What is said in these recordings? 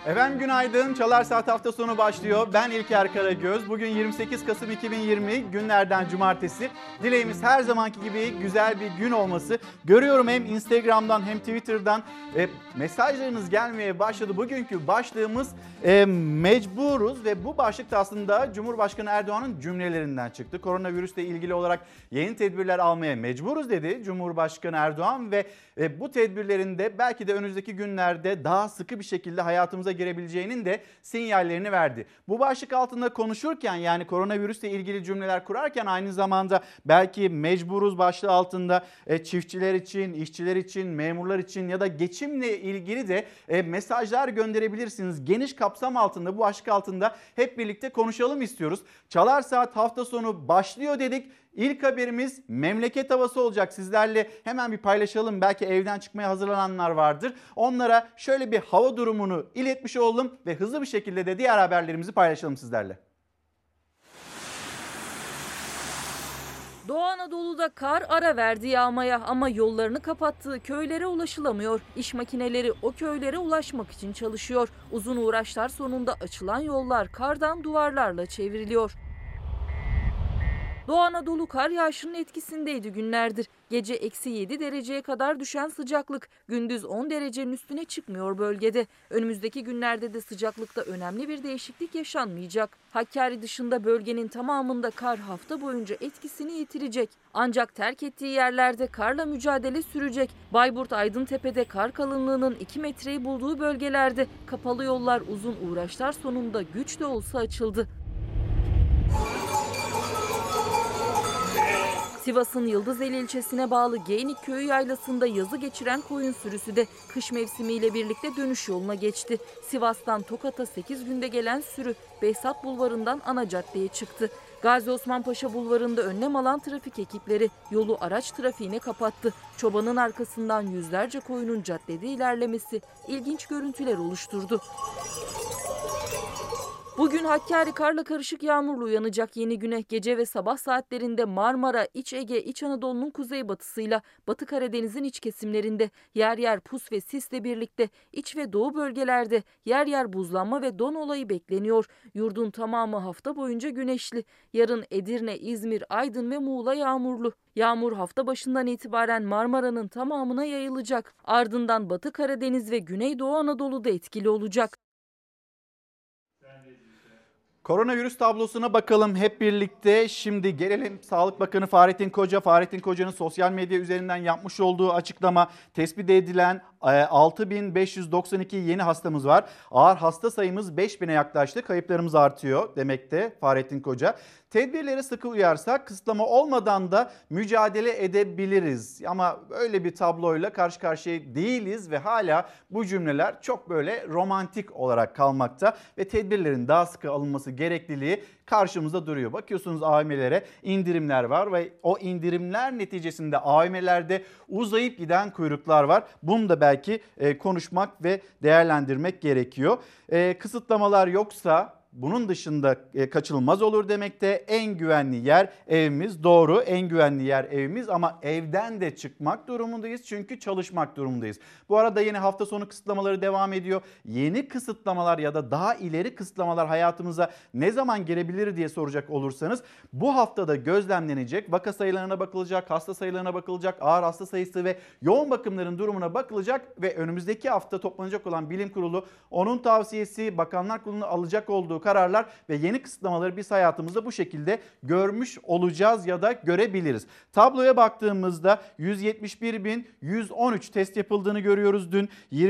Efendim günaydın. Çalar Saat hafta sonu başlıyor. Ben İlker Karagöz. Bugün 28 Kasım 2020 günlerden cumartesi. Dileğimiz her zamanki gibi güzel bir gün olması. Görüyorum hem Instagram'dan hem Twitter'dan mesajlarınız gelmeye başladı. Bugünkü başlığımız mecburuz ve bu başlık da aslında Cumhurbaşkanı Erdoğan'ın cümlelerinden çıktı. Koronavirüsle ilgili olarak yeni tedbirler almaya mecburuz dedi Cumhurbaşkanı Erdoğan ve bu tedbirlerin de belki de önümüzdeki günlerde daha sıkı bir şekilde hayatımıza girebileceğinin de sinyallerini verdi. Bu başlık altında konuşurken, yani koronavirüsle ilgili cümleler kurarken, aynı zamanda belki mecburuz başlığı altında çiftçiler için, işçiler için, memurlar için ya da geçimle ilgili de mesajlar gönderebilirsiniz. Geniş kapsam altında, bu başlık altında hep birlikte konuşalım istiyoruz. Çalar Saat hafta sonu başlıyor dedik. İlk haberimiz memleket havası olacak. Sizlerle hemen bir paylaşalım. Belki evden çıkmaya hazırlananlar vardır. Onlara şöyle bir hava durumunu iletmiş olalım ve hızlı bir şekilde de diğer haberlerimizi paylaşalım sizlerle. Doğu Anadolu'da kar ara verdi yağmaya ama yollarını kapattığı köylere ulaşılamıyor. İş makineleri o köylere ulaşmak için çalışıyor. Uzun uğraşlar sonunda açılan yollar kardan duvarlarla çevriliyor. Doğu Anadolu kar yağışının etkisindeydi günlerdir. Gece -7 dereceye kadar düşen sıcaklık gündüz 10 derecenin üstüne çıkmıyor bölgede. Önümüzdeki günlerde de sıcaklıkta önemli bir değişiklik yaşanmayacak. Hakkari dışında bölgenin tamamında kar hafta boyunca etkisini yitirecek. Ancak terk ettiği yerlerde karla mücadele sürecek. Bayburt Aydıntepe'de kar kalınlığının 2 metreyi bulduğu bölgelerde kapalı yollar uzun uğraşlar sonunda güç de olsa açıldı. Sivas'ın Yıldızeli ilçesine bağlı Geynik Köyü yaylasında yazı geçiren koyun sürüsü de kış mevsimiyle birlikte dönüş yoluna geçti. Sivas'tan Tokat'a 8 günde gelen sürü Behzat Bulvarı'ndan ana caddeye çıktı. Gazi Osman Paşa Bulvarı'nda önlem alan trafik ekipleri yolu araç trafiğine kapattı. Çobanın arkasından yüzlerce koyunun caddede ilerlemesi ilginç görüntüler oluşturdu. Bugün Hakkari karla karışık yağmurla uyanacak yeni güne. Gece ve sabah saatlerinde Marmara, İç Ege, İç Anadolu'nun kuzeybatısıyla Batı Karadeniz'in iç kesimlerinde yer yer pus ve sisle birlikte iç ve doğu bölgelerde yer yer buzlanma ve don olayı bekleniyor. Yurdun tamamı hafta boyunca güneşli. Yarın Edirne, İzmir, Aydın ve Muğla yağmurlu. Yağmur hafta başından itibaren Marmara'nın tamamına yayılacak. Ardından Batı Karadeniz ve Güneydoğu Anadolu'da etkili olacak. Koronavirüs tablosuna bakalım hep birlikte. Şimdi gelelim Sağlık Bakanı Fahrettin Koca. Fahrettin Koca'nın sosyal medya üzerinden yapmış olduğu açıklama, tespit edilen 6.592 yeni hastamız var. Ağır hasta sayımız 5.000'e yaklaştı. Kayıplarımız artıyor demekte Fahrettin Koca. Tedbirlere sıkı uyarsak kısıtlama olmadan da mücadele edebiliriz. Ama öyle bir tabloyla karşı karşıya değiliz ve hala bu cümleler çok böyle romantik olarak kalmakta ve tedbirlerin daha sıkı alınması gerekliliği karşımızda duruyor. Bakıyorsunuz AVM'lere indirimler var ve o indirimler neticesinde AVM'lerde uzayıp giden kuyruklar var. Bunu da belki konuşmak ve değerlendirmek gerekiyor. Kısıtlamalar yoksa bunun dışında kaçınılmaz olur demekte. En güvenli yer evimiz, doğru, en güvenli yer evimiz ama evden de çıkmak durumundayız çünkü çalışmak durumundayız. Bu arada yeni hafta sonu kısıtlamaları devam ediyor. Yeni kısıtlamalar ya da daha ileri kısıtlamalar hayatımıza ne zaman girebilir diye soracak olursanız bu haftada gözlemlenecek. Vaka sayılarına bakılacak, hasta sayılarına bakılacak, ağır hasta sayısı ve yoğun bakımların durumuna bakılacak ve önümüzdeki hafta toplanacak olan bilim kurulu, onun tavsiyesi, Bakanlar Kurulu'nun alacak olduğu kararlar ve yeni kısıtlamaları biz hayatımızda bu şekilde görmüş olacağız ya da görebiliriz. Tabloya baktığımızda 171.113 test yapıldığını görüyoruz dün.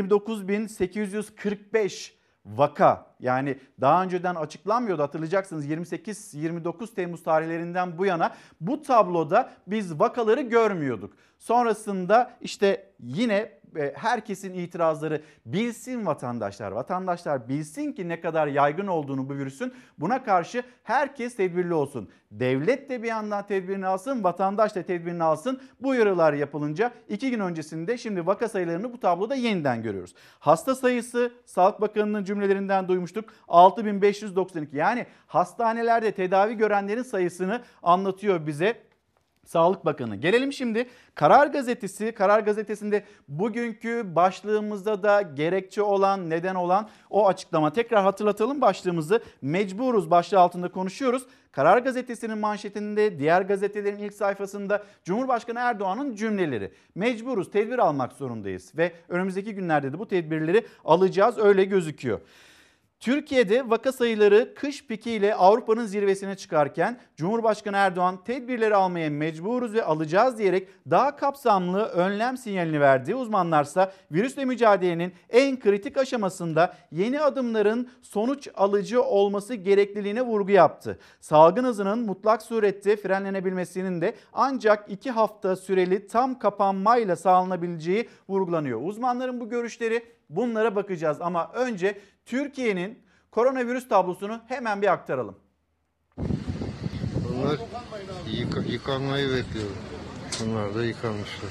29.845 vaka, yani daha önceden açıklanmıyordu, hatırlayacaksınız 28-29 Temmuz tarihlerinden bu yana bu tabloda biz vakaları görmüyorduk. Sonrasında işte yine herkesin itirazları, bilsin vatandaşlar bilsin ki ne kadar yaygın olduğunu bu virüsün, buna karşı herkes tedbirli olsun. Devlet de bir yandan tedbirini alsın, vatandaş da tedbirini alsın. Bu uyarılar yapılınca 2 gün öncesinde şimdi vaka sayılarını bu tabloda yeniden görüyoruz. Hasta sayısı Sağlık Bakanı'nın cümlelerinden duymuştuk, 6.592, yani hastanelerde tedavi görenlerin sayısını anlatıyor bize. Sağlık Bakanı. Gelelim şimdi Karar Gazetesi. Karar Gazetesi'nde bugünkü başlığımızda da gerekçe olan, neden olan o açıklama. Tekrar hatırlatalım başlığımızı. Mecburuz başlığı altında konuşuyoruz. Karar Gazetesi'nin manşetinde, diğer gazetelerin ilk sayfasında Cumhurbaşkanı Erdoğan'ın cümleleri. Mecburuz, tedbir almak zorundayız ve önümüzdeki günlerde de bu tedbirleri alacağız, öyle gözüküyor. Türkiye'de vaka sayıları kış pikiyle Avrupa'nın zirvesine çıkarken Cumhurbaşkanı Erdoğan tedbirleri almaya mecburuz ve alacağız diyerek daha kapsamlı önlem sinyalini verdi. Uzmanlarsa virüsle mücadelenin en kritik aşamasında yeni adımların sonuç alıcı olması gerekliliğine vurgu yaptı. Salgın hızının mutlak surette frenlenebilmesinin de ancak 2 hafta süreli tam kapanmayla sağlanabileceği vurgulanıyor. Uzmanların bu görüşleri, bunlara bakacağız ama önce Türkiye'nin koronavirüs tablosunu hemen bir aktaralım. Bunlar yıkanmayı bekliyor. Bunlar da yıkanmışlar.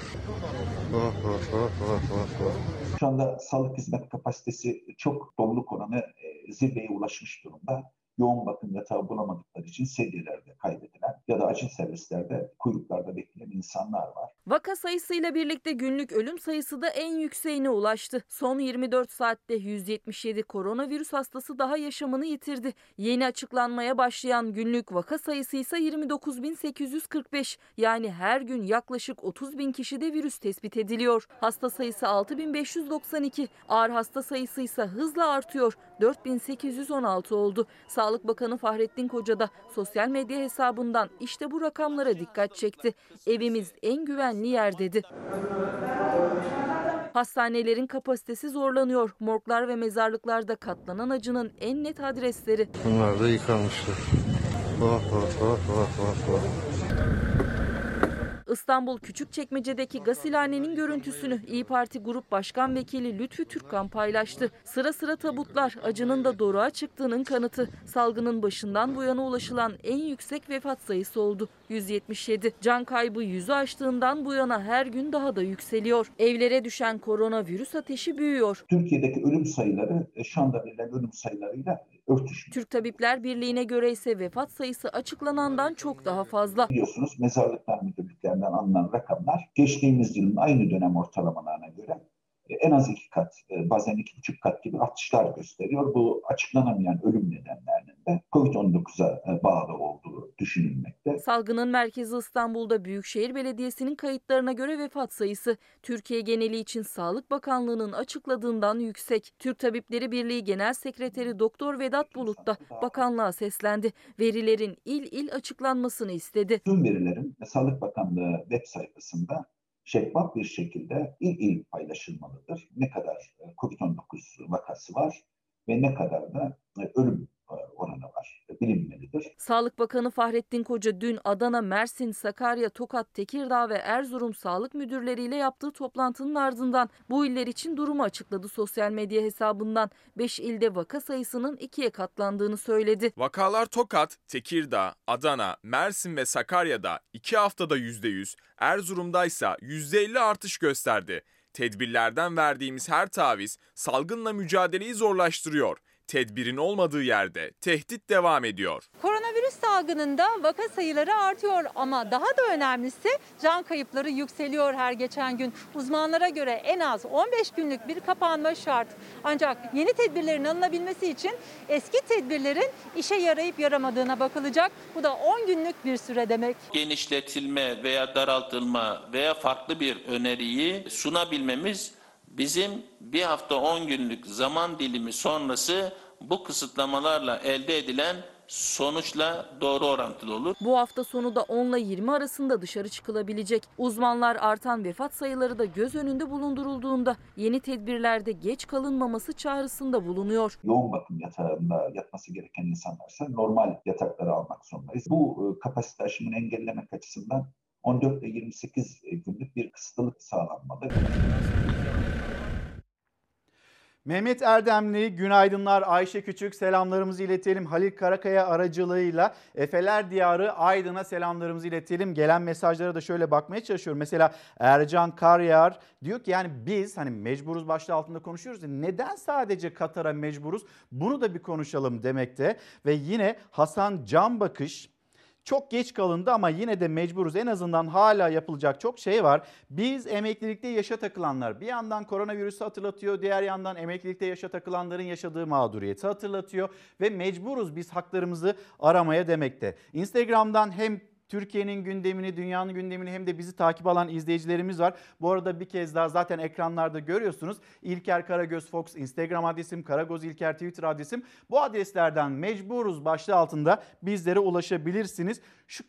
Şu anda sağlık hizmet kapasitesi çok, doluluk oranı zirveye ulaşmış durumda. Yoğun bakım yatağı bulamadıkları için sedyelerde kaybedilen ya da acil servislerde kuyruklarda bekleyen insanlar var. Vaka sayısıyla birlikte günlük ölüm sayısı da en yükseğine ulaştı. Son 24 saatte 177 koronavirüs hastası daha yaşamını yitirdi. Yeni açıklanmaya başlayan günlük vaka sayısı ise 29.845. Yani her gün yaklaşık 30.000 kişide virüs tespit ediliyor. Hasta sayısı 6.592. Ağır hasta sayısı ise hızla artıyor. 4.816 oldu. Sağlık Bakanı Fahrettin Koca da sosyal medya hesabından işte bu rakamlara dikkat çekti. Evimiz en güvenli yer dedi. Hastanelerin kapasitesi zorlanıyor. Morglar ve mezarlıklarda katlanan acının en net adresleri. Bunlar da yıkanmışlar. İstanbul Küçükçekmece'deki gasilhanenin görüntüsünü İYİ Parti Grup Başkan Vekili Lütfü Türkkan paylaştı. Sıra sıra tabutlar, acının da doruğa çıktığının kanıtı. Salgının başından bu yana ulaşılan en yüksek vefat sayısı oldu. 177. Can kaybı 100'ü aştığından bu yana her gün daha da yükseliyor. Evlere düşen koronavirüs ateşi büyüyor. Türkiye'deki ölüm sayıları şu anda verilen ölüm sayılarıyla örtüşmüyor. Türk Tabipler Birliği'ne göre ise vefat sayısı açıklanandan çok daha fazla. Biliyorsunuz mezarlıklar müdürlüklerinden alınan rakamlar geçtiğimiz yılın aynı dönem ortalamalarına göre en az 2 kat, bazen 2,5 kat gibi artışlar gösteriyor. Bu açıklanamayan ölüm nedenlerinin de COVID-19'a bağlı olduğu düşünülmekte. Salgının merkezi İstanbul'da Büyükşehir Belediyesi'nin kayıtlarına göre vefat sayısı Türkiye geneli için Sağlık Bakanlığı'nın açıkladığından yüksek. Türk Tabipleri Birliği Genel Sekreteri Doktor Vedat Bulut da bakanlığa seslendi. Verilerin il il açıklanmasını istedi. Tüm verilerin Sağlık Bakanlığı web sayfasında şeffaf bir şekilde il il paylaşılmalıdır. Ne kadar COVID-19 vakası var ve ne kadar da ölüm oranı var bilinmelidir. Sağlık Bakanı Fahrettin Koca dün Adana, Mersin, Sakarya, Tokat, Tekirdağ ve Erzurum sağlık müdürleriyle yaptığı toplantının ardından bu iller için durumu açıkladı sosyal medya hesabından. 5 ilde vaka sayısının 2'ye katlandığını söyledi. Vakalar Tokat, Tekirdağ, Adana, Mersin ve Sakarya'da 2 haftada %100, Erzurum'da ise %50 artış gösterdi. Tedbirlerden verdiğimiz her taviz salgınla mücadeleyi zorlaştırıyor. Tedbirin olmadığı yerde tehdit devam ediyor. Koronavirüs salgınında vaka sayıları artıyor ama daha da önemlisi can kayıpları yükseliyor her geçen gün. Uzmanlara göre en az 15 günlük bir kapanma şart. Ancak yeni tedbirlerin alınabilmesi için eski tedbirlerin işe yarayıp yaramadığına bakılacak. Bu da 10 günlük bir süre demek. Genişletilme veya daraltılma veya farklı bir öneriyi sunabilmemiz bizim bir hafta 10 günlük zaman dilimi sonrası bu kısıtlamalarla elde edilen sonuçla doğru orantılı olur. Bu hafta sonu da 10 ile 20 arasında dışarı çıkılabilecek. Uzmanlar artan vefat sayıları da göz önünde bulundurulduğunda yeni tedbirlerde geç kalınmaması çağrısında bulunuyor. Yoğun bakım yatağında yatması gereken insanlarsa normal yatakları almak zorundayız. Bu kapasite aşımını engellemek açısından 14 ile 28 günlük bir kısıtlılık sağlanmalı. Mehmet Erdemli, günaydınlar. Ayşe Küçük, selamlarımızı iletelim. Halil Karakaya aracılığıyla Efeler Diyarı Aydın'a selamlarımızı iletelim. Gelen mesajlara da şöyle bakmaya çalışıyorum. Mesela Ercan Karyar diyor ki yani biz hani mecburuz başlığı altında konuşuyoruz. Neden sadece Katar'a mecburuz? Bunu da bir konuşalım demekte. Ve yine Hasan Canbakış Çok geç kalındı ama yine de mecburuz. En azından hala yapılacak çok şey var. Biz emeklilikte yaşa takılanlar, bir yandan koronavirüsü hatırlatıyor, diğer yandan emeklilikte yaşa takılanların yaşadığı mağduriyeti hatırlatıyor ve mecburuz biz haklarımızı aramaya demekte. Instagram'dan hem Türkiye'nin gündemini, dünyanın gündemini hem de bizi takip alan izleyicilerimiz var. Bu arada bir kez daha zaten ekranlarda görüyorsunuz. İlker Karagöz Fox Instagram adresim, Karagöz İlker Twitter adresim. Bu adreslerden mecburuz başlığı altında bizlere ulaşabilirsiniz. Şu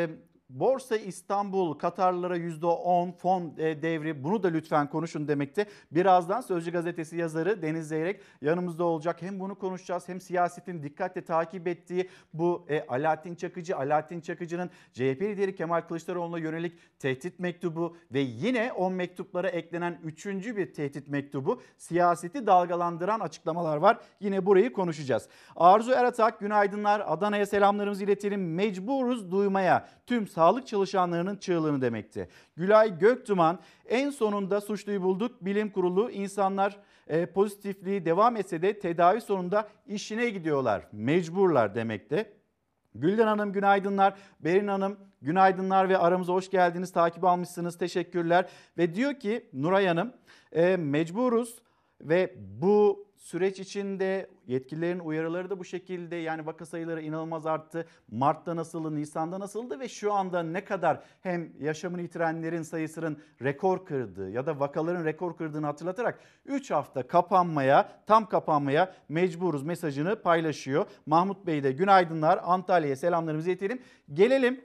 Borsa İstanbul Katarlılara %10 fon devri, bunu da lütfen konuşun demekte. Birazdan Sözcü Gazetesi yazarı Deniz Zeyrek yanımızda olacak. Hem bunu konuşacağız hem siyasetin dikkatle takip ettiği bu Alaaddin Çakıcı'nın CHP lideri Kemal Kılıçdaroğlu'na yönelik tehdit mektubu ve yine 10 mektuplara eklenen 3. bir tehdit mektubu, siyaseti dalgalandıran açıklamalar var. Yine burayı konuşacağız. Arzu Eratak günaydınlar. Adana'ya selamlarımızı iletelim. Mecburuz duymaya. Tüm sağlık çalışanlarının çığlığını demekti. Gülay Göktuman en sonunda suçluyu bulduk. Bilim kurulu insanlar pozitifliği devam etse de tedavi sonunda işine gidiyorlar. Mecburlar demekte. Gülden Hanım günaydınlar. Berin Hanım günaydınlar ve aramıza hoş geldiniz. Takip almışsınız. Teşekkürler. Ve diyor ki Nuray Hanım mecburuz ve bu süreç içinde yetkililerin uyarıları da bu şekilde, yani vaka sayıları inanılmaz arttı. Mart'ta nasıldı, Nisan'da nasıldı ve şu anda ne kadar hem yaşamını yitirenlerin sayısının rekor kırdığı ya da vakaların rekor kırdığını hatırlatarak 3 hafta tam kapanmaya mecburuz mesajını paylaşıyor. Mahmut Bey de günaydınlar. Antalya'ya selamlarımızı iletelim. Gelelim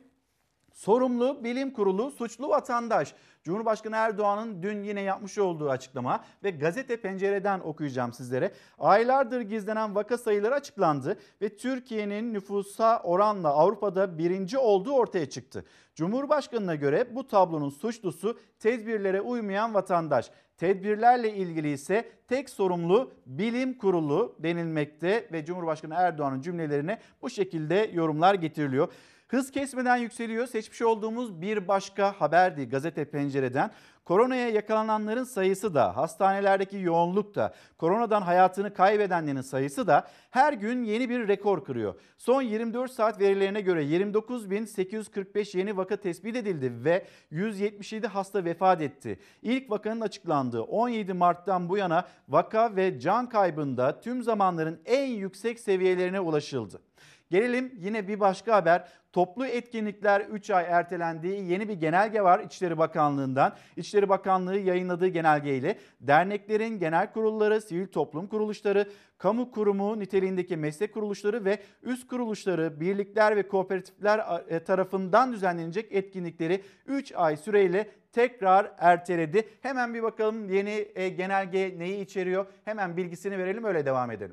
sorumlu bilim kurulu, suçlu vatandaş. Cumhurbaşkanı Erdoğan'ın dün yine yapmış olduğu açıklama ve Gazete Pencere'den okuyacağım sizlere. Aylardır gizlenen vaka sayıları açıklandı ve Türkiye'nin nüfusa oranla Avrupa'da birinci olduğu ortaya çıktı. Cumhurbaşkanı'na göre bu tablonun suçlusu tedbirlere uymayan vatandaş. Tedbirlerle ilgili ise tek sorumlu bilim kurulu denilmekte ve Cumhurbaşkanı Erdoğan'ın cümlelerine bu şekilde yorumlar getiriliyor. Hız kesmeden yükseliyor. Seçmiş olduğumuz bir başka haberdi Gazete Pencere'den. Koronaya yakalananların sayısı da, hastanelerdeki yoğunluk da, koronadan hayatını kaybedenlerin sayısı da her gün yeni bir rekor kırıyor. Son 24 saat verilerine göre 29.845 yeni vaka tespit edildi ve 177 hasta vefat etti. İlk vakanın açıklandığı 17 Mart'tan bu yana vaka ve can kaybında tüm zamanların en yüksek seviyelerine ulaşıldı. Gelelim yine bir başka haber. Toplu etkinlikler 3 ay ertelendiği yeni bir genelge var İçişleri Bakanlığı'ndan. İçişleri Bakanlığı yayınladığı genelgeyle derneklerin genel kurulları, sivil toplum kuruluşları, kamu kurumu niteliğindeki meslek kuruluşları ve üst kuruluşları, birlikler ve kooperatifler tarafından düzenlenecek etkinlikleri 3 ay süreyle tekrar erteledi. Hemen bir bakalım yeni genelge neyi içeriyor? Hemen bilgisini verelim, öyle devam edelim.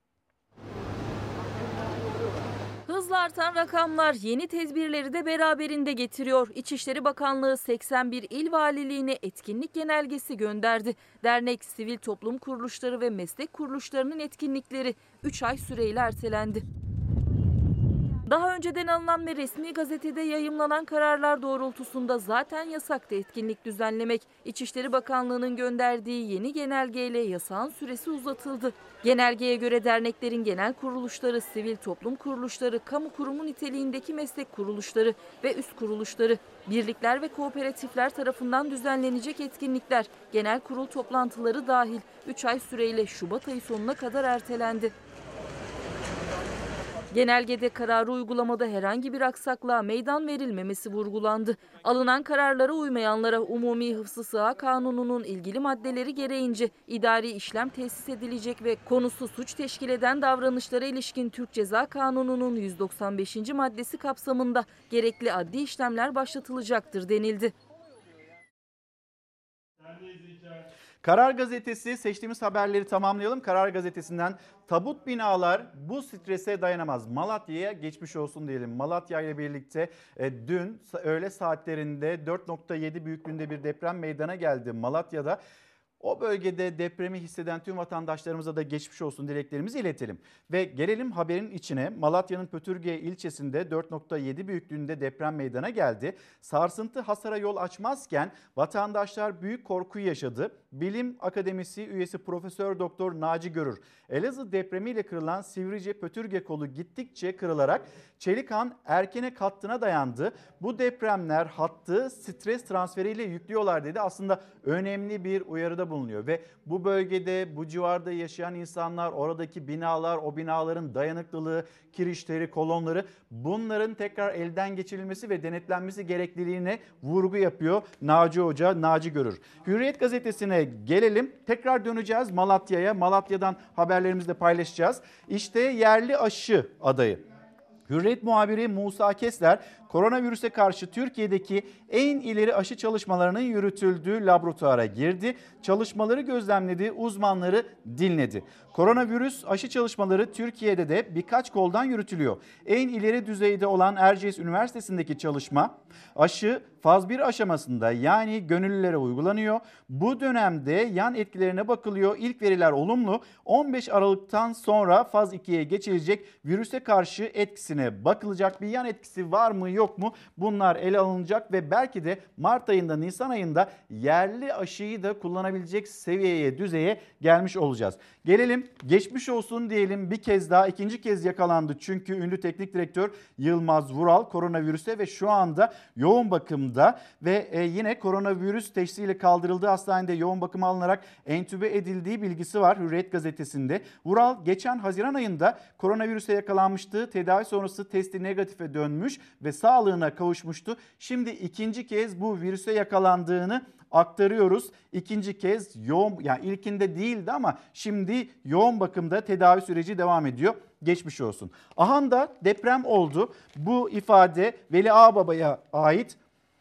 Hızla artan rakamlar yeni tedbirleri de beraberinde getiriyor. İçişleri Bakanlığı 81 il valiliğine etkinlik genelgesi gönderdi. Dernek, sivil toplum kuruluşları ve meslek kuruluşlarının etkinlikleri 3 ay süreyle ertelendi. Daha önceden alınan ve resmi gazetede yayımlanan kararlar doğrultusunda zaten yasaktı etkinlik düzenlemek. İçişleri Bakanlığı'nın gönderdiği yeni genelgeyle yasağın süresi uzatıldı. Genelgeye göre derneklerin genel kuruluşları, sivil toplum kuruluşları, kamu kurumu niteliğindeki meslek kuruluşları ve üst kuruluşları, birlikler ve kooperatifler tarafından düzenlenecek etkinlikler, genel kurul toplantıları dahil 3 ay süreyle Şubat ayı sonuna kadar ertelendi. Genelgede kararı uygulamada herhangi bir aksaklığa meydan verilmemesi vurgulandı. Alınan kararlara uymayanlara Umumi Hıfzı Sıha Kanunu'nun ilgili maddeleri gereğince idari işlem tesis edilecek ve konusu suç teşkil eden davranışlara ilişkin Türk Ceza Kanunu'nun 195. maddesi kapsamında gerekli adli işlemler başlatılacaktır denildi. Karar Gazetesi, seçtiğimiz haberleri tamamlayalım. Karar Gazetesi'nden tabut binalar bu strese dayanamaz. Malatya'ya geçmiş olsun diyelim. Malatya ile birlikte dün öğle saatlerinde 4.7 büyüklüğünde bir deprem meydana geldi Malatya'da. O bölgede depremi hisseden tüm vatandaşlarımıza da geçmiş olsun dileklerimizi iletelim. Ve gelelim haberin içine. Malatya'nın Pötürge ilçesinde 4.7 büyüklüğünde deprem meydana geldi. Sarsıntı hasara yol açmazken vatandaşlar büyük korkuyu yaşadı. Bilim Akademisi üyesi Profesör Doktor Naci Görür. Elazığ depremiyle kırılan Sivrice Pötürge kolu gittikçe kırılarak Çelikhan Erkenek hattına dayandı. Bu depremler hattı stres transferiyle yüklüyorlar dedi. Aslında önemli bir uyarıda bulunuyor ve bu bölgede, bu civarda yaşayan insanlar, oradaki binalar, o binaların dayanıklılığı, kirişleri, kolonları, bunların tekrar elden geçirilmesi ve denetlenmesi gerekliliğine vurgu yapıyor Naci Hoca, Naci Görür. Hürriyet gazetesine gelelim. Tekrar döneceğiz Malatya'ya. Malatya'dan haberlerimizi de paylaşacağız. İşte yerli aşı adayı. Hürriyet muhabiri Musa Kesler, koronavirüse karşı Türkiye'deki en ileri aşı çalışmalarının yürütüldüğü laboratuvara girdi. Çalışmaları gözlemledi, uzmanları dinledi. Koronavirüs aşı çalışmaları Türkiye'de de birkaç koldan yürütülüyor. En ileri düzeyde olan Erciyes Üniversitesi'ndeki çalışma aşı faz 1 aşamasında, yani gönüllülere uygulanıyor. Bu dönemde yan etkilerine bakılıyor. İlk veriler olumlu. 15 Aralık'tan sonra faz 2'ye geçilecek. Virüse karşı etkisine bakılacak. Bir yan etkisi var mı yok mu? Bunlar ele alınacak ve belki de Mart ayında, Nisan ayında yerli aşıyı da kullanabilecek seviyeye, düzeye gelmiş olacağız. Gelelim, geçmiş olsun diyelim, bir kez daha, ikinci kez yakalandı. Çünkü ünlü teknik direktör Yılmaz Vural koronavirüse ve şu anda yoğun bakımda ve yine koronavirüs teşhisiyle kaldırıldığı hastanede yoğun bakıma alınarak entübe edildiği bilgisi var Hürriyet gazetesinde. Vural geçen Haziran ayında koronavirüse yakalanmıştı. Tedavi sonrası testi negatife dönmüş ve sağlığına kavuşmuştu. Şimdi ikinci kez bu virüse yakalandığını aktarıyoruz. İkinci kez yoğun, yani ilkinde değildi ama şimdi yoğun bakımda tedavi süreci devam ediyor. Geçmiş olsun. Ahanda deprem oldu. Bu ifade Veli Ağbaba'ya ait.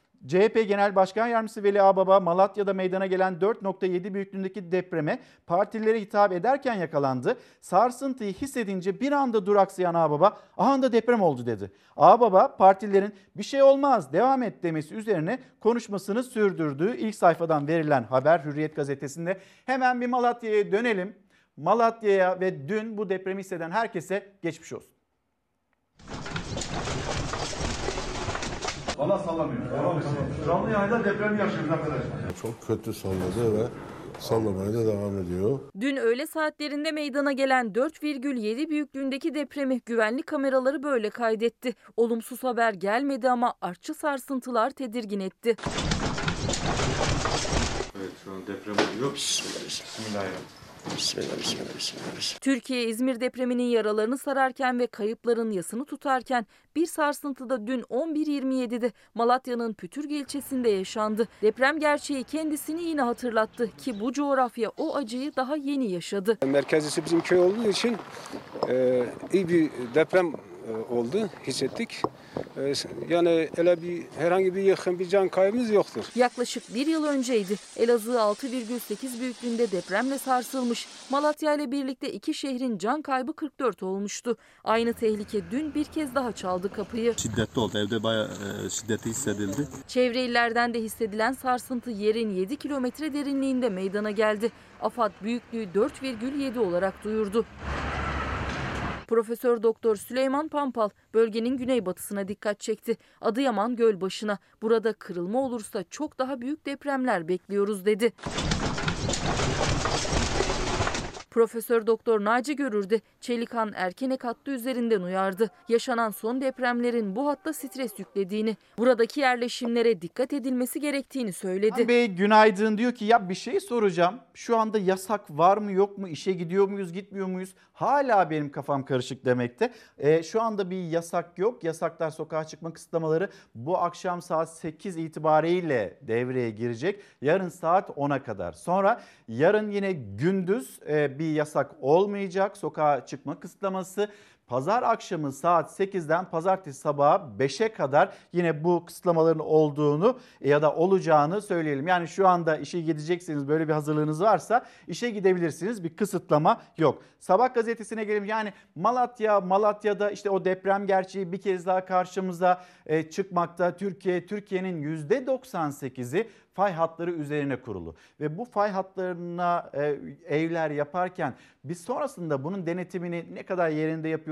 CHP Genel Başkan Yardımcısı Veli Ağbaba, Malatya'da meydana gelen 4.7 büyüklüğündeki depreme partilere hitap ederken yakalandı. Sarsıntıyı hissedince bir anda duraksayan Ağbaba, ahanda deprem oldu dedi. Ağbaba, partilerin bir şey olmaz, devam et demesi üzerine konuşmasını sürdürdüğü ilk sayfadan verilen haber Hürriyet gazetesinde. Hemen bir Malatya'ya dönelim. Malatya'ya ve dün bu depremi hisseden herkese geçmiş olsun. Valla sallamıyor. Canlı yayında deprem yaşıyoruz arkadaşlar. Çok kötü salladı ve sallamaya da devam ediyor. Dün öğle saatlerinde meydana gelen 4,7 büyüklüğündeki depremi güvenlik kameraları böyle kaydetti. Olumsuz haber gelmedi ama artçı sarsıntılar tedirgin etti. Evet, şu an deprem oluyor. Bismillahirrahmanirrahim. Türkiye İzmir depreminin yaralarını sararken ve kayıpların yasını tutarken bir sarsıntıda dün 11.27'de Malatya'nın Pütürge ilçesinde yaşandı. Deprem gerçeği kendisini yine hatırlattı ki bu coğrafya o acıyı daha yeni yaşadı. Merkezlisi bizim köy olduğu için iyi bir deprem oldu, hissettik. Yani herhangi bir yakın bir can kaybımız yoktur. Yaklaşık bir yıl önceydi. Elazığ 6,8 büyüklüğünde depremle sarsılmış. Malatya ile birlikte iki şehrin can kaybı 44 olmuştu. Aynı tehlike dün bir kez daha çaldı kapıyı. Şiddetli oldu. Evde bayağı şiddeti hissedildi. Çevre illerden de hissedilen sarsıntı yerin 7 kilometre derinliğinde meydana geldi. AFAD büyüklüğü 4,7 olarak duyurdu. Profesör Doktor Süleyman Pampal bölgenin güneybatısına dikkat çekti. Adıyaman Gölbaşı'na. Burada kırılma olursa çok daha büyük depremler bekliyoruz dedi. Profesör Doktor Naci Görür de Çelikhan Erkenek hattı üzerinden uyardı. Yaşanan son depremlerin bu hatta stres yüklediğini, buradaki yerleşimlere dikkat edilmesi gerektiğini söyledi. Bey günaydın, diyor ki ya bir şey soracağım. Şu anda yasak var mı yok mu? İşe gidiyor muyuz, gitmiyor muyuz? Hala benim kafam karışık demekte. Şu anda bir yasak yok. Yasaklar, sokağa çıkma kısıtlamaları bu akşam saat 8 itibariyle devreye girecek. Yarın saat 10'a kadar. Sonra yarın yine gündüz bir yasak olmayacak. Sokağa çıkma kısıtlaması. Pazar akşamı saat 8'den pazartesi sabahı 5'e kadar yine bu kısıtlamaların olduğunu ya da olacağını söyleyelim. Yani şu anda işe gidecekseniz, böyle bir hazırlığınız varsa işe gidebilirsiniz. Bir kısıtlama yok. Sabah gazetesine gelelim. Yani Malatya'da işte o deprem gerçeği bir kez daha karşımıza çıkmakta. Türkiye'nin %98'i fay hatları üzerine kurulu ve bu fay hatlarına evler yaparken biz sonrasında bunun denetimini ne kadar yerinde yapıyoruz?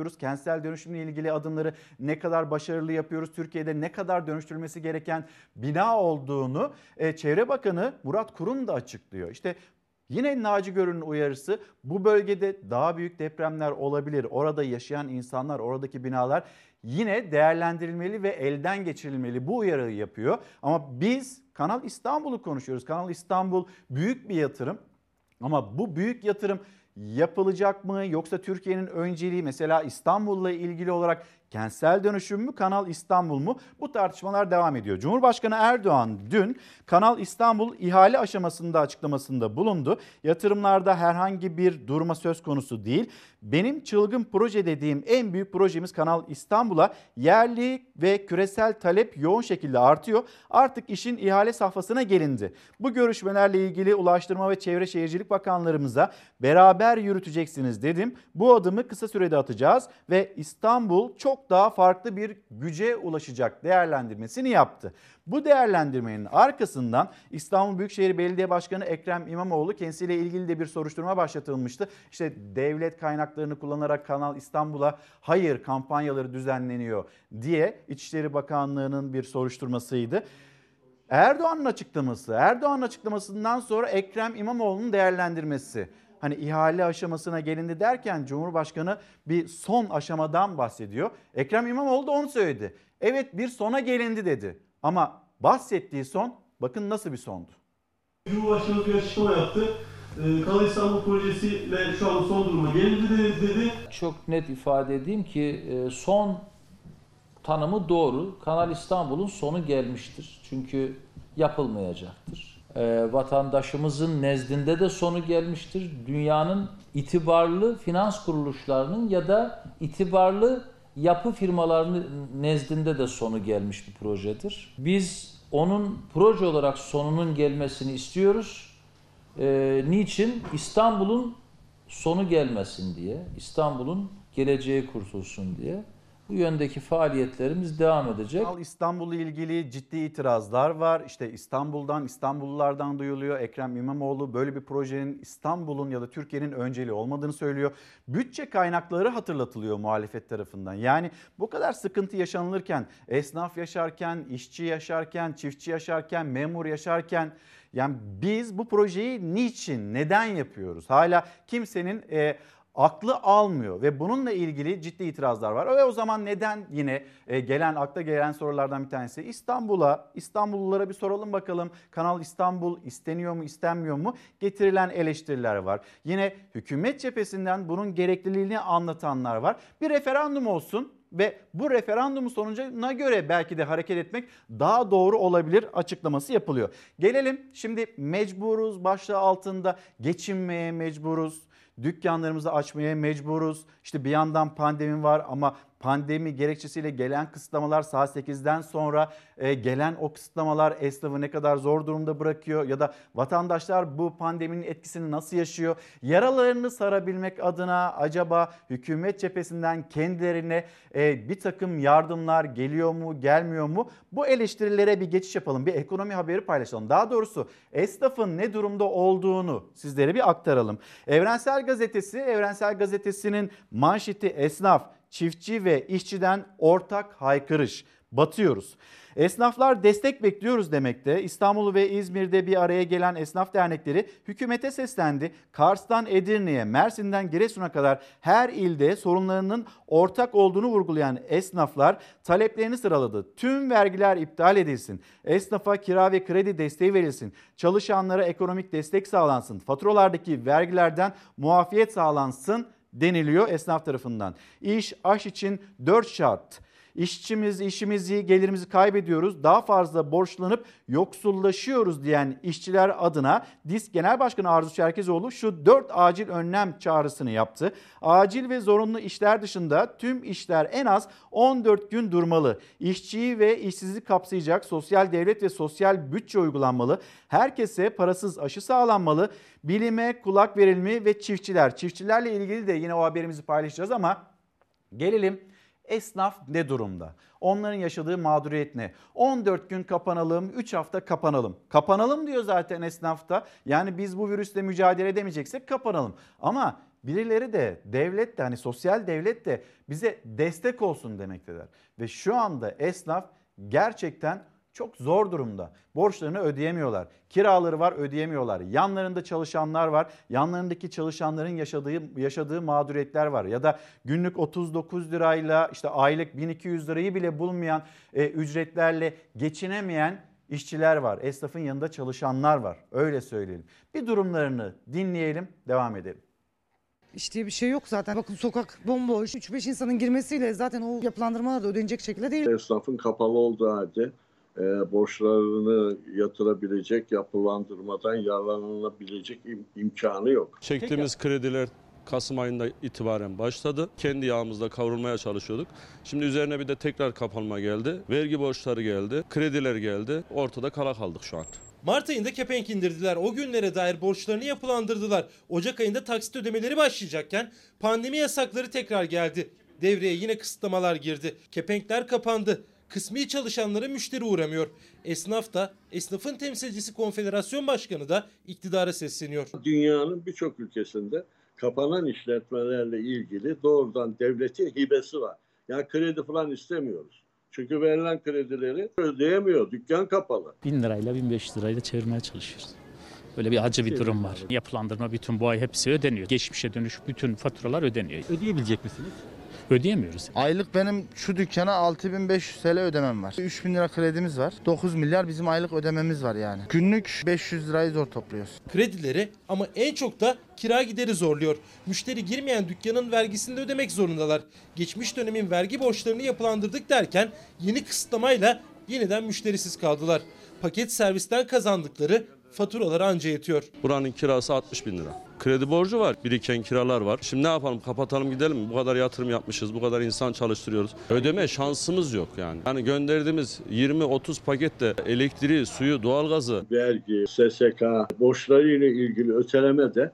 konuşuyoruz. Kentsel dönüşümle ilgili adımları ne kadar başarılı yapıyoruz? Türkiye'de ne kadar dönüştürülmesi gereken bina olduğunu Çevre Bakanı Murat Kurum da açıklıyor. İşte yine Naci Görür'ün uyarısı, bu bölgede daha büyük depremler olabilir. Orada yaşayan insanlar, oradaki binalar yine değerlendirilmeli ve elden geçirilmeli. Bu uyarıyı yapıyor. Ama biz Kanal İstanbul'u konuşuyoruz. Kanal İstanbul büyük bir yatırım. Ama bu büyük yatırım yapılacak mı, yoksa Türkiye'nin önceliği mesela İstanbul'la ilgili olarak kentsel dönüşüm mü, Kanal İstanbul mu? Bu tartışmalar devam ediyor. Cumhurbaşkanı Erdoğan dün Kanal İstanbul ihale aşamasında açıklamasında bulundu. Yatırımlarda herhangi bir durma söz konusu değil. Benim çılgın proje dediğim en büyük projemiz Kanal İstanbul'a yerli ve küresel talep yoğun şekilde artıyor. Artık işin ihale safhasına gelindi. Bu görüşmelerle ilgili Ulaştırma ve Çevre Şehircilik Bakanlarımıza beraber yürüteceksiniz dedim. Bu adımı kısa sürede atacağız ve İstanbul çok daha farklı bir güce ulaşacak değerlendirmesini yaptı. Bu değerlendirmenin arkasından İstanbul Büyükşehir Belediye Başkanı Ekrem İmamoğlu, kendisiyle ilgili de bir soruşturma başlatılmıştı. İşte devlet kaynaklarını kullanarak Kanal İstanbul'a hayır kampanyaları düzenleniyor diye İçişleri Bakanlığı'nın bir soruşturmasıydı. Erdoğan'ın açıklamasından sonra Ekrem İmamoğlu'nun değerlendirmesi. Hani ihale aşamasına gelindi derken Cumhurbaşkanı bir son aşamadan bahsediyor. Ekrem İmamoğlu da onu söyledi. Evet, bir sona gelindi dedi. Ama bahsettiği son bakın nasıl bir sondu. Cumhurbaşkanı bir açıklama yaptı. Kanal İstanbul projesiyle şu an son duruma gelindi dedi. Çok net ifade edeyim ki son tanımı doğru. Kanal İstanbul'un sonu gelmiştir. Çünkü yapılmayacaktır. Vatandaşımızın nezdinde de sonu gelmiştir. Dünyanın itibarlı finans kuruluşlarının ya da itibarlı yapı firmalarının nezdinde de sonu gelmiş bir projedir. Biz onun proje olarak sonunun gelmesini istiyoruz. Niçin? İstanbul'un sonu gelmesin diye, İstanbul'un geleceği kurtulsun diye. Bu yöndeki faaliyetlerimiz devam edecek. Kanal İstanbul'la ilgili ciddi itirazlar var. İşte İstanbullulardan duyuluyor. Ekrem İmamoğlu böyle bir projenin İstanbul'un ya da Türkiye'nin önceliği olmadığını söylüyor. Bütçe kaynakları hatırlatılıyor muhalefet tarafından. Yani bu kadar sıkıntı yaşanılırken, esnaf yaşarken, işçi yaşarken, çiftçi yaşarken, memur yaşarken, yani biz bu projeyi niçin, neden yapıyoruz? Hala kimsenin aklı almıyor ve bununla ilgili ciddi itirazlar var. Ve o zaman neden yine akla gelen sorulardan bir tanesi İstanbullulara bir soralım bakalım. Kanal İstanbul isteniyor mu, istenmiyor mu? Getirilen eleştiriler var. Yine hükümet cephesinden bunun gerekliliğini anlatanlar var. Bir referandum olsun ve bu referandumun sonucuna göre belki de hareket etmek daha doğru olabilir açıklaması yapılıyor. Gelelim şimdi, mecburuz başlığı altında geçinmeye mecburuz. Dükkanlarımızı açmaya mecburuz. İşte bir yandan pandemi var ama pandemi gerekçesiyle gelen kısıtlamalar, saat 8'den sonra gelen o kısıtlamalar esnafı ne kadar zor durumda bırakıyor ya da vatandaşlar bu pandeminin etkisini nasıl yaşıyor? Yaralarını sarabilmek adına acaba hükümet cephesinden kendilerine bir takım yardımlar geliyor mu, gelmiyor mu? Bu eleştirilere bir geçiş yapalım. Bir ekonomi haberi paylaşalım. Daha doğrusu esnafın ne durumda olduğunu sizlere bir aktaralım. Evrensel Gazetesi'nin manşeti esnaf, çiftçi ve işçiden ortak haykırış. Batıyoruz. Esnaflar destek bekliyoruz demekte. İstanbul ve İzmir'de bir araya gelen esnaf dernekleri hükümete seslendi. Kars'tan Edirne'ye, Mersin'den Giresun'a kadar her ilde sorunlarının ortak olduğunu vurgulayan esnaflar taleplerini sıraladı. Tüm vergiler iptal edilsin. Esnafa kira ve kredi desteği verilsin. Çalışanlara ekonomik destek sağlansın. Faturalardaki vergilerden muafiyet sağlansın deniliyor esnaf tarafından. İş, aş için 4 şart. İşimizi, gelirimizi kaybediyoruz, daha fazla borçlanıp yoksullaşıyoruz diyen işçiler adına DİSK Genel Başkanı Arzu Çerkezoğlu şu 4 acil önlem çağrısını yaptı. Acil ve zorunlu işler dışında tüm işler en az 14 gün durmalı. İşçiyi ve işsizliği kapsayacak sosyal devlet ve sosyal bütçe uygulanmalı. Herkese parasız aşı sağlanmalı. Bilime kulak verilmeli ve çiftçilerle ilgili de yine o haberimizi paylaşacağız ama gelelim. Esnaf ne durumda? Onların yaşadığı mağduriyet ne? 14 gün kapanalım, 3 hafta kapanalım. Kapanalım diyor zaten esnafta. Yani biz bu virüsle mücadele edemeyeceksek kapanalım. Ama birileri de, devlet de, hani sosyal devlet de bize destek olsun demektedir. Ve şu anda esnaf gerçekten çok zor durumda. Borçlarını ödeyemiyorlar. Kiraları var, ödeyemiyorlar. Yanlarında çalışanlar var. Yanlarındaki çalışanların yaşadığı mağduriyetler var. Ya da günlük 39 lirayla işte aylık 1200 lirayı bile bulmayan ücretlerle geçinemeyen işçiler var. Esnafın yanında çalışanlar var. Öyle söyleyelim. Bir durumlarını dinleyelim, devam edelim. İş diye bir şey yok zaten. Bakın sokak bomboş. 3-5 insanın girmesiyle zaten o yapılandırmalar da ödenecek şekilde değil. Esnafın kapalı olduğu halde borçlarını yatırabilecek, yapılandırmadan yararlanabilecek imkanı yok. Çektiğimiz krediler Kasım ayında itibaren başladı. Kendi yağımızda kavrulmaya çalışıyorduk. Şimdi üzerine bir de tekrar kapanma geldi. Vergi borçları geldi, krediler geldi. Ortada kala kaldık şu an. Mart ayında kepenk indirdiler. O günlere dair borçlarını yapılandırdılar. Ocak ayında taksit ödemeleri başlayacakken pandemi yasakları tekrar geldi. Devreye yine kısıtlamalar girdi. Kepenkler kapandı. Kısmi çalışanlara müşteri uğramıyor. Esnaf da, esnafın temsilcisi Konfederasyon Başkanı da iktidara sesleniyor. Dünyanın birçok ülkesinde kapanan işletmelerle ilgili doğrudan devletin hibesi var. Yani kredi falan istemiyoruz. Çünkü verilen kredileri ödeyemiyor. Dükkan kapalı. 1000 lirayla 1500 lirayla çevirmeye çalışıyoruz. Böyle bir acı bir durum var. Yapılandırma bütün bu ay hepsi ödeniyor. Geçmişe dönüş bütün faturalar ödeniyor. Ödeyebilecek misiniz? Ödeyemiyoruz. Aylık benim şu dükkana 6500 TL ödemem var. 3000 lira kredimiz var. 9 milyar bizim aylık ödememiz var yani. Günlük 500 lirayı zor topluyoruz. Kredileri ama en çok da kira gideri zorluyor. Müşteri girmeyen dükkanın vergisini de ödemek zorundalar. Geçmiş dönemin vergi borçlarını yapılandırdık derken yeni kısıtlamayla yeniden müşterisiz kaldılar. Paket servisten kazandıkları faturaları anca yetiyor. Buranın kirası 60 bin lira. Kredi borcu var, biriken kiralar var. Şimdi ne yapalım, kapatalım gidelim mi? Bu kadar yatırım yapmışız, bu kadar insan çalıştırıyoruz. Ödeme şansımız yok yani. Yani gönderdiğimiz 20-30 pakette elektriği, suyu, doğalgazı, vergi, SSK borçlarıyla ilgili öteleme de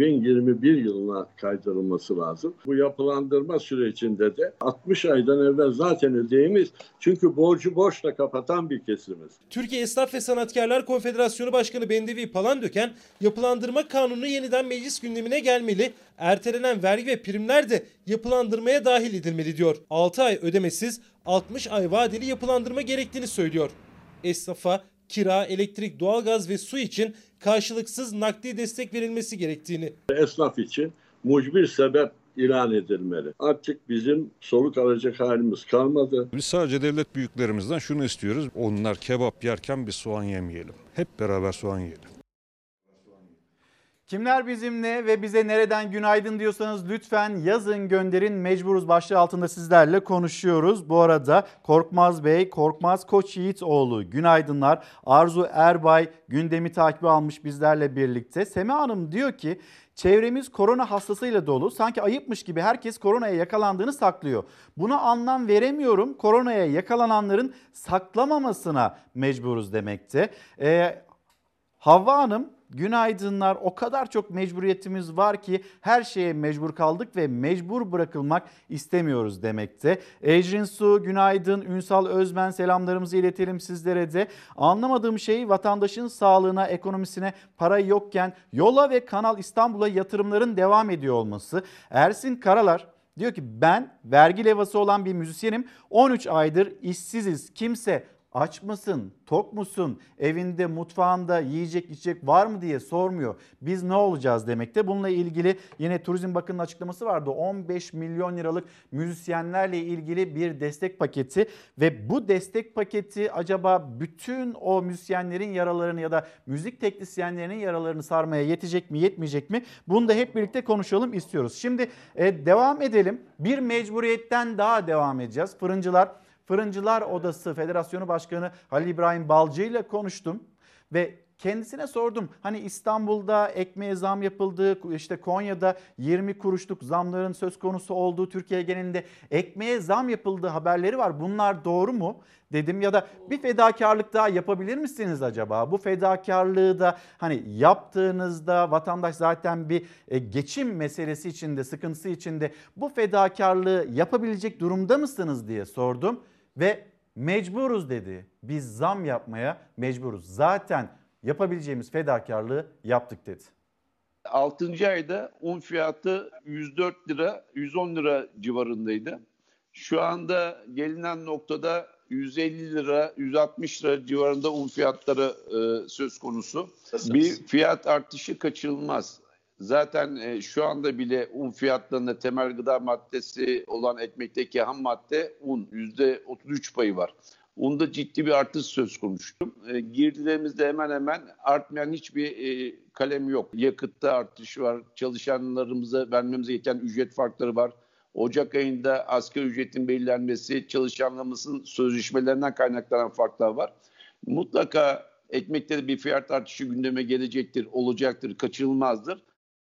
2021 yılına kaydırılması lazım. Bu yapılandırma sürecinde de 60 aydan evvel zaten ödeyemeyiz. Çünkü borcu borçla kapatan bir kesimiz. Türkiye Esnaf ve Sanatkarlar Konfederasyonu Başkanı Bendevi Palandöken, yapılandırma kanunu yeniden meclis gündemine gelmeli, ertelenen vergi ve primler de yapılandırmaya dahil edilmeli diyor. 6 ay ödemesiz 60 ay vadeli yapılandırma gerektiğini söylüyor. Esnafa kira, elektrik, doğalgaz ve su için karşılıksız nakdi destek verilmesi gerektiğini. Esnaf için mucbir sebep ilan edilmeli. Artık bizim soluk alacak halimiz kalmadı. Biz sadece devlet büyüklerimizden şunu istiyoruz. Onlar kebap yerken bir soğan yemeyelim. Hep beraber soğan yiyelim. Kimler bizimle ve bize nereden günaydın diyorsanız lütfen yazın, gönderin. Mecburuz başlığı altında sizlerle konuşuyoruz. Bu arada Korkmaz Bey, Korkmaz Koçyiğitoğlu günaydınlar. Arzu Erbay gündemi takibi almış bizlerle birlikte. Sema Hanım diyor ki çevremiz korona hastasıyla dolu. Sanki ayıpmış gibi herkes koronaya yakalandığını saklıyor. Buna anlam veremiyorum. Koronaya yakalananların saklamamasına mecburuz demekte. Havva Hanım günaydınlar. O kadar çok mecburiyetimiz var ki her şeye mecbur kaldık ve mecbur bırakılmak istemiyoruz demekte. Ecrin Su günaydın. Ünsal Özmen selamlarımızı iletelim sizlere de. Anlamadığım şey vatandaşın sağlığına, ekonomisine para yokken yola ve Kanal İstanbul'a yatırımların devam ediyor olması. Ersin Karalar diyor ki ben vergi levhası olan bir müzisyenim. 13 aydır işsiziz. Kimse aç mısın, tok musun, evinde, mutfağında yiyecek içecek var mı diye sormuyor. Biz ne olacağız demekte. Bununla ilgili yine Turizm Bakanı'nın açıklaması vardı. 15 milyon liralık müzisyenlerle ilgili bir destek paketi ve bu destek paketi acaba bütün o müzisyenlerin yaralarını ya da müzik teknisyenlerinin yaralarını sarmaya yetecek mi, yetmeyecek mi? Bunu da hep birlikte konuşalım istiyoruz. Şimdi devam edelim. Bir mecburiyetten daha devam edeceğiz. Fırıncılar Odası Federasyonu Başkanı Halil İbrahim Balcı ile konuştum ve kendisine sordum. Hani İstanbul'da ekmeğe zam yapıldı, işte Konya'da 20 kuruşluk zamların söz konusu olduğu, Türkiye genelinde ekmeğe zam yapıldığı haberleri var. Bunlar doğru mu dedim ya da bir fedakarlık daha yapabilir misiniz acaba? Bu fedakarlığı da hani yaptığınızda vatandaş zaten bir geçim meselesi içinde, sıkıntısı içinde, bu fedakarlığı yapabilecek durumda mısınız diye sordum. Ve mecburuz dedi. Biz zam yapmaya mecburuz. Zaten yapabileceğimiz fedakarlığı yaptık dedi. 6. ayda un fiyatı 104 lira, 110 lira civarındaydı. Şu anda gelinen noktada 150 lira, 160 lira civarında un fiyatları söz konusu. Bir fiyat artışı kaçınılmaz. Zaten şu anda bile un fiyatlarında temel gıda maddesi olan ekmekteki ham madde un %33 payı var. Unda ciddi bir artış söz konusu. Girdilerimizde hemen hemen artmayan hiçbir kalem yok. Yakıtta artış var, çalışanlarımıza vermemiz gereken ücret farkları var. Ocak ayında asgari ücretin belirlenmesi, çalışanlarımızın sözleşmelerinden kaynaklanan farklar var. Mutlaka ekmekte de bir fiyat artışı gündeme gelecektir, olacaktır, kaçınılmazdır.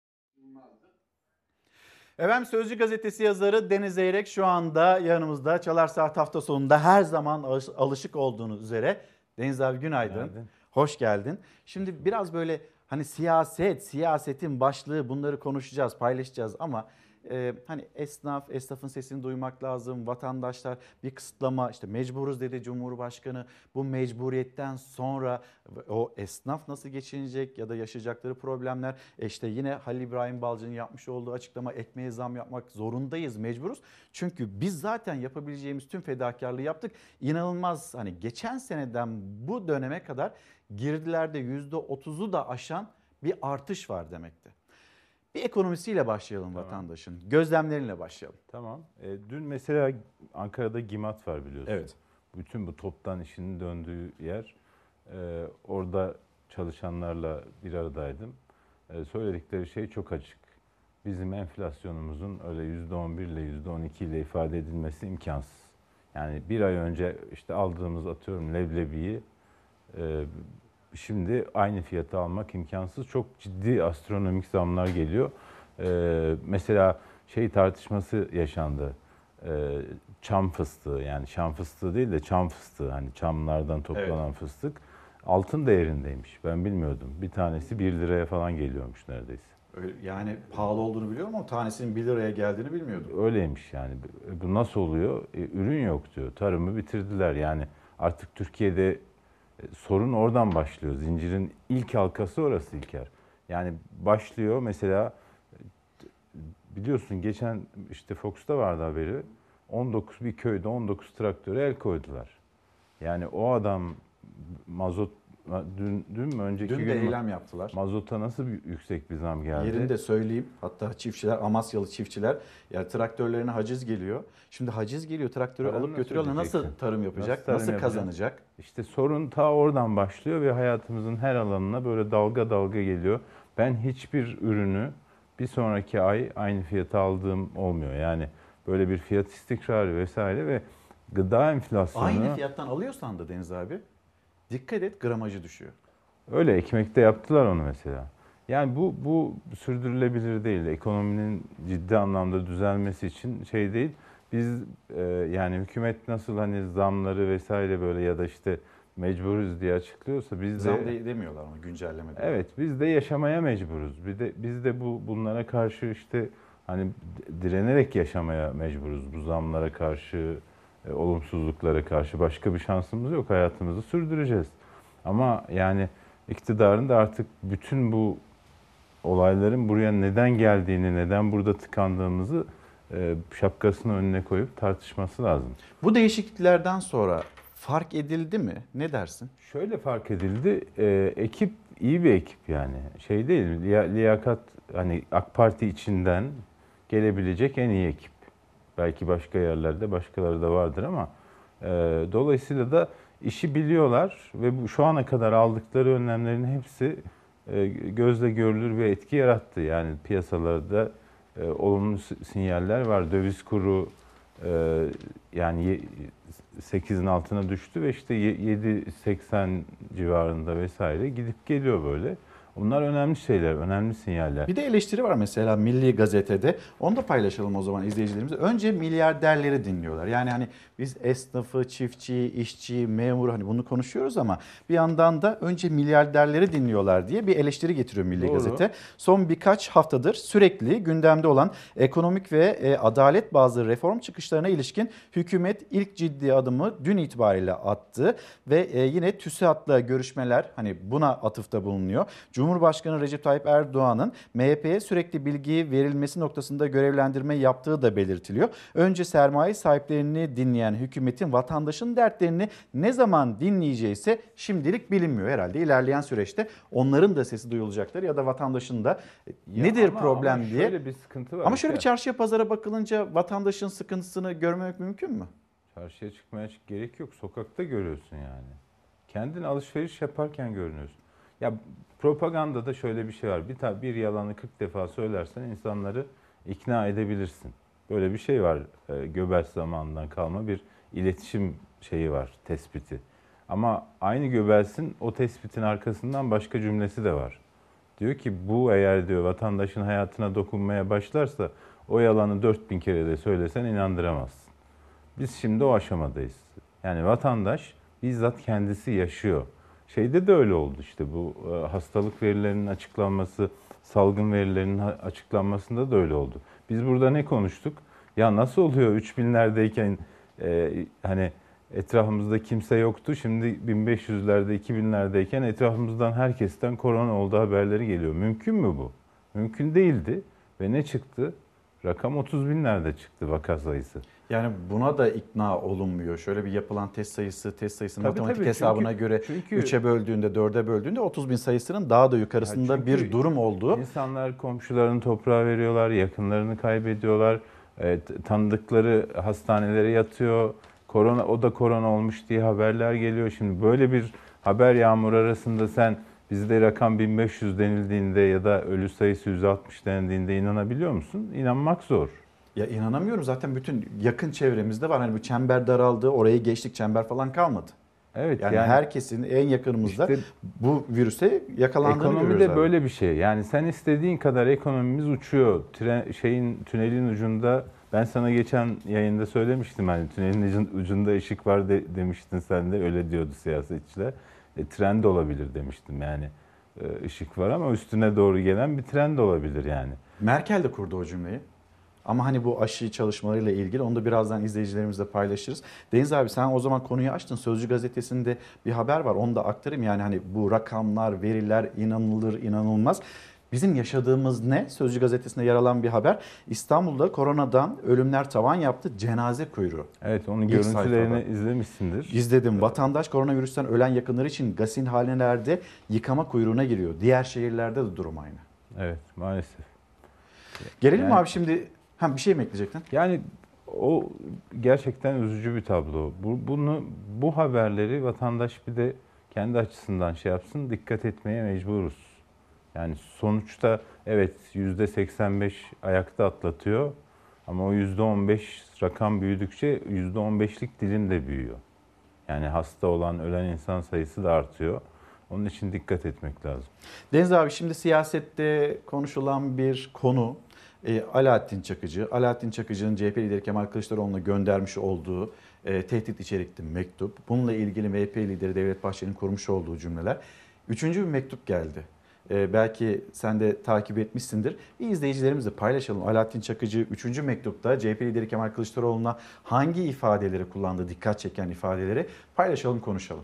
Efendim Sözcü Gazetesi yazarı Deniz Zeyrek şu anda yanımızda. Çalar Saat hafta sonunda her zaman alışık olduğunuz üzere. Deniz abi günaydın. Hoş geldin. Şimdi biraz böyle hani siyasetin başlığı bunları konuşacağız, paylaşacağız ama hani esnafın sesini duymak lazım. Vatandaşlar bir kısıtlama işte mecburuz dedi Cumhurbaşkanı. Bu mecburiyetten sonra o esnaf nasıl geçinecek ya da yaşayacakları problemler. İşte yine Halil İbrahim Balcı'nın yapmış olduğu açıklama ekmeğe zam yapmak zorundayız, mecburuz. Çünkü biz zaten yapabileceğimiz tüm fedakarlığı yaptık. İnanılmaz hani geçen seneden bu döneme kadar girdilerde %30'u da aşan bir artış var demekti. Bir ekonomisiyle başlayalım vatandaşın. Gözlemleriyle başlayalım. Tamam. Dün mesela Ankara'da GİMAT var biliyorsun. Evet. Bütün bu toptan işinin döndüğü yer. Orada çalışanlarla bir aradaydım. Söyledikleri şey çok açık. Bizim enflasyonumuzun öyle %11 ile %12 ile ifade edilmesi imkansız. Yani bir ay önce işte aldığımız atıyorum leblebiyi şimdi aynı fiyata almak imkansız. Çok ciddi astronomik zamlar geliyor. Mesela tartışması yaşandı. Çam fıstığı yani şam fıstığı değil de çam fıstığı. Hani çamlardan toplanan fıstık. Altın değerindeymiş. Ben bilmiyordum. Bir tanesi 1 liraya falan geliyormuş neredeyse. Yani pahalı olduğunu biliyorum ama tanesinin 1 liraya geldiğini bilmiyordum. Öyleymiş yani. Bu nasıl oluyor? Ürün yok diyor. Tarımı bitirdiler. Yani artık Türkiye'de sorun oradan başlıyor. Zincirin ilk halkası orası İlker. Yani başlıyor mesela biliyorsun geçen işte Fox'ta vardı haberi. Bir köyde 19 traktöre el koydular. Yani o adam mazot dün mü önceki gün de eylem yaptılar. Mazota nasıl yüksek bir zam geldi? Yerinde söyleyeyim. Hatta çiftçiler, Amasyalı çiftçiler yani traktörlerine haciz geliyor. Şimdi haciz geliyor, traktörü alıp götürüyorlar. Nasıl tarım yapacak? Nasıl kazanacak? İşte sorun ta oradan başlıyor ve hayatımızın her alanına böyle dalga dalga geliyor. Ben hiçbir ürünü bir sonraki ay aynı fiyata aldığım olmuyor. Yani böyle bir fiyat istikrarı vesaire ve gıda enflasyonu. Aynı fiyattan alıyorsan da Deniz abi dikkat et gramajı düşüyor. Öyle ekmekte yaptılar onu mesela. Yani bu sürdürülebilir değil. Ekonominin ciddi anlamda düzelmesi için değil. Biz yani hükümet nasıl hani zamları vesaire böyle ya da işte mecburuz diye açıklıyorsa biz zam demiyorlar ama güncelleme diyorlar. Evet biz de yaşamaya mecburuz. Biz de bunlara karşı işte hani direnerek yaşamaya mecburuz. Bu zamlara karşı, olumsuzluklara karşı başka bir şansımız yok. Hayatımızı sürdüreceğiz. Ama yani iktidarın da artık bütün bu olayların buraya neden geldiğini, neden burada tıkandığımızı şapkasının önüne koyup tartışması lazım. Bu değişikliklerden sonra fark edildi mi? Ne dersin? Şöyle fark edildi. Ekip iyi bir ekip yani. Değil, liyakat hani AK Parti içinden gelebilecek en iyi ekip. Belki başka yerlerde başkaları da vardır ama dolayısıyla da işi biliyorlar ve şu ana kadar aldıkları önlemlerin hepsi gözle görülür bir etki yarattı. Yani piyasalarda olumlu sinyaller var. Döviz kuru yani 8'in altına düştü ve işte 7.80 civarında vesaire gidip geliyor böyle. Bunlar önemli şeyler, önemli sinyaller. Bir de eleştiri var mesela Milli Gazete'de. Onu da paylaşalım o zaman izleyicilerimize. Önce milyarderleri dinliyorlar. Yani hani biz esnafı, çiftçiyi, işçiyi, memuru hani bunu konuşuyoruz ama bir yandan da önce milyarderleri dinliyorlar diye bir eleştiri getiriyor Milli Gazete. Son birkaç haftadır sürekli gündemde olan ekonomik ve adalet bazı reform çıkışlarına ilişkin hükümet ilk ciddi adımı dün itibariyle attı ve yine TÜSİAD'la görüşmeler hani buna atıfta bulunuyor. Cumhurbaşkanı Recep Tayyip Erdoğan'ın MHP'ye sürekli bilgi verilmesi noktasında görevlendirme yaptığı da belirtiliyor. Önce sermaye sahiplerini dinleyen hükümetin vatandaşın dertlerini ne zaman dinleyeceği ise şimdilik bilinmiyor. Herhalde ilerleyen süreçte onların da sesi duyulacaktır ya da vatandaşın da nedir problem diye. Şöyle bir sıkıntı var. Ama şöyle bir çarşıya pazara bakılınca vatandaşın sıkıntısını görmemek mümkün mü? Çarşıya çıkmaya gerek yok. Sokakta görüyorsun yani. Kendin alışveriş yaparken görünüyorsun. Ya propagandada şöyle bir şey var. Bir yalanı 40 defa söylersen insanları ikna edebilirsin. Böyle bir şey var. Göbels zamanından kalma bir iletişim şeyi var, tespiti. Ama aynı Göbels'in o tespitin arkasından başka cümlesi de var. Diyor ki bu eğer diyor vatandaşın hayatına dokunmaya başlarsa o yalanı 4000 kere de söylesen inandıramazsın. Biz şimdi o aşamadayız. Yani vatandaş bizzat kendisi yaşıyor. Şeyde de öyle oldu işte bu hastalık verilerinin açıklanması, salgın verilerinin açıklanmasında da öyle oldu. Biz burada ne konuştuk? Ya nasıl oluyor 3000'lerdeyken hani etrafımızda kimse yoktu. Şimdi 1500'lerde, 2000'lerdeyken etrafımızdan herkesten korona olduğu haberleri geliyor. Mümkün mü bu? Mümkün değildi. Ve ne çıktı? Rakam 30 binlerde çıktı vaka sayısı. Yani buna da ikna olunmuyor. Şöyle bir yapılan test sayısının matematik hesabına göre 3'e böldüğünde, 4'e böldüğünde 30 bin sayısının daha da yukarısında bir durum olduğu. İnsanlar komşularını toprağa veriyorlar, yakınlarını kaybediyorlar, tanıdıkları hastanelere yatıyor. O da korona olmuş diye haberler geliyor. Şimdi böyle bir haber yağmuru arasında sen bizde rakam 1500 denildiğinde ya da ölü sayısı 160 denildiğinde inanabiliyor musun? İnanmak zor. Ya inanamıyorum, zaten bütün yakın çevremizde var. Hani bu çember daraldı, orayı geçtik, çember falan kalmadı. Evet. Yani herkesin en yakınımızda işte bu virüse yakalandığını görüyoruz. Ekonomi de böyle bir şey. Yani sen istediğin kadar ekonomimiz uçuyor. Tünelin ucunda, ben sana geçen yayında söylemiştim hani tünelin ucunda ışık var demiştin sen de, öyle diyordu siyasetçiler. Tren de olabilir demiştim yani. Işık var ama üstüne doğru gelen bir tren de olabilir yani. Merkel de kurdu o cümleyi. Ama hani bu aşı çalışmalarıyla ilgili onu da birazdan izleyicilerimizle paylaşırız. Deniz abi sen o zaman konuyu açtın. Sözcü gazetesinde bir haber var, onu da aktarayım. Yani hani bu rakamlar, veriler inanılır inanılmaz. Bizim yaşadığımız ne? Sözcü gazetesinde yer alan bir haber. İstanbul'da koronadan ölümler tavan yaptı, cenaze kuyruğu. Evet, onun görüntülerini izlemişsindir. İzledim. Evet. Vatandaş koronavirüsten ölen yakınları için gasilhanelerde yıkama kuyruğuna giriyor. Diğer şehirlerde de durum aynı. Evet, maalesef. Gelelim mi abi şimdi? Bir şey mi ekleyecektin? Yani o gerçekten üzücü bir tablo. Bu haberleri vatandaş bir de kendi açısından şey yapsın, dikkat etmeye mecburuz. Yani sonuçta evet %85 ayakta atlatıyor ama o %15 rakam büyüdükçe %15'lik dilim de büyüyor. Yani hasta olan, ölen insan sayısı da artıyor. Onun için dikkat etmek lazım. Deniz abi şimdi siyasette konuşulan bir konu Alaaddin Çakıcı. Alaaddin Çakıcı'nın CHP lideri Kemal Kılıçdaroğlu'na göndermiş olduğu tehdit içerikli mektup. Bununla ilgili MHP lideri Devlet Bahçeli'nin kurmuş olduğu cümleler. Üçüncü bir mektup geldi. Belki sen de takip etmişsindir. Bir izleyicilerimizle paylaşalım. Alaaddin Çakıcı 3. mektupta CHP lideri Kemal Kılıçdaroğlu'na hangi ifadeleri kullandı, dikkat çeken ifadeleri paylaşalım, konuşalım.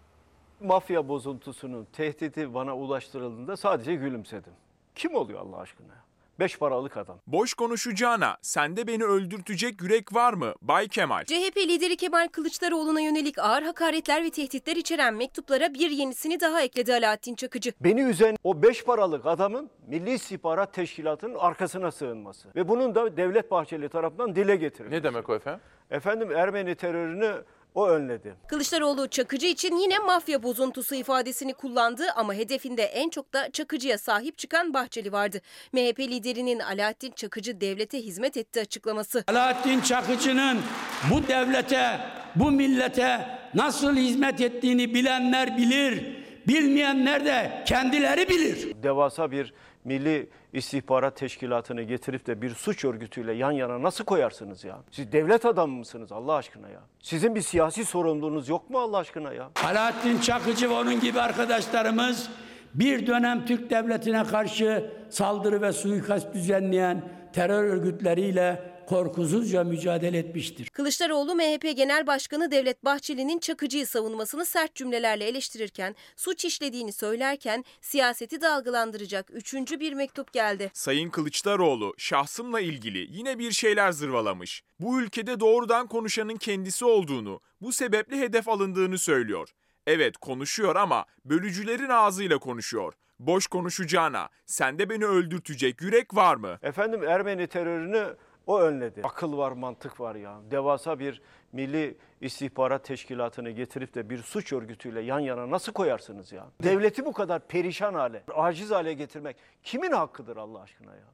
Mafya bozuntusunun tehdidi bana ulaştırıldığında sadece gülümsedim. Kim oluyor Allah aşkına? 5 paralık adam. Boş konuşacağına sende beni öldürtecek yürek var mı Bay Kemal? CHP lideri Kemal Kılıçdaroğlu'na yönelik ağır hakaretler ve tehditler içeren mektuplara bir yenisini daha ekledi Alaaddin Çakıcı. Beni üzen o 5 paralık adamın Milli İstihbarat Teşkilatı'nın arkasına sığınması. Ve bunun da Devlet Bahçeli tarafından dile getirilmesi. Ne demek o efendim? Efendim Ermeni terörünü o önledi. Kılıçdaroğlu Çakıcı için yine mafya bozuntusu ifadesini kullandı ama hedefinde en çok da Çakıcı'ya sahip çıkan Bahçeli vardı. MHP liderinin Alaaddin Çakıcı devlete hizmet etti açıklaması. Alaaddin Çakıcı'nın bu devlete, bu millete nasıl hizmet ettiğini bilenler bilir, bilmeyenler de kendileri bilir. Devasa bir Milli İstihbarat Teşkilatı'nı getirip de bir suç örgütüyle yan yana nasıl koyarsınız ya? Siz devlet adamı mısınız Allah aşkına ya? Sizin bir siyasi sorumluluğunuz yok mu Allah aşkına ya? Alaaddin Çakıcı ve onun gibi arkadaşlarımız bir dönem Türk devletine karşı saldırı ve suikast düzenleyen terör örgütleriyle korkusuzca mücadele etmiştir. Kılıçdaroğlu MHP Genel Başkanı Devlet Bahçeli'nin Çakıcı'yı savunmasını sert cümlelerle eleştirirken, suç işlediğini söylerken siyaseti dalgalandıracak üçüncü bir mektup geldi. Sayın Kılıçdaroğlu şahsımla ilgili yine bir şeyler zırvalamış. Bu ülkede doğrudan konuşanın kendisi olduğunu, bu sebeple hedef alındığını söylüyor. Evet konuşuyor ama bölücülerin ağzıyla konuşuyor. Boş konuşacağına sende beni öldürtecek yürek var mı? Efendim Ermeni terörünü o önledi. Akıl var, mantık var ya. Devasa bir Milli İstihbarat Teşkilatı'nı getirip de bir suç örgütüyle yan yana nasıl koyarsınız ya? Devleti bu kadar perişan hale, aciz hale getirmek kimin hakkıdır Allah aşkına ya?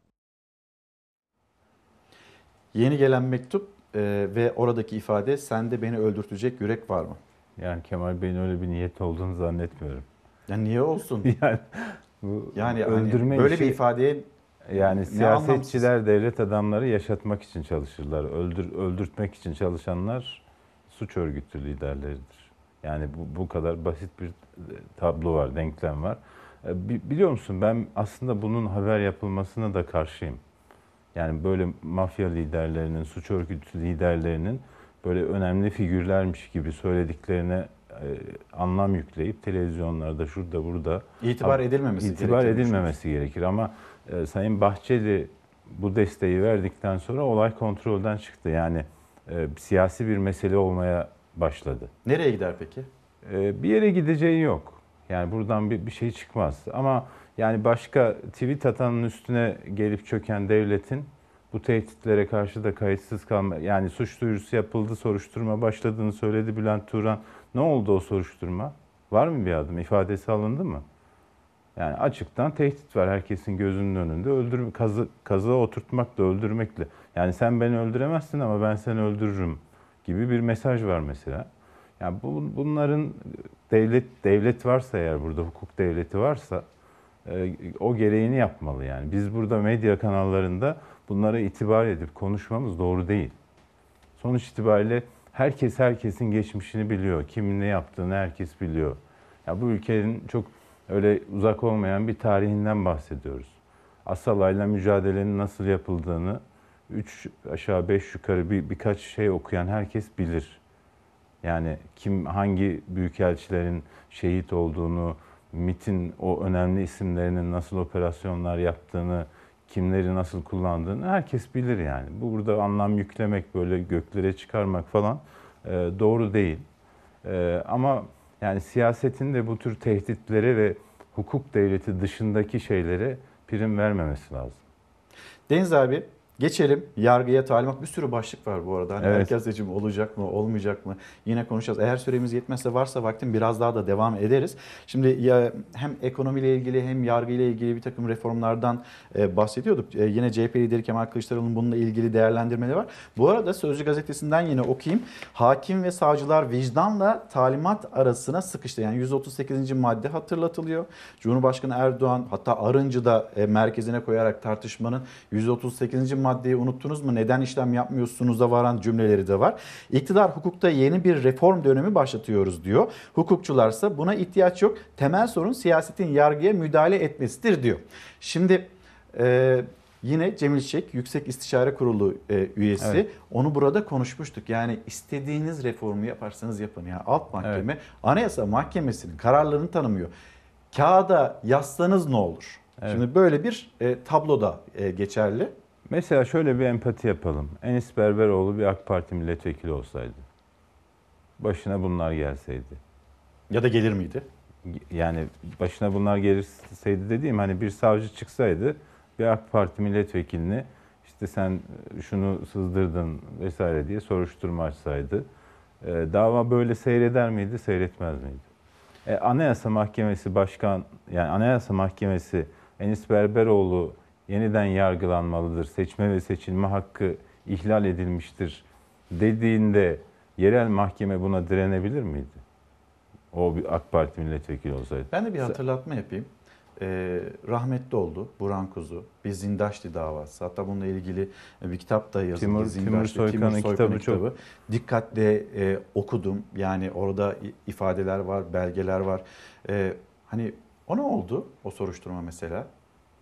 Yeni gelen mektup ve oradaki ifade sende beni öldürtecek yürek var mı? Yani Kemal Bey'in öyle bir niyet olduğunu zannetmiyorum. Ya niye olsun? Yani öldürme böyle bir ifadeye yani siyasetçiler, devlet adamları yaşatmak için çalışırlar. Öldürtmek için çalışanlar suç örgütü liderleridir. Yani bu kadar basit bir tablo var, denklem var. Biliyor musun ben aslında bunun haber yapılmasına da karşıyım. Yani böyle mafya liderlerinin, suç örgütü liderlerinin böyle önemli figürlermiş gibi söylediklerine anlam yükleyip televizyonlarda şurada burada itibar edilmemesi gerekir. Ama Sayın Bahçeli bu desteği verdikten sonra olay kontrolden çıktı. Yani siyasi bir mesele olmaya başladı. Nereye gider peki? Bir yere gideceği yok. Yani buradan bir şey çıkmaz. Ama yani başka tweet atanın üstüne gelip çöken devletin bu tehditlere karşı da kayıtsız kalma, yani suç duyurusu yapıldı, soruşturma başladığını söyledi Bülent Turan. Ne oldu o soruşturma? Var mı bir adım? İfadesi alındı mı? Yani açıktan tehdit var herkesin gözünün önünde. Kazığa oturtmakla, öldürmekle. Yani sen beni öldüremezsin ama ben seni öldürürüm gibi bir mesaj var mesela. Yani bunların devlet varsa eğer burada hukuk devleti varsa o gereğini yapmalı yani. Biz burada medya kanallarında bunlara itibar edip konuşmamız doğru değil. Sonuç itibariyle herkesin geçmişini biliyor. Kimin ne yaptığını herkes biliyor. Ya bu ülkenin çok öyle uzak olmayan bir tarihinden bahsediyoruz. Asalayla mücadelenin nasıl yapıldığını 3 aşağı 5 yukarı birkaç şey okuyan herkes bilir. Yani hangi büyükelçilerin şehit olduğunu, MİT'in o önemli isimlerinin nasıl operasyonlar yaptığını, kimleri nasıl kullandığını herkes bilir yani. Burada anlam yüklemek, böyle göklere çıkarmak falan doğru değil. Ama yani siyasetin de bu tür tehditlere ve hukuk devleti dışındaki şeylere prim vermemesi lazım. Deniz abi geçelim yargıya talimat, bir sürü başlık var bu arada. Hani evet. Erken seçim olacak mı, olmayacak mı? Yine konuşacağız. Eğer süremiz yetmezse varsa vaktim biraz daha da devam ederiz. Şimdi hem ekonomiyle ilgili hem yargıyla ilgili bir takım reformlardan bahsediyorduk. Yine CHP lideri Kemal Kılıçdaroğlu'nun bununla ilgili değerlendirmeleri var. Bu arada Sözcü gazetesinden yine okuyayım. Hakim ve savcılar vicdanla talimat arasına sıkıştı. Yani 138. madde hatırlatılıyor. Cumhurbaşkanı Erdoğan hatta Arınç'ı da merkezine koyarak tartışmanın 138. maddeyi unuttunuz mu? Neden işlem yapmıyorsunuz'a varan cümleleri de var. İktidar hukukta yeni bir reform dönemi başlatıyoruz diyor. Hukukçularsa buna ihtiyaç yok. Temel sorun siyasetin yargıya müdahale etmesidir diyor. Şimdi yine Cemil Çiçek Yüksek İstişare Kurulu üyesi. Evet. Onu burada konuşmuştuk. Yani istediğiniz reformu yaparsanız yapın. Yani alt mahkeme evet. Anayasa Mahkemesi'nin kararlarını tanımıyor. Kağıda yazsanız ne olur? Evet. Şimdi böyle bir tablo da geçerli. Mesela şöyle bir empati yapalım. Enis Berberoğlu bir AK Parti milletvekili olsaydı. Başına bunlar gelseydi. Ya da gelir miydi? Yani başına bunlar gelirseydi dediğim hani bir savcı çıksaydı bir AK Parti milletvekilini işte sen şunu sızdırdın vesaire diye soruşturma açsaydı. Dava böyle seyreder miydi, seyretmez miydi? Anayasa Mahkemesi yani Anayasa Mahkemesi Enis Berberoğlu yeniden yargılanmalıdır, seçme ve seçilme hakkı ihlal edilmiştir dediğinde yerel mahkeme buna direnebilir miydi? O bir AK Parti milletvekili olsaydı. Ben de bir hatırlatma yapayım. Rahmetli oldu Burhan Kuzu. Bir Zindaşti davası. Hatta bununla ilgili bir kitap da yazıldı. Timur Soykan'ın kitabı çok. Dikkatle okudum. Yani orada ifadeler var, belgeler var. Hani o ne oldu? O soruşturma mesela.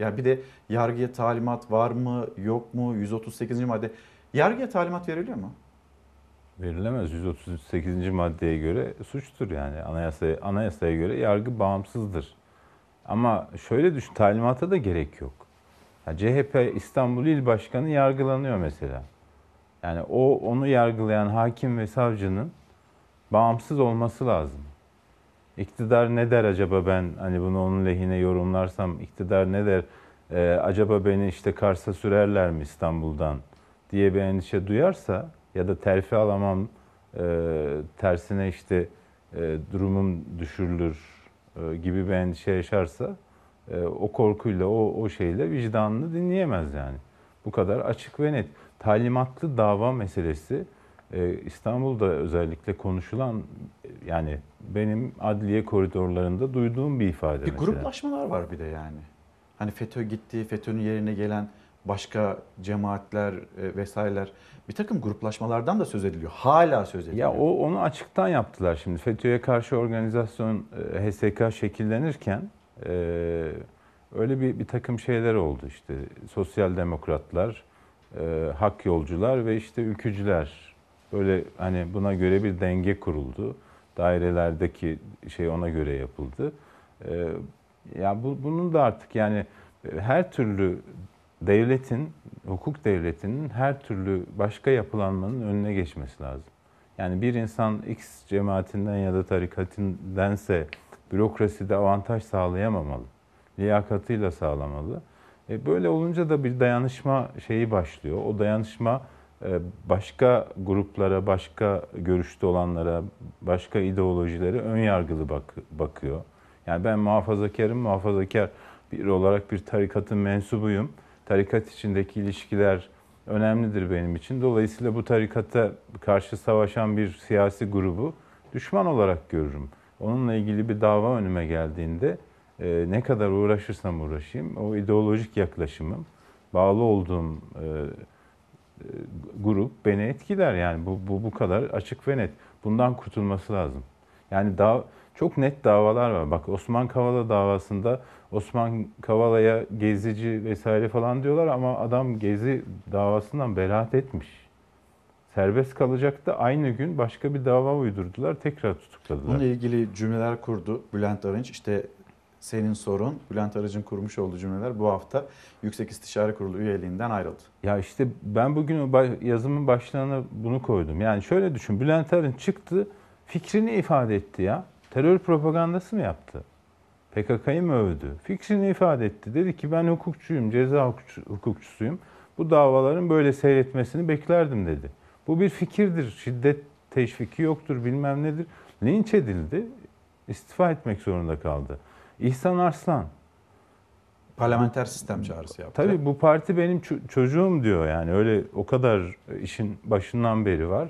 Ya bir de yargıya talimat var mı yok mu? 138. madde. Yargıya talimat veriliyor mu? Verilemez. 138. maddeye göre suçtur yani. Anayasaya göre yargı bağımsızdır. Ama şöyle düşün, talimata da gerek yok. Ya CHP İstanbul İl Başkanı yargılanıyor mesela. Yani onu yargılayan hakim ve savcının bağımsız olması lazım. İktidar ne der acaba, ben hani bunu onun lehine yorumlarsam iktidar ne der? Acaba beni işte Kars'a sürerler mi İstanbul'dan diye bir endişe duyarsa ya da terfi alamam, tersine işte durumum düşürülür gibi bir endişe yaşarsa o korkuyla, o şeyle vicdanını dinleyemez yani. Bu kadar açık ve net. Talimatlı dava meselesi İstanbul'da özellikle konuşulan, yani benim adliye koridorlarında duyduğum bir ifade. Bir gruplaşmalar var bir de yani. Hani FETÖ gitti, FETÖ'nün yerine gelen başka cemaatler vesaireler, bir takım gruplaşmalardan da söz ediliyor. Hala söz ediliyor. Ya onu açıktan yaptılar şimdi. FETÖ'ye karşı organizasyon HSK şekillenirken öyle bir takım şeyler oldu işte. Sosyal demokratlar, hak yolcular ve işte ülkücüler. Böyle hani buna göre bir denge kuruldu. Dairelerdeki şey ona göre yapıldı. Ya bunun da artık yani her türlü devletin, hukuk devletinin her türlü başka yapılanmanın önüne geçmesi lazım. Yani bir insan X cemaatinden ya da tarikatındense bürokraside avantaj sağlayamamalı. Liyakatıyla sağlamalı. Böyle olunca da bir dayanışma şeyi başlıyor. O dayanışma başka gruplara, başka görüşte olanlara, başka ideolojilere ön yargılı bakıyor. Yani ben muhafazakar biri olarak bir tarikatın mensubuyum. Tarikat içindeki ilişkiler önemlidir benim için. Dolayısıyla bu tarikata karşı savaşan bir siyasi grubu düşman olarak görürüm. Onunla ilgili bir dava önüme geldiğinde ne kadar uğraşırsam uğraşayım, o ideolojik yaklaşımım, bağlı olduğum grup beni etkiler yani. Bu kadar açık ve net. Bundan kurtulması lazım. Yani çok net davalar var. Bak Osman Kavala davasında Osman Kavala'ya gezici vesaire falan diyorlar ama adam gezi davasından beraat etmiş. Serbest kalacaktı. Aynı gün başka bir dava uydurdular. Tekrar tutukladılar. Bununla ilgili cümleler kurdu Bülent Arınç. İşte senin sorun, Bülent Arınç'ın kurmuş olduğu cümleler bu hafta Yüksek İstişare Kurulu üyeliğinden ayrıldı. Ya işte ben bugün yazımın başlığına bunu koydum. Yani şöyle düşün, Bülent Arınç çıktı, fikrini ifade etti ya. Terör propagandası mı yaptı? PKK'yı mı övdü? Fikrini ifade etti. Dedi ki ben hukukçuyum, ceza hukukçusuyum. Bu davaların böyle seyretmesini beklerdim dedi. Bu bir fikirdir. Şiddet teşviki yoktur, bilmem nedir. Linç edildi. İstifa etmek zorunda kaldı. İhsan Arslan. Parlamenter sistem çağrısı yaptı. Tabii bu parti benim çocuğum diyor yani. Öyle o kadar işin başından beri var.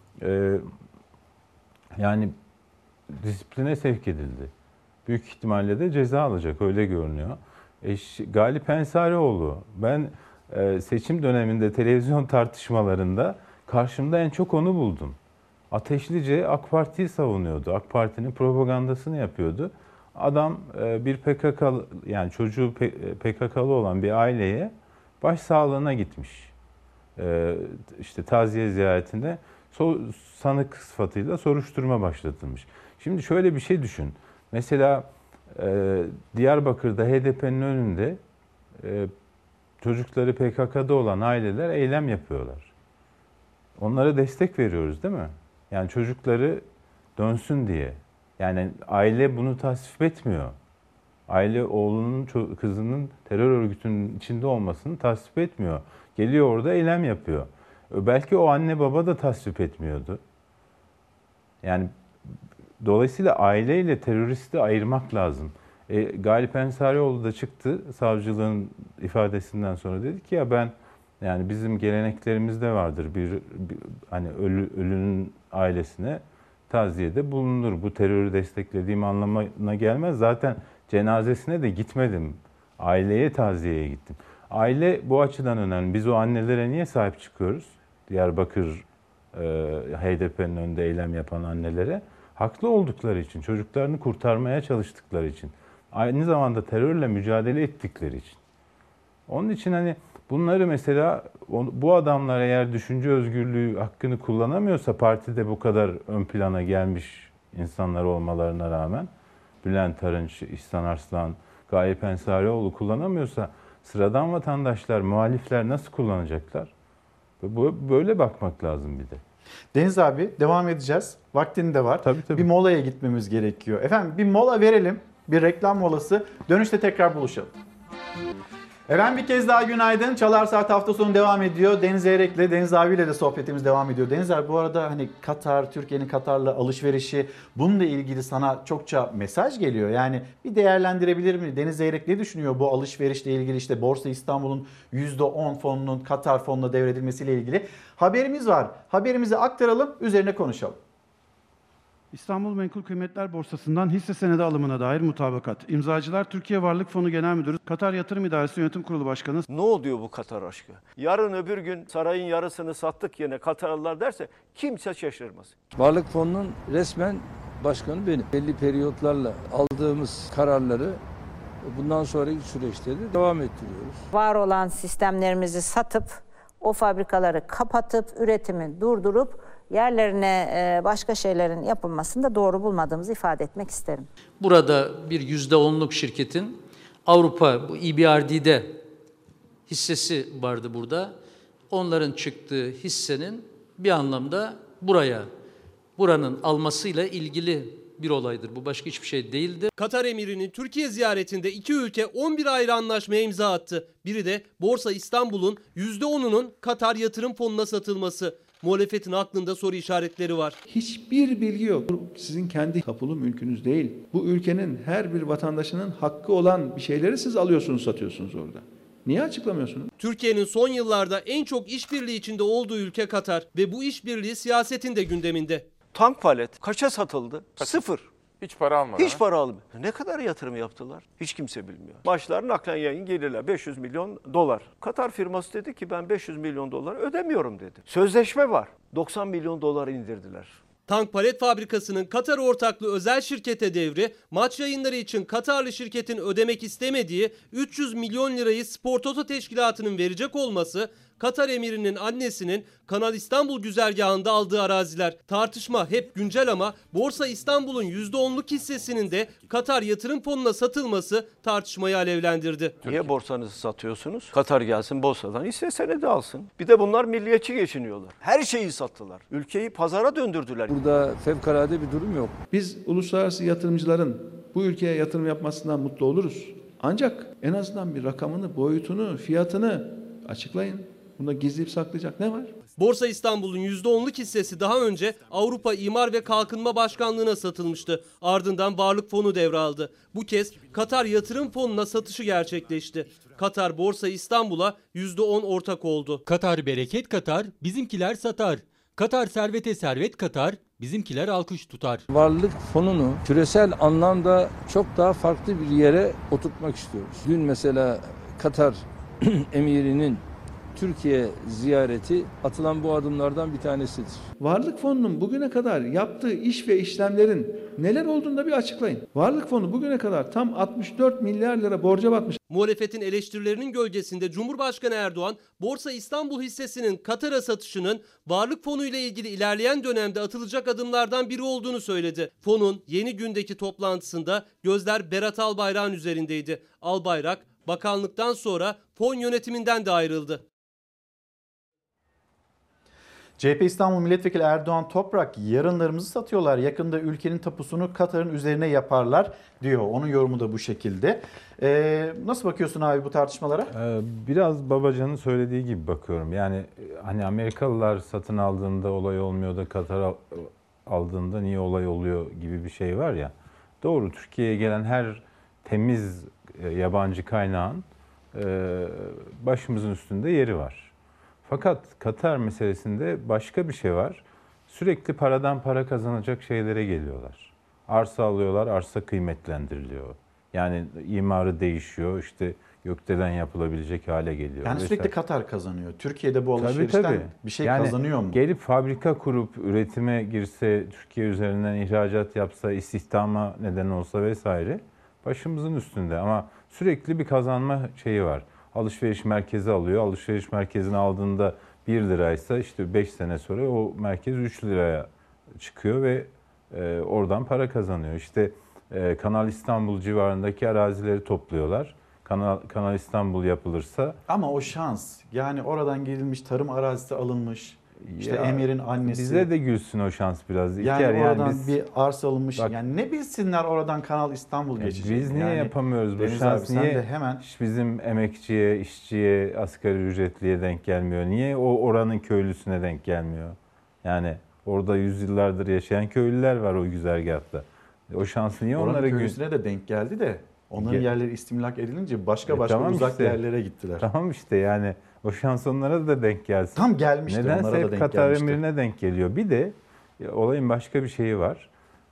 Yani disipline sevk edildi. Büyük ihtimalle de ceza alacak, öyle görünüyor. Galip Ensarioğlu, ben seçim döneminde televizyon tartışmalarında karşımda en çok onu buldum. Ateşlice AK Parti'yi savunuyordu. AK Parti'nin propagandasını yapıyordu. Adam bir PKK'lı, yani çocuğu PKK'lı olan bir aileye başsağlığına gitmiş. İşte taziye ziyaretinde sanık sıfatıyla soruşturma başlatılmış. Şimdi şöyle bir şey düşün. Mesela Diyarbakır'da HDP'nin önünde çocukları PKK'da olan aileler eylem yapıyorlar. Onlara destek veriyoruz değil mi? Yani çocukları dönsün diye. Yani aile bunu tasvip etmiyor. Aile oğlunun, kızının terör örgütünün içinde olmasını tasvip etmiyor. Geliyor orada eylem yapıyor. Belki o anne baba da tasvip etmiyordu. Yani dolayısıyla aileyle teröristi ayırmak lazım. Galip Ensarioğlu da çıktı savcılığın ifadesinden sonra, dedi ki ya ben, yani bizim geleneklerimizde vardır bir hani ölünün ailesine taziyede bulunur. Bu terörü desteklediğim anlamına gelmez. Zaten cenazesine de gitmedim. Aileye taziyeye gittim. Aile bu açıdan önemli. Biz o annelere niye sahip çıkıyoruz? Diyarbakır HDP'nin önünde eylem yapan annelere. Haklı oldukları için, çocuklarını kurtarmaya çalıştıkları için. Aynı zamanda terörle mücadele ettikleri için. Onun için hani bunları mesela bu adamlar eğer düşünce özgürlüğü hakkını kullanamıyorsa, partide bu kadar ön plana gelmiş insanlar olmalarına rağmen, Bülent Arınç, İhsan Arslan, Gaye Pensarioğlu kullanamıyorsa sıradan vatandaşlar, muhalifler nasıl kullanacaklar? Böyle bakmak lazım bir de. Deniz abi, devam edeceğiz. Vaktin de var. Tabii. Bir molaya gitmemiz gerekiyor. Efendim bir mola verelim. Bir reklam molası. Dönüşte tekrar buluşalım. Efendim bir kez daha günaydın. Çalar Saat hafta sonu devam ediyor. Deniz Eyrek'le, Deniz abiyle de sohbetimiz devam ediyor. Deniz abi, bu arada hani Katar, Türkiye'nin Katar'la alışverişi, bununla ilgili sana çokça mesaj geliyor. Yani bir değerlendirebilir mi? Deniz Eyrek ne düşünüyor bu alışverişle ilgili, işte Borsa İstanbul'un %10 fonunun Katar fonuna devredilmesiyle ilgili? Haberimiz var. Haberimizi aktaralım, üzerine konuşalım. İstanbul Menkul Kıymetler Borsası'ndan hisse senedi alımına dair mutabakat. İmzacılar Türkiye Varlık Fonu Genel Müdürü, Katar Yatırım İdaresi Yönetim Kurulu Başkanı. Ne oluyor bu Katar aşkı? Yarın öbür gün sarayın yarısını sattık yine Katarlılar derse kimse şaşırmaz. Varlık Fonu'nun resmen başkanı benim. Belli periyotlarla aldığımız kararları bundan sonraki süreçte de devam ettiriyoruz. Var olan sistemlerimizi satıp, o fabrikaları kapatıp, üretimi durdurup yerlerine başka şeylerin yapılmasını da doğru bulmadığımızı ifade etmek isterim. Burada bir %10'luk şirketin Avrupa, bu EBRD'de hissesi vardı burada. Onların çıktığı hissenin bir anlamda buranın almasıyla ilgili bir olaydır. Bu başka hiçbir şey değildi. Katar emirinin Türkiye ziyaretinde iki ülke 11 ayrı anlaşmaya imza attı. Biri de Borsa İstanbul'un %10'unun Katar Yatırım Fonu'na satılması. Muhalefetin aklında soru işaretleri var. Hiçbir bilgi yok. Sizin kendi tapulu mülkünüz değil. Bu ülkenin her bir vatandaşının hakkı olan bir şeyleri siz alıyorsunuz, satıyorsunuz orada. Niye açıklamıyorsunuz? Türkiye'nin son yıllarda en çok işbirliği içinde olduğu ülke Katar ve bu işbirliği siyasetin de gündeminde. Tank palet kaça satıldı? 0. Hiç para almadı. Hiç para almıyor. Ne kadar yatırım yaptılar? Hiç kimse bilmiyor. Başlar naklen yayın gelirler 500 milyon dolar. Katar firması dedi ki ben 500 milyon dolar ödemiyorum dedi. Sözleşme var. 90 milyon dolar indirdiler. Tank palet fabrikasının Katar ortaklı özel şirkete devri, maç yayınları için Katarlı şirketin ödemek istemediği 300 milyon lirayı Spor Toto Teşkilatı'nın verecek olması, Katar emirinin annesinin Kanal İstanbul güzergahında aldığı araziler. Tartışma hep güncel ama Borsa İstanbul'un %10'luk hissesinin de Katar Yatırım Fonu'na satılması tartışmayı alevlendirdi. Niye borsanızı satıyorsunuz? Katar gelsin borsadan hisse senedi alsın. Bir de bunlar milliyetçi geçiniyorlar. Her şeyi sattılar. Ülkeyi pazara döndürdüler. Burada fevkalade bir durum yok. Biz uluslararası yatırımcıların bu ülkeye yatırım yapmasından mutlu oluruz. Ancak en azından bir rakamını, boyutunu, fiyatını açıklayın. Bunda gizleyip saklayacak ne var? Borsa İstanbul'un %10'luk hissesi daha önce Avrupa İmar ve Kalkınma Başkanlığı'na satılmıştı. Ardından Varlık Fonu devraldı. Bu kez Katar Yatırım Fonu'na satışı gerçekleşti. Katar Borsa İstanbul'a %10 ortak oldu. Katar bereket katar, bizimkiler satar. Katar servete servet katar, bizimkiler alkış tutar. Varlık Fonu'nu küresel anlamda çok daha farklı bir yere oturtmak istiyoruz. Dün mesela Katar emirinin Türkiye ziyareti atılan bu adımlardan bir tanesidir. Varlık Fonu'nun bugüne kadar yaptığı iş ve işlemlerin neler olduğunu da bir açıklayın. Varlık Fonu bugüne kadar tam 64 milyar lira borca batmış. Muhalefetin eleştirilerinin gölgesinde Cumhurbaşkanı Erdoğan, Borsa İstanbul hissesinin Katar'a satışının Varlık Fonu ile ilgili ilerleyen dönemde atılacak adımlardan biri olduğunu söyledi. Fonun yeni gündeki toplantısında gözler Berat Albayrak'ın üzerindeydi. Albayrak, bakanlıktan sonra fon yönetiminden de ayrıldı. CHP İstanbul Milletvekili Erdoğan Toprak, yarınlarımızı satıyorlar. Yakında ülkenin tapusunu Katar'ın üzerine yaparlar diyor. Onun yorumu da bu şekilde. Nasıl bakıyorsun abi bu tartışmalara? Biraz Babacan'ın söylediği gibi bakıyorum. Yani hani Amerikalılar satın aldığında olay olmuyor da Katar aldığında niye olay oluyor gibi bir şey var ya. Doğru, Türkiye'ye gelen her temiz yabancı kaynağın başımızın üstünde yeri var. Fakat Katar meselesinde başka bir şey var. Sürekli paradan para kazanacak şeylere geliyorlar. Arsa alıyorlar, arsa kıymetlendiriliyor. Yani imarı değişiyor, işte gökdelen yapılabilecek hale geliyor. Yani sürekli Katar kazanıyor. Türkiye'de bu alışverişten bir şey yani kazanıyor mu? Gelip fabrika kurup üretime girse, Türkiye üzerinden ihracat yapsa, istihdama neden olsa vesaire başımızın üstünde. Ama sürekli bir kazanma şeyi var. alışveriş merkezi alıyor. Alışveriş merkezini aldığında 1 liraysa işte 5 sene sonra o merkez 3 liraya çıkıyor ve oradan para kazanıyor. İşte Kanal İstanbul civarındaki arazileri topluyorlar. Kanal İstanbul yapılırsa... Ama o şans. Yani oradan gidilmiş, tarım arazisi alınmış. İşte Ya, Emir'in annesi. Bize de gülsün o şans biraz. Yani oradan biz, bir arsa alınmış. Bak, yani ne bilsinler oradan Kanal İstanbul geçecek. Biz niye yapamıyoruz bu şans? Niye bizim emekçiye, işçiye, asgari ücretliye denk gelmiyor? Niye o oranın köylüsüne denk gelmiyor? Yani orada yüzyıllardır yaşayan köylüler var o güzergahta. O şansı niye onlara... Oranın köylüsüne de denk geldi de onların yerleri istimlak edilince başka tamam uzak işte, yerlere gittiler. Tamam işte yani o şans onlara da denk gelsin. Tam gelmişti, nedense onlara da denk Katar gelmişti. emirine denk geliyor. Bir de olayın başka bir şeyi var.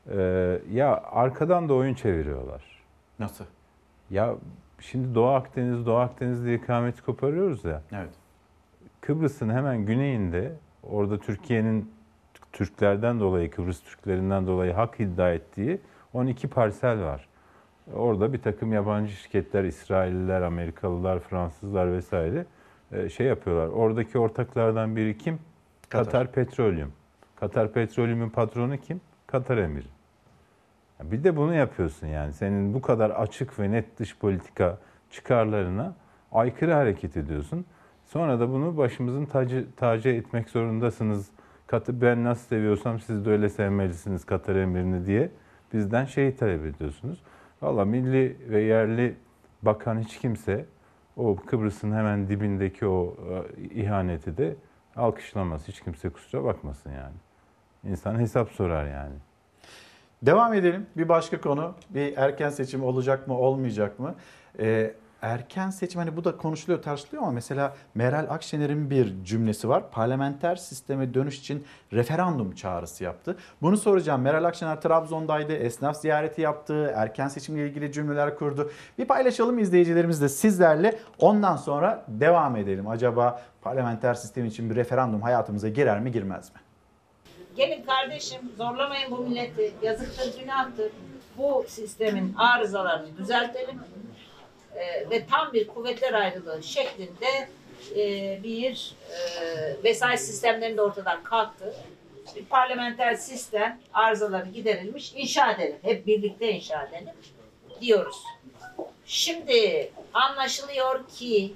Ya arkadan da oyun çeviriyorlar. Nasıl? Ya şimdi Doğu Akdeniz'de ikamet koparıyoruz ya. Evet. Kıbrıs'ın hemen güneyinde orada Türkiye'nin Türklerden dolayı, Kıbrıs Türklerinden dolayı hak iddia ettiği 12 parsel var. Orada bir takım yabancı şirketler, İsrailliler, Amerikalılar, Fransızlar vesaire şey yapıyorlar. Oradaki ortaklardan biri kim? Katar Petroleum. Katar Petroleum'un patronu kim? Katar Emiri. Bir de bunu yapıyorsun yani. Senin bu kadar açık ve net dış politika çıkarlarına aykırı hareket ediyorsun. Sonra da bunu başımızın tacı etmek zorundasınız. Ben nasıl seviyorsam siz de öyle sevmelisiniz Katar Emiri'ni diye bizden şeyi talep ediyorsunuz. Valla milli ve yerli bakan hiç kimse o Kıbrıs'ın hemen dibindeki o ihaneti de alkışlamaz. Hiç kimse kusura bakmasın yani. İnsan hesap sorar yani. Devam edelim. Bir başka konu. Bir erken seçim olacak mı, olmayacak mı? Erken seçim, hani bu da konuşuluyor, tartışılıyor ama mesela Meral Akşener'in bir cümlesi var. Parlamenter sisteme dönüş için referandum çağrısı yaptı. Bunu soracağım. Meral Akşener Trabzon'daydı. Esnaf ziyareti yaptı. Erken seçimle ilgili cümleler kurdu. Bir paylaşalım izleyicilerimiz de sizlerle. Ondan sonra devam edelim. Acaba parlamenter sistem için bir referandum hayatımıza girer mi, girmez mi? Gelin kardeşim, zorlamayın bu milleti. Yazıktır, günahtır. Bu sistemin arızalarını düzeltelim. Ve tam bir kuvvetler ayrılığı şeklinde bir vesayet sistemlerinin de ortadan kalktı. Bir parlamenter sistem arızaları giderilmiş, inşa edelim. Hep birlikte inşa edelim diyoruz. Şimdi anlaşılıyor ki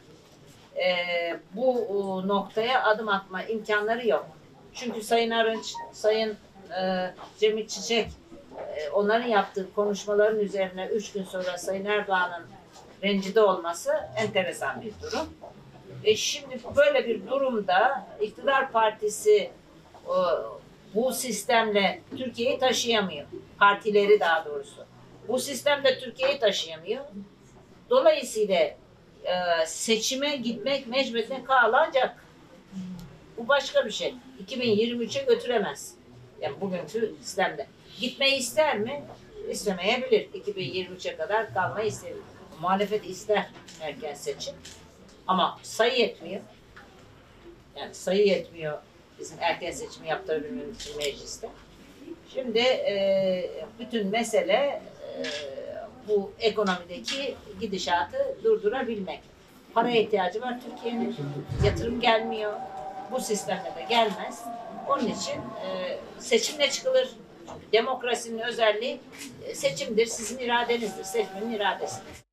bu noktaya adım atma imkanları yok. Çünkü Sayın Arınç, Sayın Cemil Çiçek onların yaptığı konuşmaların üzerine 3 gün sonra Sayın Erdoğan'ın rencide olması enteresan bir durum. Şimdi böyle bir durumda iktidar partisi bu sistemle Türkiye'yi taşıyamıyor. Partileri daha doğrusu. Bu sistemde Türkiye'yi taşıyamıyor. Dolayısıyla seçime gitmek mecburiyetine kalacak. Bu başka bir şey. 2023'e götüremez. Yani bugünkü sistemde. Gitmeyi ister mi? İstemeyebilir. 2023'e kadar kalmayı isteyebilir. Muhalefet ister erken seçim. Ama sayı yetmiyor. Yani sayı yetmiyor bizim erken seçimi yaptırabilmemiz için mecliste. Şimdi bütün mesele bu ekonomideki gidişatı durdurabilmek. Paraya ihtiyacı var Türkiye'nin. Yatırım gelmiyor. Bu sistemle de gelmez. Onun için seçimle çıkılır. Çünkü demokrasinin özelliği seçimdir. Sizin iradenizdir. Seçmenin iradesidir.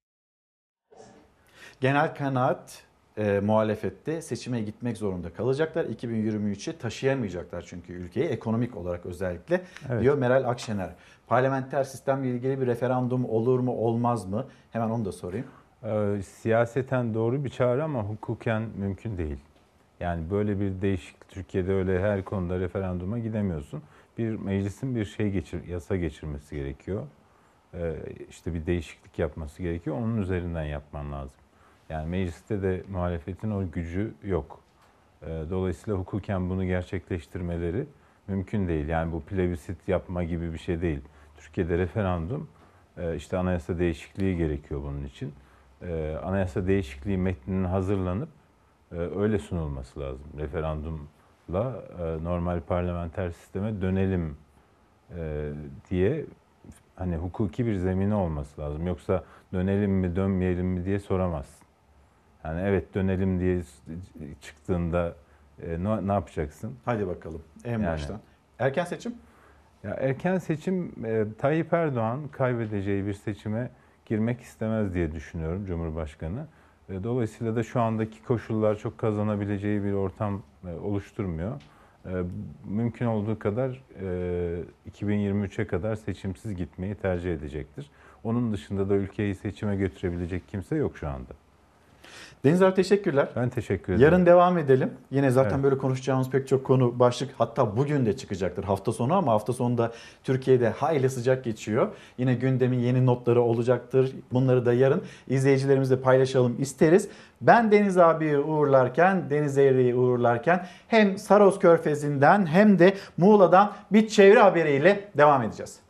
Genel kanaat muhalefette seçime gitmek zorunda kalacaklar. 2023'e taşıyamayacaklar çünkü ülkeyi ekonomik olarak özellikle, evet, diyor Meral Akşener. Parlamenter sistemle ilgili bir referandum olur mu, olmaz mı? Hemen onu da sorayım. Siyaseten doğru bir çağrı ama hukuken mümkün değil. Yani böyle bir değişiklik, Türkiye'de öyle her konuda referanduma gidemiyorsun. Bir meclisin bir yasa geçirmesi gerekiyor. İşte bir değişiklik yapması gerekiyor. Onun üzerinden yapman lazım. Yani mecliste de muhalefetin o gücü yok. Dolayısıyla hukuken bunu gerçekleştirmeleri mümkün değil. Yani bu plebisit yapma gibi bir şey değil. Türkiye'de referandum, işte anayasa değişikliği gerekiyor bunun için. Anayasa değişikliği metninin hazırlanıp öyle sunulması lazım. Referandumla normal parlamenter sisteme dönelim diye hani hukuki bir zemini olması lazım. Yoksa dönelim mi dönmeyelim mi diye soramazsın. Yani evet dönelim diye çıktığında ne yapacaksın? Hadi bakalım en Yani. baştan. Erken seçim? Ya erken seçim Tayyip Erdoğan kaybedeceği bir seçime girmek istemez diye düşünüyorum Cumhurbaşkanı. Dolayısıyla da şu andaki koşullar çok kazanabileceği bir ortam oluşturmuyor. Mümkün olduğu kadar 2023'e kadar seçimsiz gitmeyi tercih edecektir. Onun dışında da ülkeyi seçime götürebilecek kimse yok şu anda. Deniz abi teşekkürler. Ben teşekkür ederim. Yarın devam edelim. Yine zaten Evet. böyle konuşacağımız pek çok konu başlık hatta bugün de çıkacaktır hafta sonu ama hafta sonunda Türkiye'de hayli sıcak geçiyor. Yine gündemin yeni notları olacaktır. Bunları da yarın izleyicilerimizle paylaşalım isteriz. Ben Deniz abiyi uğurlarken, Deniz Eğri'yi uğurlarken hem Saros Körfezi'nden hem de Muğla'dan bir çevre haberiyle devam edeceğiz.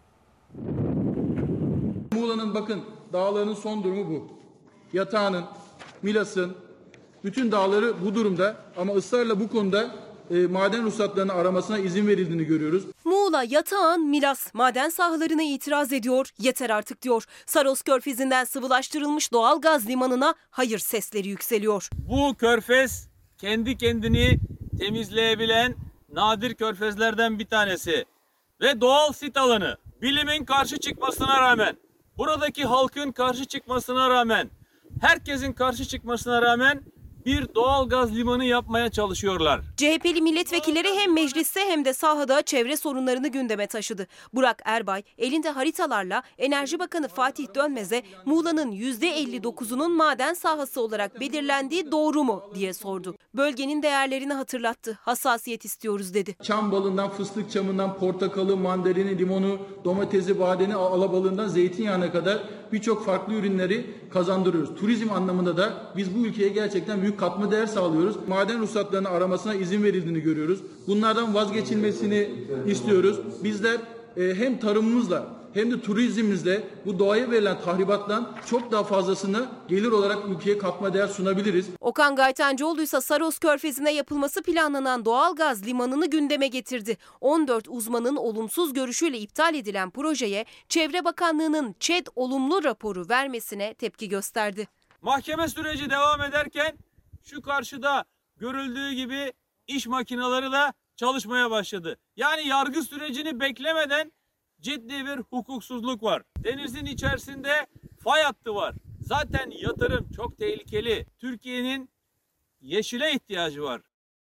Muğla'nın bakın dağlarının son durumu bu. Yatağının, Milas'ın, bütün dağları bu durumda ama ısrarla bu konuda maden ruhsatlarını aramasına izin verildiğini görüyoruz. Muğla, Yatağan, Milas maden sahalarına itiraz ediyor, yeter artık diyor. Saros Körfezi'nden sıvılaştırılmış doğal gaz limanına hayır sesleri yükseliyor. Bu körfez kendi kendini temizleyebilen nadir körfezlerden bir tanesi ve doğal sit alanı. Bilimin karşı çıkmasına rağmen, buradaki halkın karşı çıkmasına rağmen, herkesin karşı çıkmasına rağmen bir doğal gaz limanı yapmaya çalışıyorlar. CHP'li milletvekilleri hem mecliste hem de sahada çevre sorunlarını gündeme taşıdı. Burak Erbay elinde haritalarla Enerji Bakanı Fatih Dönmez'e Muğla'nın %59'unun maden sahası olarak belirlendiği doğru mu diye sordu. Bölgenin değerlerini hatırlattı. Hassasiyet istiyoruz dedi. Çam balından, fıstık çamından, portakalı, mandalini, limonu, domatesi, badeni, alabalığından zeytinyağına kadar birçok farklı ürünleri kazandırıyoruz. Turizm anlamında da biz bu ülkeye gerçekten büyük katma değer sağlıyoruz. Maden ruhsatlarını aramasına izin verildiğini görüyoruz. Bunlardan vazgeçilmesini istiyoruz. Bizler hem tarımımızla hem de turizmimizle bu doğaya verilen tahribattan çok daha fazlasını gelir olarak ülkeye katma değer sunabiliriz. Okan Gaytancıoğlu ise Saros Körfezi'ne yapılması planlanan doğalgaz limanını gündeme getirdi. 14 uzmanın olumsuz görüşüyle iptal edilen projeye Çevre Bakanlığı'nın ÇED olumlu raporu vermesine tepki gösterdi. Mahkeme süreci devam ederken şu karşıda görüldüğü gibi iş makineleri de çalışmaya başladı. Yani yargı sürecini beklemeden ciddi bir hukuksuzluk var. Denizin içerisinde fay hattı var. Zaten yatırım çok tehlikeli. Türkiye'nin yeşile ihtiyacı var.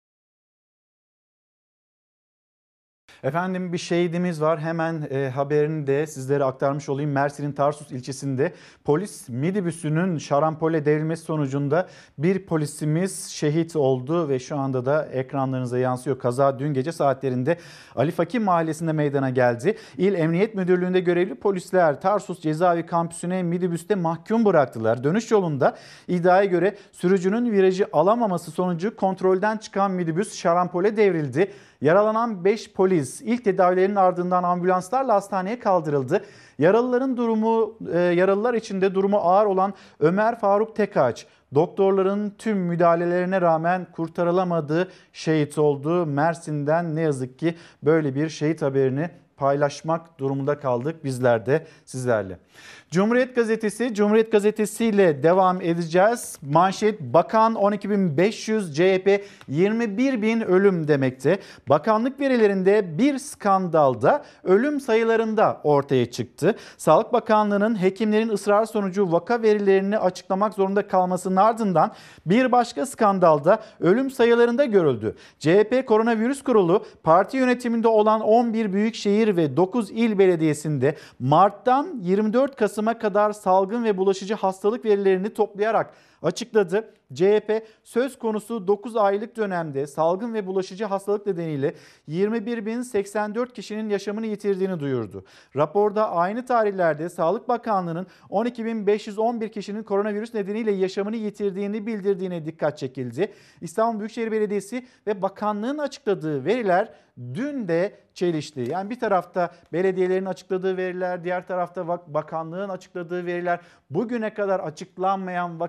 Efendim bir şehidimiz var. Hemen haberini de sizlere aktarmış olayım. Mersin'in Tarsus ilçesinde polis minibüsünün şarampole devrilmesi sonucunda bir polisimiz şehit oldu ve şu anda da ekranlarınıza yansıyor. Kaza dün gece saatlerinde Ali Fakir Mahallesi'nde meydana geldi. İl Emniyet Müdürlüğü'nde görevli polisler Tarsus Cezaevi Kampüsü'ne minibüste mahkum bıraktılar. Dönüş yolunda iddiaya göre sürücünün virajı alamaması sonucu kontrolden çıkan minibüs şarampole devrildi. Yaralanan 5 polis ilk tedavilerin ardından ambulanslarla hastaneye kaldırıldı. Yaralılar içinde durumu ağır olan Ömer Faruk Tekaç, doktorların tüm müdahalelerine rağmen kurtarılamadı, şehit oldu. Mersin'den ne yazık ki böyle bir şehit haberini paylaşmak durumunda kaldık bizler de sizlerle. Cumhuriyet Gazetesi ile devam edeceğiz. Manşet bakan 12.500 CHP 21.000 ölüm demekte. Bakanlık verilerinde bir skandalda ölüm sayılarında ortaya çıktı. Sağlık Bakanlığı'nın hekimlerin ısrar sonucu vaka verilerini açıklamak zorunda kalmasının ardından bir başka skandalda ölüm sayılarında görüldü. CHP Koronavirüs Kurulu parti yönetiminde olan 11 büyükşehir ve 9 il belediyesinde Mart'tan 24 Kasım'a kadar salgın ve bulaşıcı hastalık verilerini toplayarak açıkladı. CHP söz konusu 9 aylık dönemde salgın ve bulaşıcı hastalık nedeniyle 21.084 kişinin yaşamını yitirdiğini duyurdu. Raporda aynı tarihlerde Sağlık Bakanlığı'nın 12.511 kişinin koronavirüs nedeniyle yaşamını yitirdiğini bildirdiğine dikkat çekildi. İstanbul Büyükşehir Belediyesi ve bakanlığın açıkladığı veriler dün de çelişti. Yani bir tarafta belediyelerin açıkladığı veriler, diğer tarafta bakanlığın açıkladığı veriler, bugüne kadar açıklanmayan vaka sayıları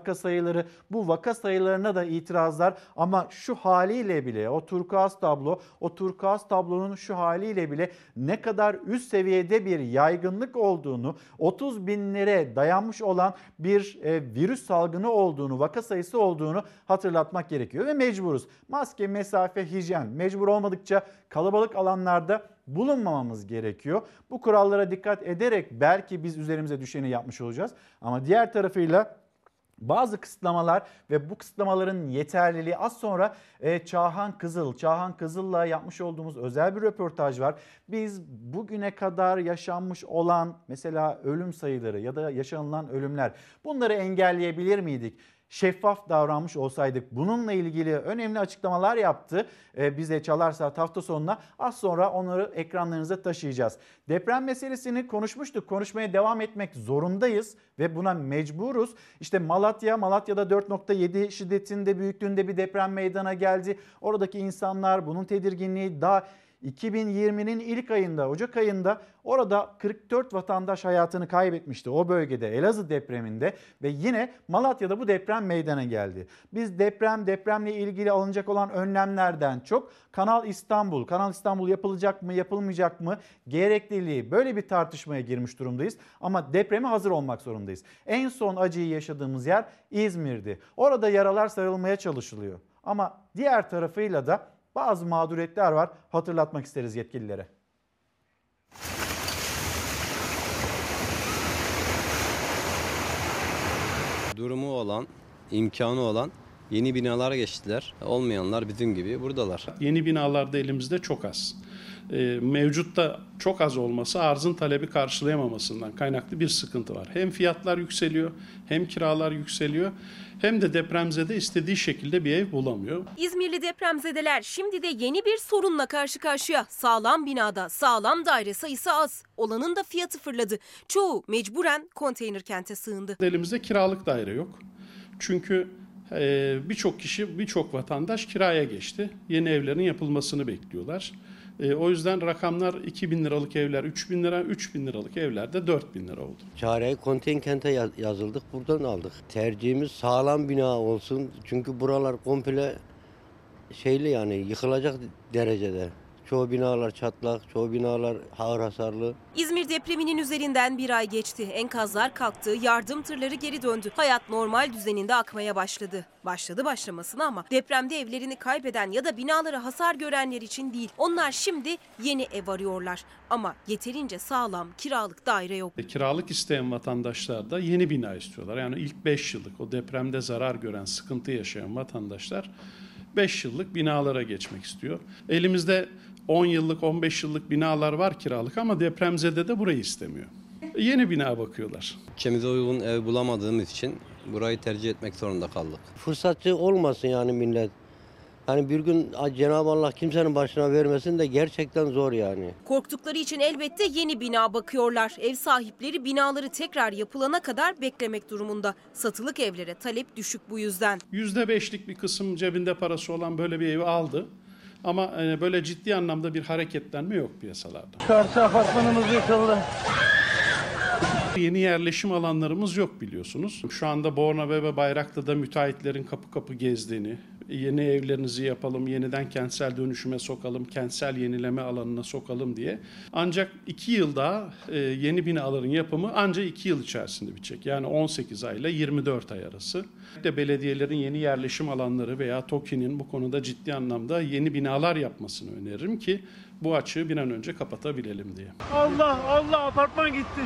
sayıları, bu vaka sayılarına da itirazlar ama şu haliyle bile o turkuaz tablonun şu haliyle bile ne kadar üst seviyede bir yaygınlık olduğunu, 30 binlere dayanmış olan bir virüs salgını olduğunu, vaka sayısı olduğunu hatırlatmak gerekiyor ve mecburuz. Maske, mesafe, hijyen, mecbur olmadıkça kalabalık alanlarda bulunmamamız gerekiyor. Bu kurallara dikkat ederek belki biz üzerimize düşeni yapmış olacağız. Ama diğer tarafıyla bazı kısıtlamalar ve bu kısıtlamaların yeterliliği az sonra Çağhan Kızıl'la yapmış olduğumuz özel bir röportaj var. Biz bugüne kadar yaşanmış olan mesela ölüm sayıları ya da yaşanılan ölümler, bunları engelleyebilir miydik? Şeffaf davranmış olsaydık, bununla ilgili önemli açıklamalar yaptı bize Çalar Saat hafta sonuna. Az sonra onları ekranlarınıza taşıyacağız. Deprem meselesini konuşmuştuk. Konuşmaya devam etmek zorundayız ve buna mecburuz. İşte Malatya'da 4.7 şiddetinde, büyüklüğünde bir deprem meydana geldi. Oradaki insanlar, bunun tedirginliği, daha 2020'nin ilk ayında, Ocak ayında orada 44 vatandaş hayatını kaybetmişti o bölgede, Elazığ depreminde ve yine Malatya'da bu deprem meydana geldi. Biz depremle ilgili alınacak olan önlemlerden çok Kanal İstanbul yapılacak mı, yapılmayacak mı gerekliliği, böyle bir tartışmaya girmiş durumdayız. Ama depreme hazır olmak zorundayız. En son acıyı yaşadığımız yer İzmir'di. Orada yaralar sarılmaya çalışılıyor. Ama diğer tarafıyla da bazı mağduriyetler var, hatırlatmak isteriz yetkililere. Durumu olan, imkanı olan yeni binalara geçtiler. Olmayanlar bizim gibi buradalar. Yeni binalarda elimizde çok az. Mevcutta çok az olması arzın talebi karşılayamamasından kaynaklı bir sıkıntı var. Hem fiyatlar yükseliyor, hem kiralar yükseliyor, hem de depremzede istediği şekilde bir ev bulamıyor. İzmirli depremzedeler şimdi de yeni bir sorunla karşı karşıya. Sağlam binada sağlam daire sayısı az. Olanın da fiyatı fırladı. Çoğu mecburen konteyner kente sığındı. Elimizde kiralık daire yok. Çünkü birçok kişi, birçok vatandaş kiraya geçti. Yeni evlerin yapılmasını bekliyorlar. O yüzden rakamlar 2.000 liralık evler 3.000 lira, 3.000 liralık evler de 4.000 lira oldu. Çareyi konteyner kente yazıldık, buradan aldık. Tercihimiz sağlam bina olsun çünkü buralar komple yani yıkılacak derecede. Çoğu binalar çatlak, çoğu binalar ağır hasarlı. İzmir depreminin üzerinden bir ay geçti. Enkazlar kalktı, yardım tırları geri döndü. Hayat normal düzeninde akmaya başladı. Başladı başlamasına ama depremde evlerini kaybeden ya da binalara hasar görenler için değil. Onlar şimdi yeni ev arıyorlar. Ama yeterince sağlam kiralık daire yok. Kiralık isteyen vatandaşlar da yeni bina istiyorlar. Yani ilk 5 yıllık o depremde zarar gören, sıkıntı yaşayan vatandaşlar 5 yıllık binalara geçmek istiyor. Elimizde 10 yıllık, 15 yıllık binalar var kiralık ama depremzede de burayı istemiyor. Yeni bina bakıyorlar. Bütçemize uygun ev bulamadığımız için burayı tercih etmek zorunda kaldık. Fırsatçı olmasın yani millet. Hani bir gün Cenab-ı Allah kimsenin başına vermesin de gerçekten zor yani. Korktukları için elbette yeni bina bakıyorlar. Ev sahipleri binaları tekrar yapılana kadar beklemek durumunda. Satılık evlere talep düşük bu yüzden. %5'lik bir kısım cebinde parası olan böyle bir evi aldı. Ama böyle ciddi anlamda bir hareketlenme yok piyasalarda. Karşı apartmanımız yıkıldı. Yeni yerleşim alanlarımız yok biliyorsunuz. Şu anda Bornova ve Bayraklı'da müteahhitlerin kapı kapı gezdiğini, yeni evlerinizi yapalım, yeniden kentsel dönüşüme sokalım, kentsel yenileme alanına sokalım diye. Ancak 2 yıl daha yeni binaların yapımı ancak 2 yıl içerisinde bitecek. Yani 18 ay ile 24 ay arası. Belediyelerin yeni yerleşim alanları veya TOKİ'nin bu konuda ciddi anlamda yeni binalar yapmasını öneririm ki bu açığı bir an önce kapatabilelim diye. Allah apartman gitti.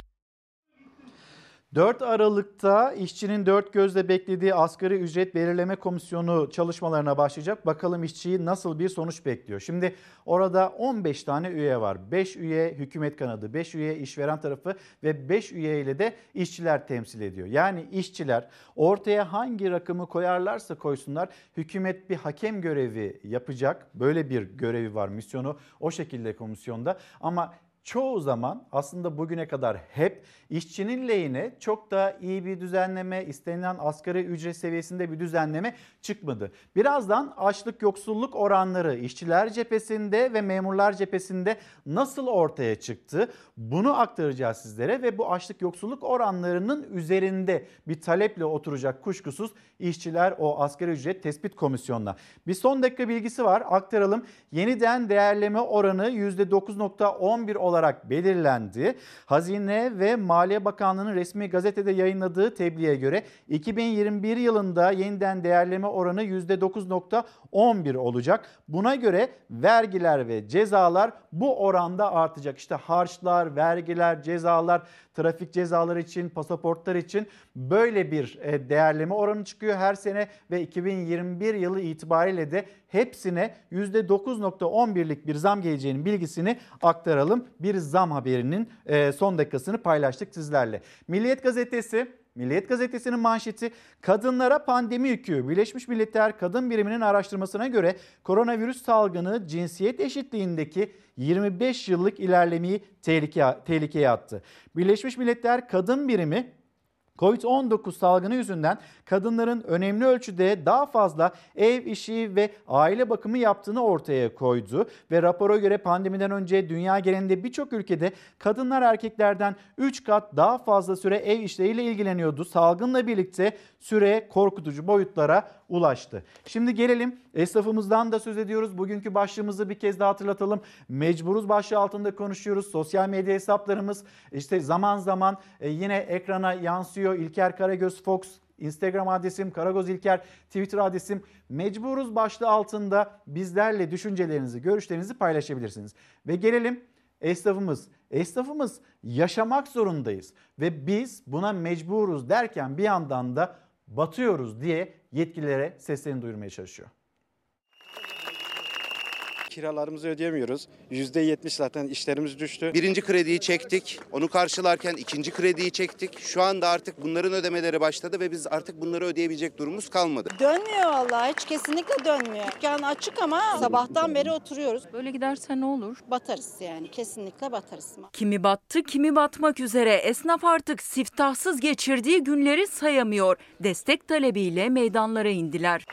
4 Aralık'ta işçinin dört gözle beklediği asgari ücret belirleme komisyonu çalışmalarına başlayacak. Bakalım işçiyi nasıl bir sonuç bekliyor. Şimdi orada 15 tane üye var. 5 üye hükümet kanadı, 5 üye işveren tarafı ve 5 üye ile de işçiler temsil ediyor. Yani işçiler ortaya hangi rakamı koyarlarsa koysunlar hükümet bir hakem görevi yapacak. Böyle bir görevi var, misyonu o şekilde komisyonda ama çoğu zaman aslında bugüne kadar hep işçinin lehine çok da iyi bir düzenleme, istenilen asgari ücret seviyesinde bir düzenleme çıkmadı. Birazdan açlık yoksulluk oranları işçiler cephesinde ve memurlar cephesinde nasıl ortaya çıktı? Bunu aktaracağız sizlere ve bu açlık yoksulluk oranlarının üzerinde bir taleple oturacak kuşkusuz işçiler o asgari ücret tespit komisyonuna. Bir son dakika bilgisi var, aktaralım. Yeniden değerleme oranı %9.11 olarak belirlendi. Hazine ve Maliye Bakanlığı'nın resmi gazetede yayınladığı tebliğe göre 2021 yılında yeniden değerleme oranı %9.11 olacak. Buna göre vergiler ve cezalar bu oranda artacak. İşte harçlar, vergiler, cezalar, trafik cezaları için, pasaportlar için böyle bir değerleme oranı çıkıyor her sene ve 2021 yılı itibariyle de hepsine %9.11'lik bir zam geleceğinin bilgisini aktaralım. Bir zam haberinin son dakikasını paylaştık sizlerle. Milliyet Gazetesi'nin manşeti kadınlara pandemi yükü. Birleşmiş Milletler Kadın Biriminin araştırmasına göre koronavirüs salgını cinsiyet eşitliğindeki 25 yıllık ilerlemeyi tehlikeye attı. Birleşmiş Milletler Kadın Birimi Covid-19 salgını yüzünden kadınların önemli ölçüde daha fazla ev işi ve aile bakımı yaptığını ortaya koydu. Ve rapora göre pandemiden önce dünya genelinde birçok ülkede kadınlar erkeklerden 3 kat daha fazla süre ev işleriyle ilgileniyordu. Salgınla birlikte süre korkutucu boyutlara ulaştı. Şimdi gelelim esnafımızdan da söz ediyoruz. Bugünkü başlığımızı bir kez daha hatırlatalım. Mecburuz başlığı altında konuşuyoruz. Sosyal medya hesaplarımız işte zaman zaman yine ekrana yansıyor. İlker Karagöz Fox Instagram adresim, Karagoz İlker Twitter adresim. Mecburuz başlığı altında bizlerle düşüncelerinizi, görüşlerinizi paylaşabilirsiniz. Ve gelelim esnafımız yaşamak zorundayız ve biz buna mecburuz derken bir yandan da batıyoruz diye yetkililere seslerini duyurmaya çalışıyor. Kiralarımızı ödeyemiyoruz. %70 zaten işlerimiz düştü. Birinci krediyi çektik. Onu karşılarken ikinci krediyi çektik. Şu anda artık bunların ödemeleri başladı ve biz artık bunları ödeyebilecek durumumuz kalmadı. Dönmüyor vallahi, hiç kesinlikle dönmüyor. Dükkan açık ama sabahtan beri oturuyoruz. Böyle giderse ne olur? Batarız yani, kesinlikle batarız. Kimi battı, kimi batmak üzere. Esnaf artık siftahsız geçirdiği günleri sayamıyor. Destek talebiyle meydanlara indiler.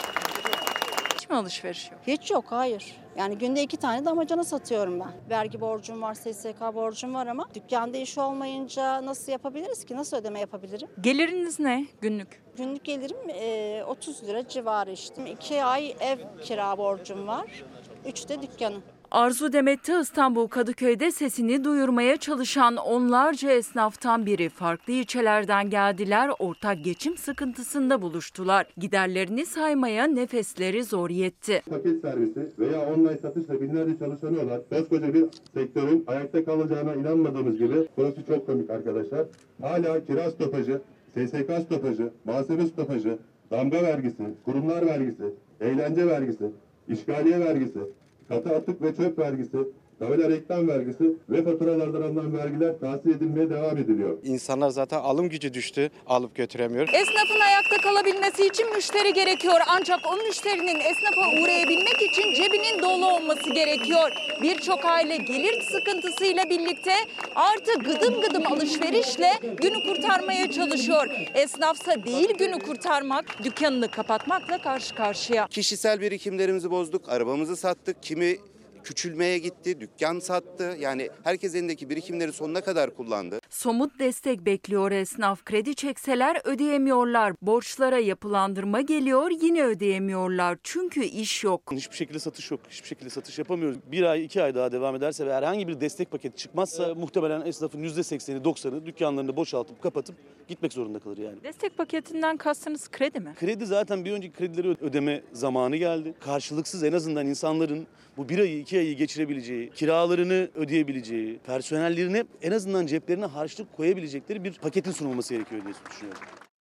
Hiç mi alışveriş yok? Hiç yok, hayır. Yani günde 2 tane damacana satıyorum ben. Vergi borcum var, SSK borcum var ama dükkanda iş olmayınca nasıl yapabiliriz ki? Nasıl ödeme yapabilirim? Geliriniz ne günlük? Günlük gelirim 30 lira civarı işte. 2 ay ev kira borcum var, 3 de dükkanım. Arzu Demet'te İstanbul Kadıköy'de sesini duyurmaya çalışan onlarca esnaftan biri farklı ilçelerden geldiler, ortak geçim sıkıntısında buluştular. Giderlerini saymaya nefesleri zor yetti. Paket servisi veya online satışla binlerce çalışanı olan koskoca bir sektörün ayakta kalacağına inanmadığımız gibi burası çok komik arkadaşlar. Hala kira stopajı, SSK stopajı, muhasebe stopajı, damga vergisi, kurumlar vergisi, eğlence vergisi, işgaliye vergisi, katı atık ve çöp vergisi, tabela reklam vergisi ve faturalardan alınan vergiler tahsil edilmeye devam ediliyor. İnsanlar zaten alım gücü düştü, alıp götüremiyor. Esnafın ayakta kalabilmesi için müşteri gerekiyor. Ancak o müşterinin esnafa uğrayabilmek için cebinin dolu olması gerekiyor. Birçok aile gelir sıkıntısıyla birlikte artık gıdım gıdım alışverişle günü kurtarmaya çalışıyor. Esnafsa değil günü kurtarmak, dükkanını kapatmakla karşı karşıya. Kişisel birikimlerimizi bozduk, arabamızı sattık, kimi küçülmeye gitti, dükkan sattı. Yani herkes elindeki birikimleri sonuna kadar kullandı. Somut destek bekliyor esnaf. Kredi çekseler ödeyemiyorlar. Borçlara yapılandırma geliyor, yine ödeyemiyorlar. Çünkü iş yok. Hiçbir şekilde satış yok. Hiçbir şekilde satış yapamıyoruz. 1 ay 2 ay daha devam ederse ve herhangi bir destek paketi çıkmazsa muhtemelen esnafın %80'i 90'ı dükkanlarını boşaltıp kapatıp gitmek zorunda kalır yani. Destek paketinden kastınız kredi mi? Kredi zaten bir önceki kredileri ödeme zamanı geldi. Karşılıksız en azından insanların bu 1 ayı 2 ayı geçirebileceği, kiralarını ödeyebileceği, personellerine en azından ceplerine harçlık koyabilecekleri bir paketin sunulması gerekiyor diye düşünüyorum.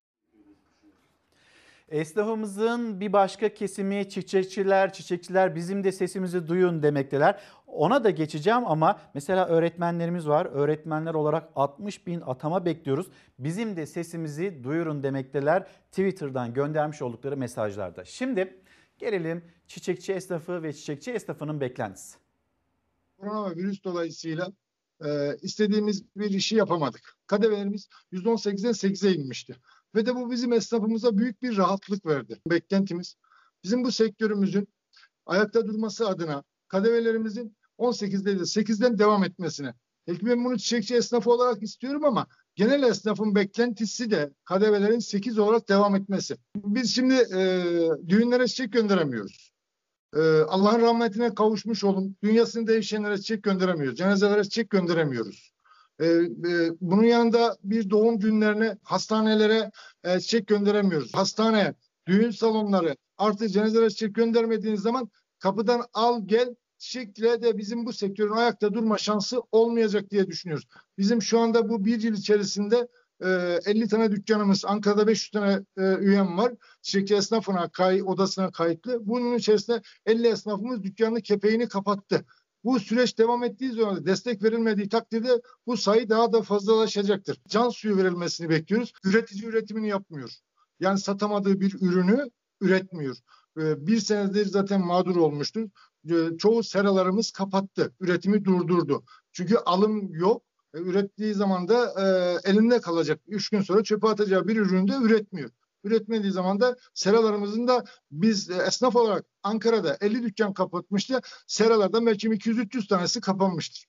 Esnafımızın bir başka kesimi çiçekçiler bizim de sesimizi duyun demekteler. Ona da geçeceğim ama mesela öğretmenlerimiz var. Öğretmenler olarak 60.000 atama bekliyoruz. Bizim de sesimizi duyurun demekteler Twitter'dan göndermiş oldukları mesajlarda. Şimdi gelelim çiçekçi esnafı ve çiçekçi esnafının beklentisi. Koronavirüs dolayısıyla istediğimiz bir işi yapamadık. KDV'lerimiz %18'den 8'e inmişti. Ve de bu bizim esnafımıza büyük bir rahatlık verdi. Beklentimiz bizim bu sektörümüzün ayakta durması adına KDV'lerimizin 18'de değil 8'den devam etmesine. Belki ben bunu çiçekçi esnafı olarak istiyorum ama genel esnafın beklentisi de KDV'lerin 8 olarak devam etmesi. Biz şimdi düğünlere çiçek gönderemiyoruz. Allah'ın rahmetine kavuşmuş olun. Dünyasını değişenlere çiçek gönderemiyoruz. Cenazelere çiçek gönderemiyoruz. Bunun yanında bir doğum günlerine, hastanelere çiçek gönderemiyoruz. Hastane, düğün salonları artık cenazelere çiçek göndermediğiniz zaman kapıdan al gel çiçekle de bizim bu sektörün ayakta durma şansı olmayacak diye düşünüyoruz. Bizim şu anda bu bir yıl içerisinde 50 tane dükkanımız, Ankara'da 500 tane üyem var. Çiçekçi esnafına, odasına kayıtlı. Bunun içerisinde 50 esnafımız dükkanını, kepeğini kapattı. Bu süreç devam ettiği zaman destek verilmediği takdirde bu sayı daha da fazlalaşacaktır. Can suyu verilmesini bekliyoruz. Üretici üretimini yapmıyor. Yani satamadığı bir ürünü üretmiyor. Bir senedir zaten mağdur olmuştur. Çoğu seralarımız kapattı. Üretimi durdurdu. Çünkü alım yok. Ürettiği zaman da elinde kalacak. 3 gün sonra çöpe atacağı bir ürünü de üretmiyor. Üretmediği zaman da seralarımızın da biz esnaf olarak Ankara'da 50 dükkan kapatmıştı. Seralardan belki 200-300 tanesi kapanmıştır.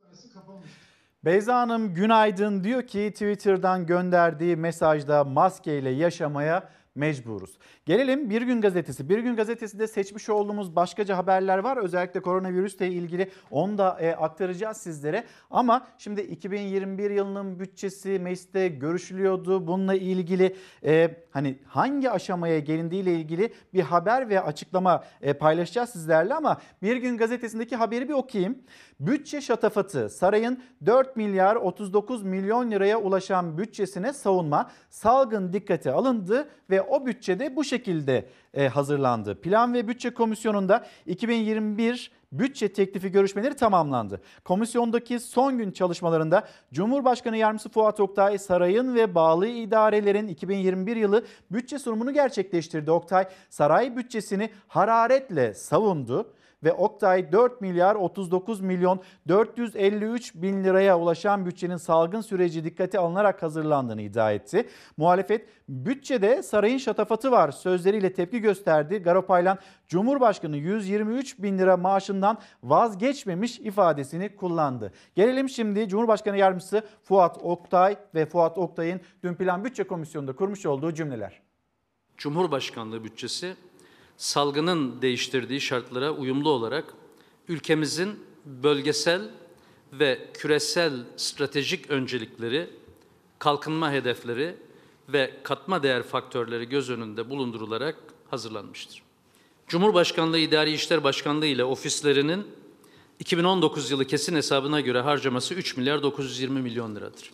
Beyza Hanım günaydın, diyor ki Twitter'dan gönderdiği mesajda maskeyle yaşamaya mecburuz. Gelelim Bir Gün Gazetesi. Bir Gün Gazetesi'de seçmiş olduğumuz başkaca haberler var. Özellikle koronavirüsle ilgili onu da aktaracağız sizlere. Ama şimdi 2021 yılının bütçesi mecliste görüşülüyordu. Bununla ilgili hani hangi aşamaya gelindiğiyle ilgili bir haber ve açıklama paylaşacağız sizlerle ama Bir Gün Gazetesi'ndeki haberi bir okuyayım. Bütçe şatafatı, sarayın 4 milyar 39 milyon liraya ulaşan bütçesine savunma, salgın dikkate alındı ve o bütçede bu şekilde hazırlandı. Plan ve Bütçe Komisyonu'nda 2021 bütçe teklifi görüşmeleri tamamlandı. Komisyondaki son gün çalışmalarında Cumhurbaşkanı Yardımcısı Fuat Oktay, sarayın ve bağlı idarelerin 2021 yılı bütçe sunumunu gerçekleştirdi. Oktay, saray bütçesini hararetle savundu ve Oktay 4 milyar 39 milyon 453 bin liraya ulaşan bütçenin salgın süreci dikkate alınarak hazırlandığını iddia etti. Muhalefet bütçede sarayın şatafatı var sözleriyle tepki gösterdi. Garopaylan Cumhurbaşkanı 123 bin lira maaşından vazgeçmemiş ifadesini kullandı. Gelelim şimdi Cumhurbaşkanı Yardımcısı Fuat Oktay ve Fuat Oktay'ın dün Plan Bütçe Komisyonu'nda kurmuş olduğu cümleler. Cumhurbaşkanlığı bütçesi salgının değiştirdiği şartlara uyumlu olarak ülkemizin bölgesel ve küresel stratejik öncelikleri, kalkınma hedefleri ve katma değer faktörleri göz önünde bulundurularak hazırlanmıştır. Cumhurbaşkanlığı İdari İşler Başkanlığı ile ofislerinin 2019 yılı kesin hesabına göre harcaması 3 milyar 920 milyon liradır.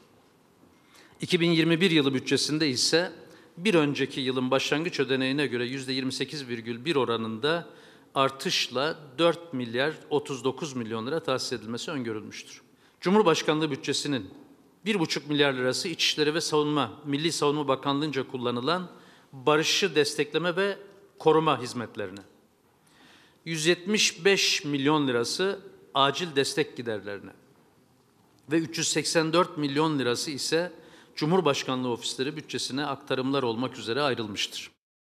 2021 yılı bütçesinde ise bir önceki yılın başlangıç ödeneğine göre %28,1 oranında artışla 4 milyar 39 milyon lira tahsis edilmesi öngörülmüştür. Cumhurbaşkanlığı bütçesinin 1,5 milyar lirası İçişleri ve Milli Savunma Bakanlığı'nca kullanılan barışı destekleme ve koruma hizmetlerine, 175 milyon lirası acil destek giderlerine ve 384 milyon lirası ise Cumhurbaşkanlığı ofisleri bütçesine aktarımlar olmak üzere ayrılmıştır.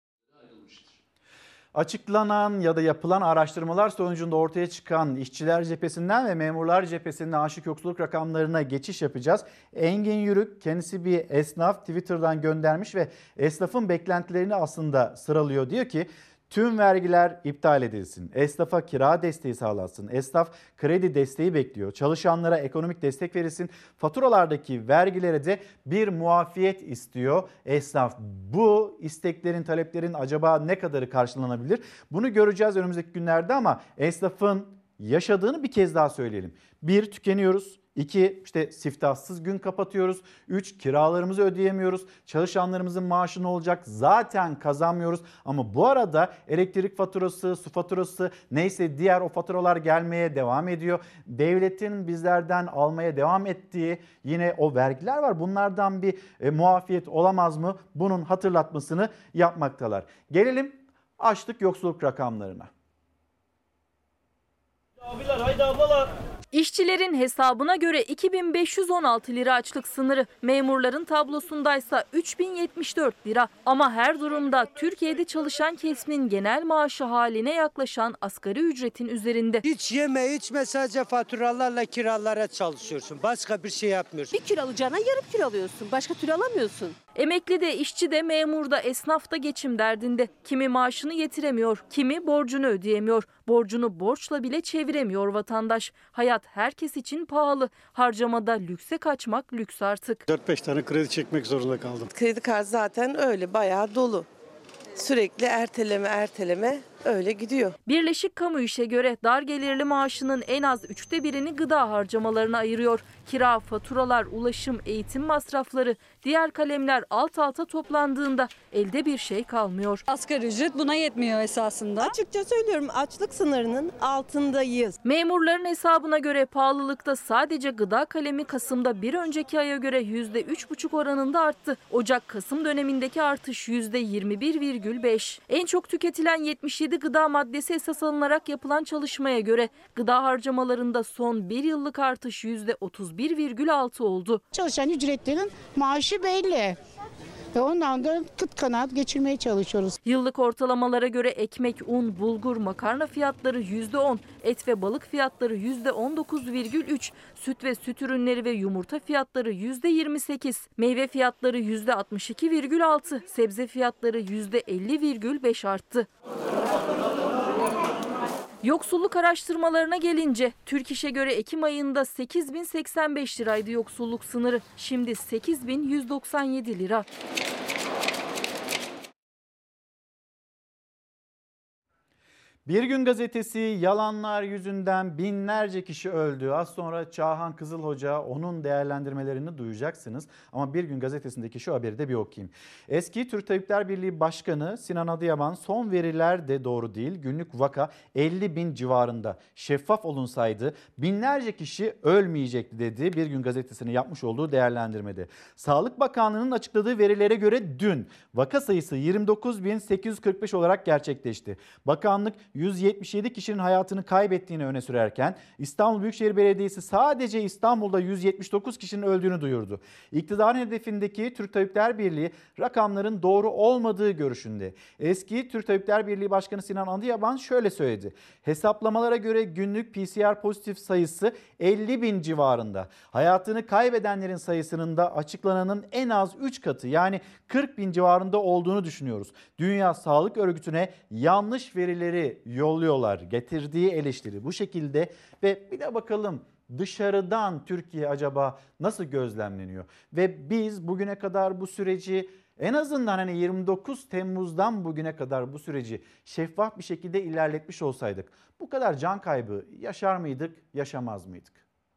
Açıklanan ya da yapılan araştırmalar sonucunda ortaya çıkan işçiler cephesinden ve memurlar cephesinden aşık yoksulluk rakamlarına geçiş yapacağız. Engin Yürük, kendisi bir esnaf, Twitter'dan göndermiş ve esnafın beklentilerini aslında sıralıyor. Diyor ki tüm vergiler iptal edilsin, esnafa kira desteği sağlansın, esnaf kredi desteği bekliyor, çalışanlara ekonomik destek verilsin, faturalardaki vergilere de bir muafiyet istiyor esnaf. Bu isteklerin, taleplerin acaba ne kadarı karşılanabilir? Bunu göreceğiz önümüzdeki günlerde ama esnafın yaşadığını bir kez daha söyleyelim. 1. Tükeniyoruz. 2. işte siftahsız gün kapatıyoruz. 3. Kiralarımızı ödeyemiyoruz. Çalışanlarımızın maaşı ne olacak? Zaten kazanmıyoruz. Ama bu arada elektrik faturası, su faturası neyse diğer o faturalar gelmeye devam ediyor. Devletin bizlerden almaya devam ettiği yine o vergiler var. Bunlardan bir muafiyet olamaz mı? Bunun hatırlatmasını yapmaktalar. Gelelim açlık yoksulluk rakamlarına. Abiler haydi ablalar. İşçilerin hesabına göre 2516 lira açlık sınırı, memurların tablosundaysa 3074 lira. Ama her durumda Türkiye'de çalışan kesimin genel maaşı haline yaklaşan asgari ücretin üzerinde. Hiç yeme içme, sadece faturalarla kiralara çalışıyorsun. Başka bir şey yapmıyorsun. Bir kilo alacağına yarım kilo alıyorsun. Başka türlü alamıyorsun. Emekli de, işçi de, memur da, esnaf da geçim derdinde. Kimi maaşını yetiremiyor, kimi borcunu ödeyemiyor. Borcunu borçla bile çeviremiyor vatandaş. Hayat herkes için pahalı. Harcamada lükse kaçmak lüks artık. 4-5 tane kredi çekmek zorunda kaldım. Kredi kartı zaten öyle bayağı dolu. Sürekli erteleme öyle gidiyor. Birleşik Kamu İş'e göre dar gelirli maaşının en az 1/3'ünü gıda harcamalarına ayırıyor. Kira, faturalar, ulaşım, eğitim masrafları, diğer kalemler alt alta toplandığında elde bir şey kalmıyor. Asgari ücret buna yetmiyor esasında. Açıkça söylüyorum, açlık sınırının altındayız. Memurların hesabına göre pahalılıkta sadece gıda kalemi Kasım'da bir önceki aya göre %3,5 oranında arttı. Ocak-Kasım dönemindeki artış %21,5. En çok tüketilen 77 gıda maddesi esas alınarak yapılan çalışmaya göre gıda harcamalarında son bir yıllık artış %31,6 oldu. Çalışan ücretlerin maaşı belli. Ve ondan da kıt kanaat geçirmeye çalışıyoruz. Yıllık ortalamalara göre ekmek, un, bulgur, makarna fiyatları %10, et ve balık fiyatları %19,3, süt ve süt ürünleri ve yumurta fiyatları %28, meyve fiyatları %62,6, sebze fiyatları %50,5 arttı. Yoksulluk araştırmalarına gelince Türk İş'e göre Ekim ayında 8.085 liraydı yoksulluk sınırı. Şimdi 8.197 lira. Bir Gün Gazetesi yalanlar yüzünden binlerce kişi öldü. Az sonra Çağhan Kızılhoca, onun değerlendirmelerini duyacaksınız. Ama Bir Gün Gazetesi'ndeki şu haberi de bir okuyayım. Eski Türk Tabipler Birliği Başkanı Sinan Adıyaman, son veriler de doğru değil, günlük vaka 50.000 civarında. Şeffaf olunsaydı binlerce kişi ölmeyecekti dedi Bir Gün Gazetesi'nin yapmış olduğu değerlendirmede. Sağlık Bakanlığı'nın açıkladığı verilere göre dün vaka sayısı 29.845 olarak gerçekleşti. Bakanlık 177 kişinin hayatını kaybettiğini öne sürerken İstanbul Büyükşehir Belediyesi sadece İstanbul'da 179 kişinin öldüğünü duyurdu. İktidarın hedefindeki Türk Tabipler Birliği rakamların doğru olmadığı görüşünde. Eski Türk Tabipler Birliği Başkanı Sinan Adıyaman şöyle söyledi. Hesaplamalara göre günlük PCR pozitif sayısı 50.000 civarında. Hayatını kaybedenlerin sayısının da açıklananın en az 3 katı, yani 40.000 civarında olduğunu düşünüyoruz. Dünya Sağlık Örgütü'ne yanlış verileri yolluyorlar. Getirdiği eleştiri bu şekilde. Ve bir de bakalım dışarıdan Türkiye acaba nasıl gözlemleniyor? Ve biz bugüne kadar bu süreci, en azından 29 Temmuz'dan bugüne kadar bu süreci şeffaf bir şekilde ilerletmiş olsaydık bu kadar can kaybı yaşar mıydık, yaşamaz mıydık?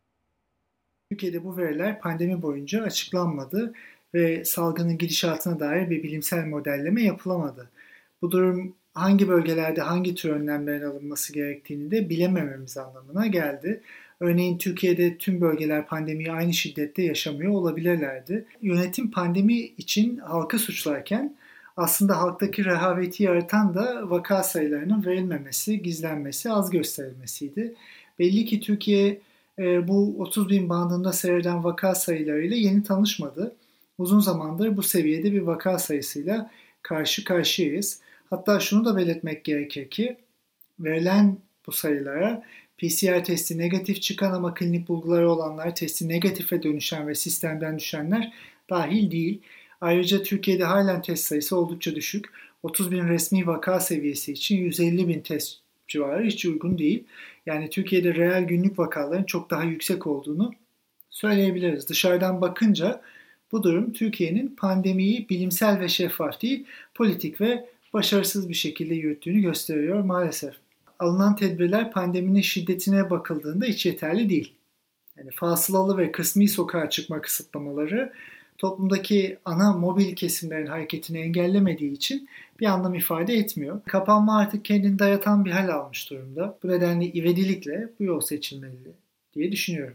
Türkiye'de bu veriler pandemi boyunca açıklanmadı ve salgının gidişatına dair bir bilimsel modelleme yapılamadı. Bu durum hangi bölgelerde hangi tür önlemlerin alınması gerektiğini de bilemememiz anlamına geldi. Örneğin Türkiye'de tüm bölgeler pandemiyi aynı şiddette yaşamıyor olabilirlerdi. Yönetim pandemi için halkı suçlarken aslında halktaki rehaveti yaratan da vaka sayılarının verilmemesi, gizlenmesi, az gösterilmesiydi. Belli ki Türkiye bu 30.000 bandında seyreden vaka sayılarıyla yeni tanışmadı. Uzun zamandır bu seviyede bir vaka sayısıyla karşı karşıyayız. Hatta şunu da belirtmek gerekir ki verilen bu sayılara PCR testi negatif çıkan ama klinik bulguları olanlar, testi negatife dönüşen ve sistemden düşenler dahil değil. Ayrıca Türkiye'de halen test sayısı oldukça düşük. 30.000 resmi vaka seviyesi için 150.000 test civarı hiç uygun değil. Yani Türkiye'de reel günlük vakaların çok daha yüksek olduğunu söyleyebiliriz. Dışarıdan bakınca bu durum Türkiye'nin pandemiyi bilimsel ve şeffaf değil, politik ve başarısız bir şekilde yürüttüğünü gösteriyor maalesef. Alınan tedbirler pandeminin şiddetine bakıldığında hiç yeterli değil. Yani fasılalı ve kısmi sokağa çıkma kısıtlamaları toplumdaki ana mobil kesimlerin hareketini engellemediği için bir anlam ifade etmiyor. Kapanma artık kendini dayatan bir hal almış durumda. Bu nedenle ivedilikle bu yol seçilmeli diye düşünüyorum.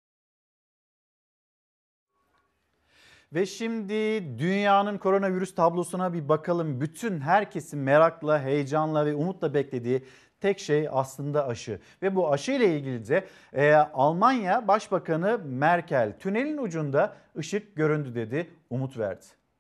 Ve şimdi dünyanın koronavirüs tablosuna bir bakalım. Bütün herkesin merakla, heyecanla ve umutla beklediği tek şey aslında aşı. Ve bu aşı ile ilgili de Almanya Başbakanı Merkel tünelin ucunda ışık göründü dedi, umut verdi.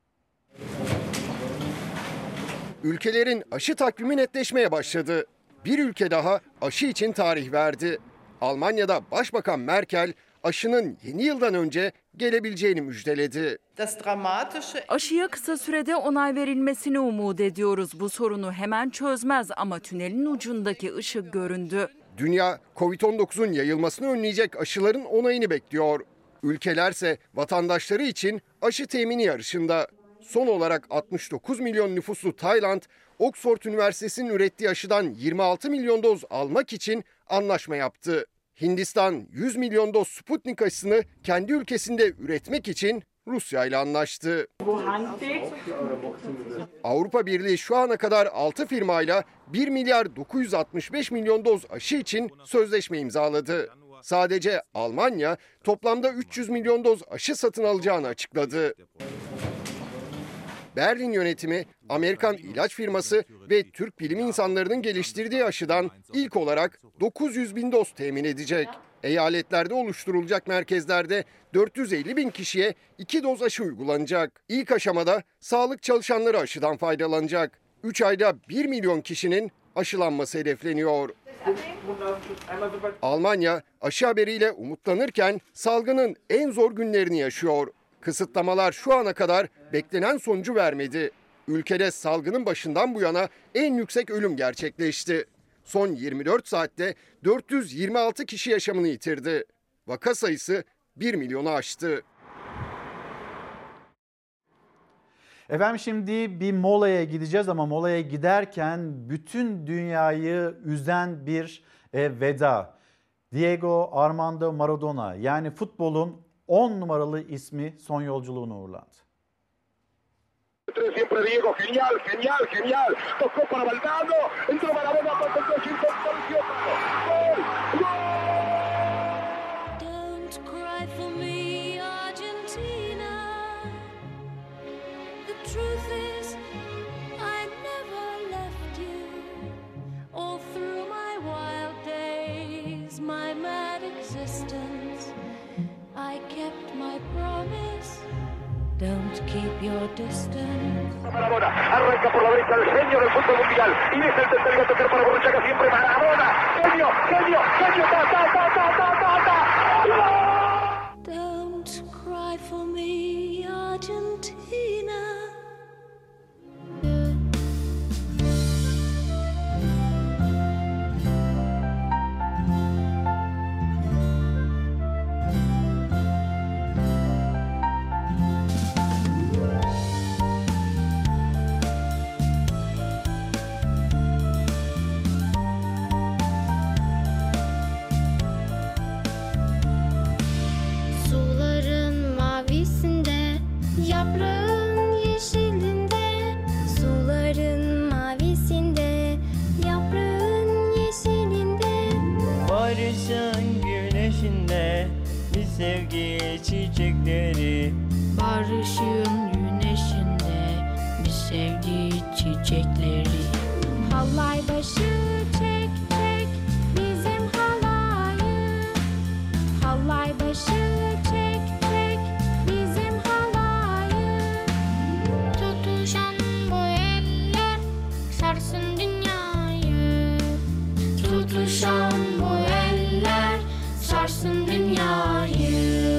Ülkelerin aşı takvimi netleşmeye başladı. Bir ülke daha aşı için tarih verdi. Almanya'da Başbakan Merkel aşının yeni yıldan önce gelebileceğini müjdeledi. Aşıya kısa sürede onay verilmesini umut ediyoruz. Bu sorunu hemen çözmez ama tünelin ucundaki ışık göründü. Dünya Covid-19'un yayılmasını önleyecek aşıların onayını bekliyor. Ülkelerse vatandaşları için aşı temini yarışında. Son olarak 69 milyon nüfuslu Tayland, Oxford Üniversitesi'nin ürettiği aşıdan 26 milyon doz almak için anlaşma yaptı. Hindistan 100 milyon doz Sputnik aşısını kendi ülkesinde üretmek için Rusya ile anlaştı. Avrupa Birliği şu ana kadar 6 firmayla 1 milyar 965 milyon doz aşı için sözleşme imzaladı. Sadece Almanya toplamda 300 milyon doz aşı satın alacağını açıkladı. Berlin yönetimi, Amerikan ilaç firması ve Türk bilim insanlarının geliştirdiği aşıdan ilk olarak 900 bin doz temin edecek. Eyaletlerde oluşturulacak merkezlerde 450 bin kişiye 2 doz aşı uygulanacak. İlk aşamada sağlık çalışanları aşıdan faydalanacak. 3 ayda 1 milyon kişinin aşılanması hedefleniyor. Almanya aşı haberiyle umutlanırken salgının en zor günlerini yaşıyor. Kısıtlamalar şu ana kadar beklenen sonucu vermedi. Ülkede salgının başından bu yana en yüksek ölüm gerçekleşti. Son 24 saatte 426 kişi yaşamını yitirdi. Vaka sayısı 1 milyonu aştı. Efendim şimdi bir molaya gideceğiz ama molaya giderken bütün dünyayı üzen bir veda. Diego Armando Maradona, yani futbolun 10 numaralı ismi son yolculuğuna uğurlandı. Siempre Diego, genial, genial, genial. Tocó para Valdano, entró Maradona, gol, gol. Don't cry for me, Argentina. The truth is, I never left you. All through my wild days, my mad existence, I kept my promise. Don't keep your distance. Maradona arranca por la derecha el genio del fútbol mundial y deja el central a tocar para Borruchaga, siempre Maradona. Genio, genio, genio, ta, ta, ta, ta, ta, ta, ta. Don't cry for me, Argentina. Sevgi çiçekleri, barışın güneşinde bir sevgi çiçekleri. Halay başı çek çek bizim halayı. Halay başı çek çek bizim halayı. Tutuşan bu eller sarsın dünyayı. Tutuşan bu eller sarsın dünyayı.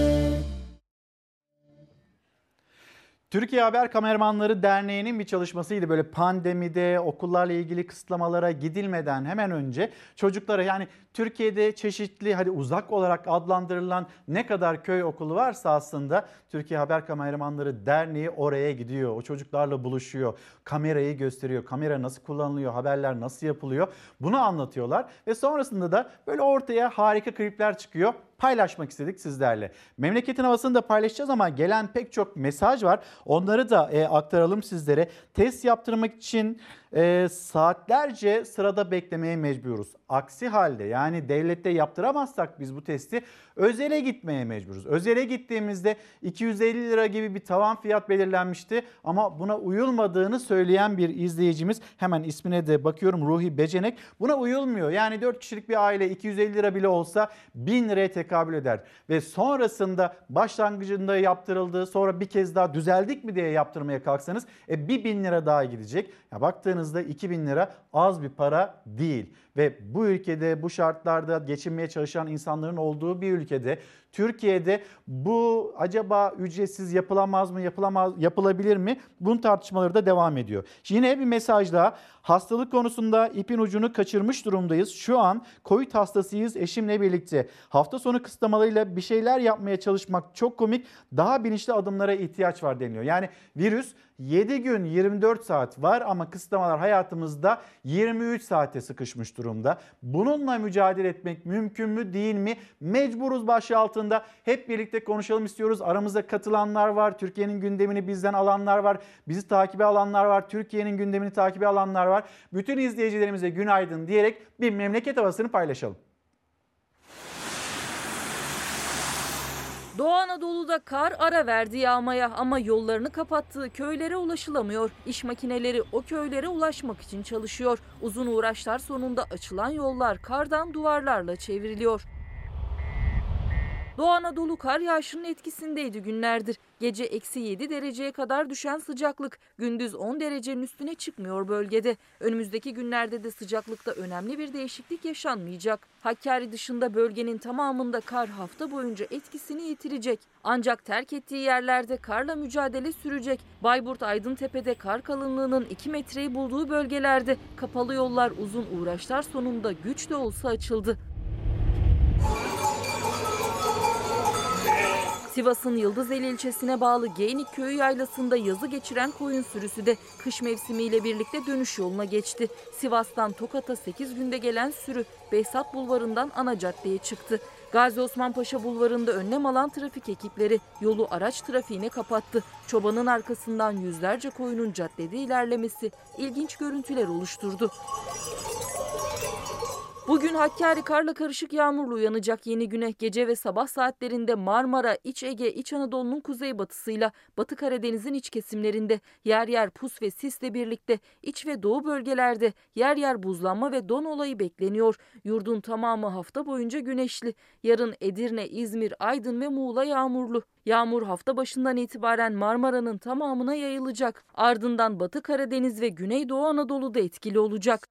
Türkiye Haber Kameramanları Derneği'nin bir çalışmasıydı. Böyle pandemide okullarla ilgili kısıtlamalara gidilmeden hemen önce çocuklara, yani Türkiye'de çeşitli hadi uzak olarak adlandırılan ne kadar köy okulu varsa aslında Türkiye Haber Kameramanları Derneği oraya gidiyor. O çocuklarla buluşuyor. Kamerayı gösteriyor. Kamera nasıl kullanılıyor? Haberler nasıl yapılıyor? Bunu anlatıyorlar ve sonrasında da böyle ortaya harika klipler çıkıyor. Paylaşmak istedik sizlerle. Memleketin havasını da paylaşacağız ama gelen pek çok mesaj var. Onları da aktaralım sizlere. Test yaptırmak için saatlerce sırada beklemeye mecburuz. Aksi halde, yani devlette yaptıramazsak biz bu testi özele gitmeye mecburuz. Özele gittiğimizde 250 lira gibi bir tavan fiyat belirlenmişti ama buna uyulmadığını söyleyen bir izleyicimiz, hemen ismine de bakıyorum, Ruhi Becenek, buna uyulmuyor. Yani 4 kişilik bir aile 250 lira bile olsa 1000 liraya tekabül eder ve sonrasında başlangıcında yaptırıldı, sonra bir kez daha düzeldik mi diye yaptırmaya kalksanız bir 1000 lira daha gidecek. Ya baktığınızda 2000 lira az bir para değil ve bu ülkede bu şartlarda geçinmeye çalışan insanların olduğu bir ülkede, Türkiye'de bu acaba ücretsiz yapılamaz mı, yapılabilir mi? Bunun tartışmaları da devam ediyor. Yine bir mesaj daha. Hastalık konusunda ipin ucunu kaçırmış durumdayız. Şu an Covid hastasıyız eşimle birlikte. Hafta sonu kısıtlamalarıyla bir şeyler yapmaya çalışmak çok komik. Daha bilinçli adımlara ihtiyaç var deniliyor. Yani virüs 7 gün 24 saat var ama kısıtlamalar hayatımızda 23 saate sıkışmış durumda. Bununla mücadele etmek mümkün mü değil mi? Mecburuz başlığı altında hep birlikte konuşalım istiyoruz. Aramızda katılanlar var. Türkiye'nin gündemini bizden alanlar var. Bizi takibe alanlar var. Türkiye'nin gündemini takibe alanlar var. Bütün izleyicilerimize günaydın diyerek bir memleket havasını paylaşalım. Doğu Anadolu'da kar ara verdi yağmaya ama yollarını kapattığı köylere ulaşılamıyor. İş makineleri o köylere ulaşmak için çalışıyor. Uzun uğraşlar sonunda açılan yollar kardan duvarlarla çevriliyor. Doğu Anadolu kar yağışının etkisindeydi günlerdir. Gece -7 dereceye kadar düşen sıcaklık, gündüz 10 derecenin üstüne çıkmıyor bölgede. Önümüzdeki günlerde de sıcaklıkta önemli bir değişiklik yaşanmayacak. Hakkari dışında bölgenin tamamında kar hafta boyunca etkisini yitirecek. Ancak terk ettiği yerlerde karla mücadele sürecek. Bayburt Aydıntepe'de kar kalınlığının 2 metreyi bulduğu bölgelerde kapalı yollar uzun uğraşlar sonunda güç de olsa açıldı. Sivas'ın Yıldızeli ilçesine bağlı Geynik Köyü yaylasında yazı geçiren koyun sürüsü de kış mevsimiyle birlikte dönüş yoluna geçti. Sivas'tan Tokat'a 8 günde gelen sürü Behzat Bulvarı'ndan ana caddeye çıktı. Gazi Osman Paşa Bulvarı'nda önlem alan trafik ekipleri yolu araç trafiğine kapattı. Çobanın arkasından yüzlerce koyunun caddede ilerlemesi ilginç görüntüler oluşturdu. Bugün Hakkari karla karışık yağmurlu uyanacak yeni güne. Gece ve sabah saatlerinde Marmara, İç Ege, İç Anadolu'nun kuzeybatısıyla Batı Karadeniz'in iç kesimlerinde yer yer pus ve sisle birlikte iç ve doğu bölgelerde yer yer buzlanma ve don olayı bekleniyor. Yurdun tamamı hafta boyunca güneşli. Yarın Edirne, İzmir, Aydın ve Muğla yağmurlu. Yağmur hafta başından itibaren Marmara'nın tamamına yayılacak. Ardından Batı Karadeniz ve Güneydoğu Anadolu'da etkili olacak.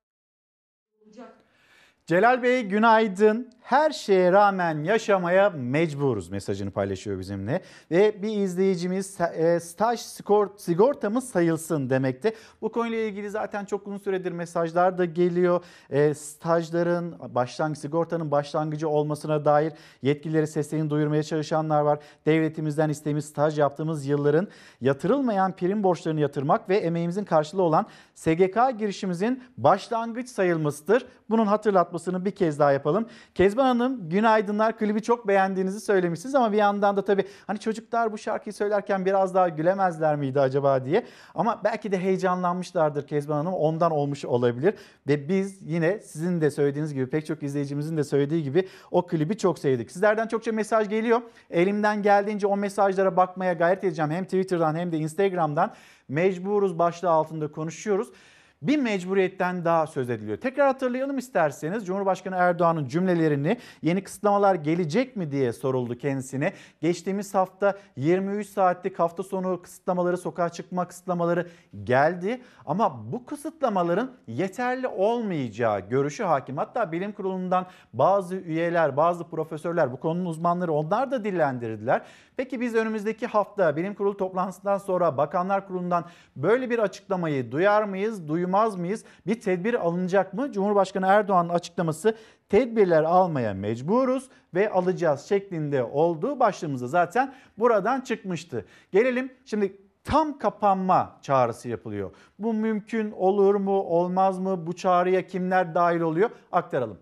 Celal Bey günaydın. Her şeye rağmen yaşamaya mecburuz mesajını paylaşıyor bizimle. Ve bir izleyicimiz staj sigortamız sayılsın demekte. Bu konuyla ilgili zaten çok uzun süredir mesajlar da geliyor. Stajların sigortanın başlangıcı olmasına dair yetkilileri seslerini duyurmaya çalışanlar var. Devletimizden isteğimiz staj yaptığımız yılların yatırılmayan prim borçlarını yatırmak ve emeğimizin karşılığı olan SGK girişimizin başlangıç sayılmasıdır. Bunun hatırlatmasını bir kez daha yapalım. Kezban Hanım günaydınlar, klibi çok beğendiğinizi söylemişsiniz ama bir yandan da tabii hani çocuklar bu şarkıyı söylerken biraz daha gülemezler miydi acaba diye. Ama belki de heyecanlanmışlardır Kezban Hanım, ondan olmuş olabilir. Ve biz yine sizin de söylediğiniz gibi, pek çok izleyicimizin de söylediği gibi o klibi çok sevdik. Sizlerden çokça mesaj geliyor. Elimden geldiğince o mesajlara bakmaya gayret edeceğim. Hem Twitter'dan hem de Instagram'dan. Mecburuz başlığı altında konuşuyoruz. Bir mecburiyetten daha söz ediliyor. Tekrar hatırlayalım isterseniz. Cumhurbaşkanı Erdoğan'ın cümlelerini, yeni kısıtlamalar gelecek mi diye soruldu kendisine. Geçtiğimiz hafta 23 saatlik hafta sonu kısıtlamaları, sokağa çıkma kısıtlamaları geldi. Ama bu kısıtlamaların yeterli olmayacağı görüşü hakim. Hatta bilim kurulundan bazı üyeler, bazı profesörler, bu konunun uzmanları, onlar da dillendirdiler. Peki biz önümüzdeki hafta bilim kurulu toplantısından sonra Bakanlar Kurulu'ndan böyle bir açıklamayı duyar mıyız, duymaz mıyız? Bir tedbir alınacak mı? Cumhurbaşkanı Erdoğan'ın açıklaması tedbirler almaya mecburuz ve alacağız şeklinde olduğu başlığımızda zaten buradan çıkmıştı. Gelelim şimdi, tam kapanma çağrısı yapılıyor. Bu mümkün olur mu, olmaz mı? Bu çağrıya kimler dahil oluyor? Aktaralım.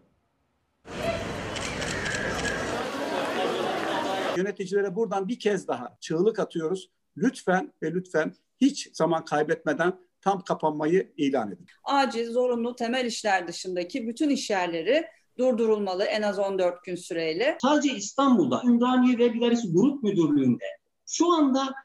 Yöneticilere buradan bir kez daha çığlık atıyoruz. Lütfen ve lütfen hiç zaman kaybetmeden tam kapanmayı ilan edin. Acil, zorunlu, temel işler dışındaki bütün iş yerleri durdurulmalı en az 14 gün süreyle. Sadece İstanbul'da Ümraniye Vergi Dairesi Grup Müdürlüğü'nde şu anda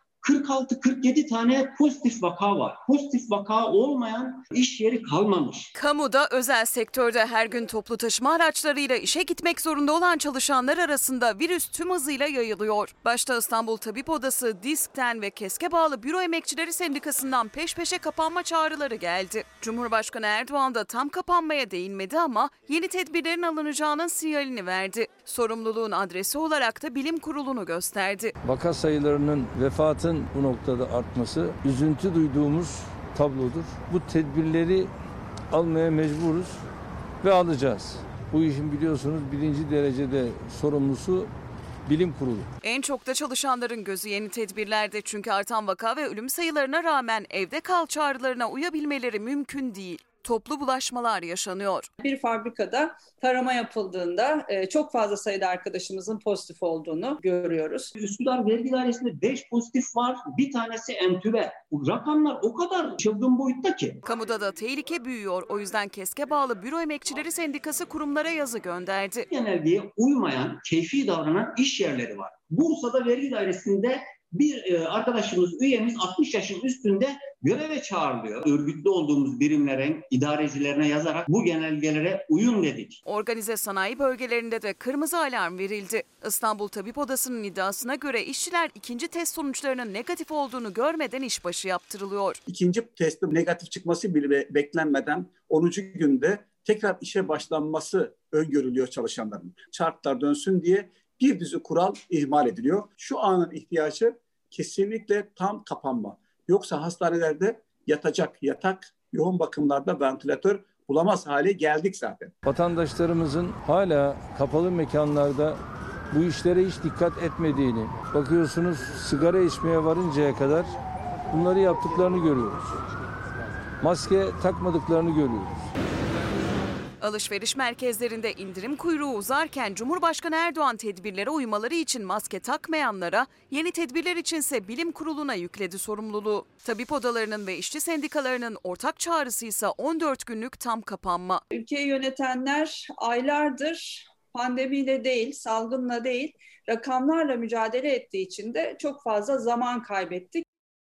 46-47 tane pozitif vaka var. Pozitif vaka olmayan iş yeri kalmamış. Kamuda, özel sektörde her gün toplu taşıma araçlarıyla işe gitmek zorunda olan çalışanlar arasında virüs tüm hızıyla yayılıyor. Başta İstanbul Tabip Odası, DİSK'ten ve KESK'e bağlı Büro Emekçileri Sendikası'ndan peş peşe kapanma çağrıları geldi. Cumhurbaşkanı Erdoğan da tam kapanmaya değinmedi ama yeni tedbirlerin alınacağının sinyalini verdi. Sorumluluğun adresi olarak da Bilim Kurulu'nu gösterdi. Vaka sayılarının, vefatın bu noktada artması üzüntü duyduğumuz tablodur. Bu tedbirleri almaya mecburuz ve alacağız. Bu işin biliyorsunuz birinci derecede sorumlusu Bilim Kurulu. En çok da çalışanların gözü yeni tedbirlerde, çünkü artan vaka ve ölüm sayılarına rağmen evde kal çağrılarına uyabilmeleri mümkün değil. Toplu bulaşmalar yaşanıyor. Bir fabrikada tarama yapıldığında çok fazla sayıda arkadaşımızın pozitif olduğunu görüyoruz. Üsküdar Vergi Dairesi'nde 5 pozitif var, bir tanesi entübe. Bu rakamlar o kadar çılgın boyutta ki. Kamuda da tehlike büyüyor. O yüzden KESK'e bağlı Büro Emekçileri Sendikası kurumlara yazı gönderdi. Genelgeye uymayan, keyfi davranan iş yerleri var. Bursa'da Vergi Dairesi'nde bir arkadaşımız, üyemiz 60 yaşın üstünde göreve çağrılıyor. Örgütlü olduğumuz birimlerin idarecilerine yazarak bu genelgelere uyun dedik. Organize sanayi bölgelerinde de kırmızı alarm verildi. İstanbul Tabip Odası'nın iddiasına göre işçiler ikinci test sonuçlarının negatif olduğunu görmeden işbaşı yaptırılıyor. İkinci testin negatif çıkması bile beklenmeden 10. günde tekrar işe başlanması öngörülüyor çalışanların. Çarklar dönsün diye bir dizi kural ihmal ediliyor. Şu anın ihtiyacı kesinlikle tam kapanma. Yoksa hastanelerde yatacak yatak, yoğun bakımlarda ventilatör bulamaz hale geldik zaten. Vatandaşlarımızın hala kapalı mekanlarda bu işlere hiç dikkat etmediğini, bakıyorsunuz sigara içmeye varıncaya kadar bunları yaptıklarını görüyoruz. Maske takmadıklarını görüyoruz. Alışveriş merkezlerinde indirim kuyruğu uzarken Cumhurbaşkanı Erdoğan tedbirlere uymaları için maske takmayanlara, yeni tedbirler içinse Bilim Kurulu'na yükledi sorumluluğu. Tabip odalarının ve işçi sendikalarının ortak çağrısı ise 14 günlük tam kapanma. Ülkeyi yönetenler aylardır pandemiyle değil, salgınla değil, rakamlarla mücadele ettiği için de çok fazla zaman kaybettik.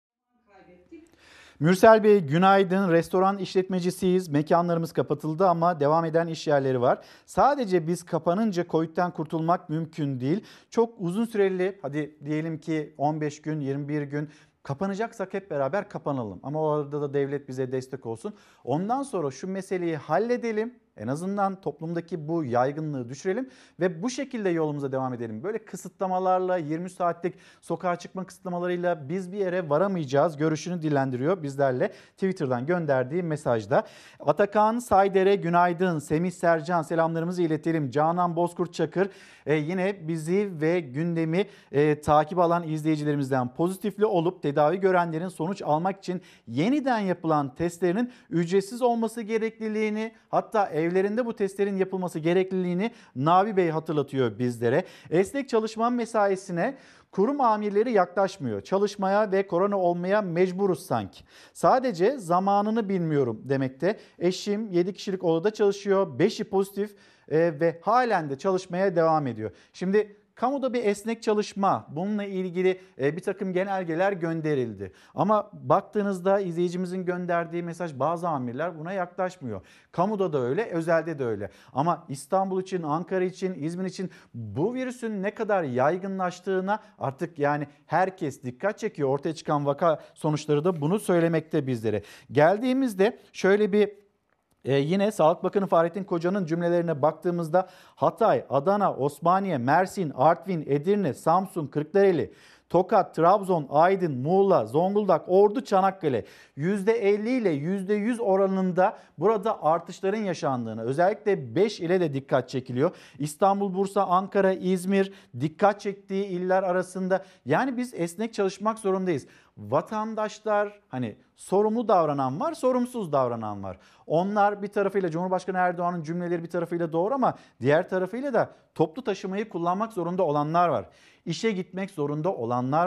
Mürsel Bey günaydın. Restoran işletmecisiyiz. Mekanlarımız kapatıldı ama devam eden iş yerleri var. Sadece biz kapanınca COVID'den kurtulmak mümkün değil. Çok uzun süreli, hadi diyelim ki 15 gün, 21 gün kapanacaksak hep beraber kapanalım. Ama orada da devlet bize destek olsun. Ondan sonra şu meseleyi halledelim. En azından toplumdaki bu yaygınlığı düşürelim ve bu şekilde yolumuza devam edelim. Böyle kısıtlamalarla, 20 saatlik sokağa çıkma kısıtlamalarıyla biz bir yere varamayacağız görüşünü dillendiriyor bizlerle Twitter'dan gönderdiği mesajda. Atakan Saydere günaydın. Semih Sercan selamlarımızı iletelim. Canan Bozkurt Çakır yine bizi ve gündemi takip alan izleyicilerimizden pozitifli olup tedavi görenlerin sonuç almak için yeniden yapılan testlerinin ücretsiz olması gerekliliğini, hatta evlerinde bu testlerin yapılması gerekliliğini Nabi Bey hatırlatıyor bizlere. Esnek çalışma mesaisine kurum amirleri yaklaşmıyor. Çalışmaya ve korona olmaya mecburuz sanki. Sadece zamanını bilmiyorum demekte. Eşim 7 kişilik odada çalışıyor. 5'i pozitif ve halen de çalışmaya devam ediyor. Şimdi kamuda bir esnek çalışma, bununla ilgili bir takım genelgeler gönderildi. Ama baktığınızda izleyicimizin gönderdiği mesaj, bazı amirler buna yaklaşmıyor. Kamuda da öyle, özelde de öyle. Ama İstanbul için, Ankara için, İzmir için bu virüsün ne kadar yaygınlaştığına artık yani herkes dikkat çekiyor. Ortaya çıkan vaka sonuçları da bunu söylemekte bizlere. Geldiğimizde şöyle bir yine Sağlık Bakanı Fahrettin Koca'nın cümlelerine baktığımızda Hatay, Adana, Osmaniye, Mersin, Artvin, Edirne, Samsun, Kırklareli, Tokat, Trabzon, Aydın, Muğla, Zonguldak, Ordu, Çanakkale %50 ile %100 oranında burada artışların yaşandığını, özellikle 5 ile de dikkat çekiliyor. İstanbul, Bursa, Ankara, İzmir dikkat çektiği iller arasında. Yani biz esnek çalışmak zorundayız. Vatandaşlar hani sorumlu davranan var, sorumsuz davranan var. Onlar bir tarafıyla Cumhurbaşkanı Erdoğan'ın cümleleri bir tarafıyla doğru ama diğer tarafıyla da toplu taşımayı kullanmak zorunda olanlar var. İşe gitmek zorunda olanlar var.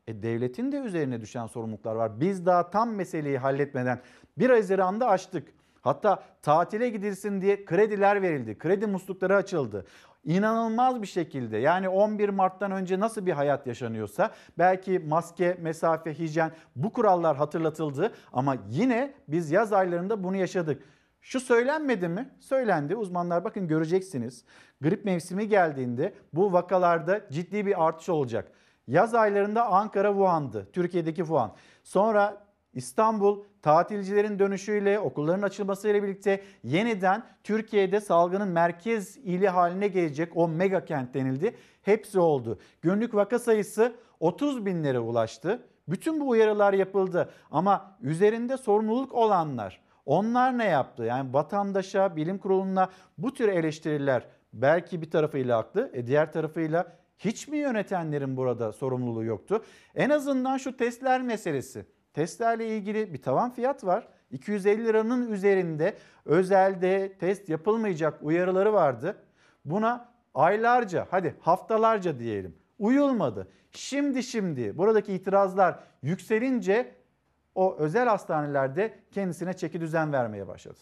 Devletin de üzerine düşen sorumluluklar var. Biz daha tam meseleyi halletmeden 1 Haziran'da açtık. Hatta tatile gidilsin diye krediler verildi. Kredi muslukları açıldı. İnanılmaz bir şekilde, yani 11 Mart'tan önce nasıl bir hayat yaşanıyorsa belki maske, mesafe, hijyen, bu kurallar hatırlatıldı ama yine biz yaz aylarında bunu yaşadık. Şu söylenmedi mi? Söylendi. Uzmanlar bakın göreceksiniz. Grip mevsimi geldiğinde bu vakalarda ciddi bir artış olacak. Yaz aylarında Ankara Wuhan'dı. Türkiye'deki Wuhan. Sonra İstanbul tatilcilerin dönüşüyle, okulların açılmasıyla birlikte yeniden Türkiye'de salgının merkez ili haline gelecek o mega kent denildi. Hepsi oldu. Günlük vaka sayısı 30 binlere ulaştı. Bütün bu uyarılar yapıldı ama üzerinde sorumluluk olanlar, onlar ne yaptı? Yani vatandaşa, bilim kuruluna bu tür eleştiriler belki bir tarafıyla haklı, diğer tarafıyla hiç mi yönetenlerin burada sorumluluğu yoktu? En azından şu testler meselesi. Testlerle ilgili bir tavan fiyat var. 250 liranın üzerinde özelde test yapılmayacak uyarıları vardı. Buna aylarca, hadi haftalarca diyelim, uyulmadı. Şimdi buradaki itirazlar yükselince o özel hastanelerde kendisine çekidüzen vermeye başladı.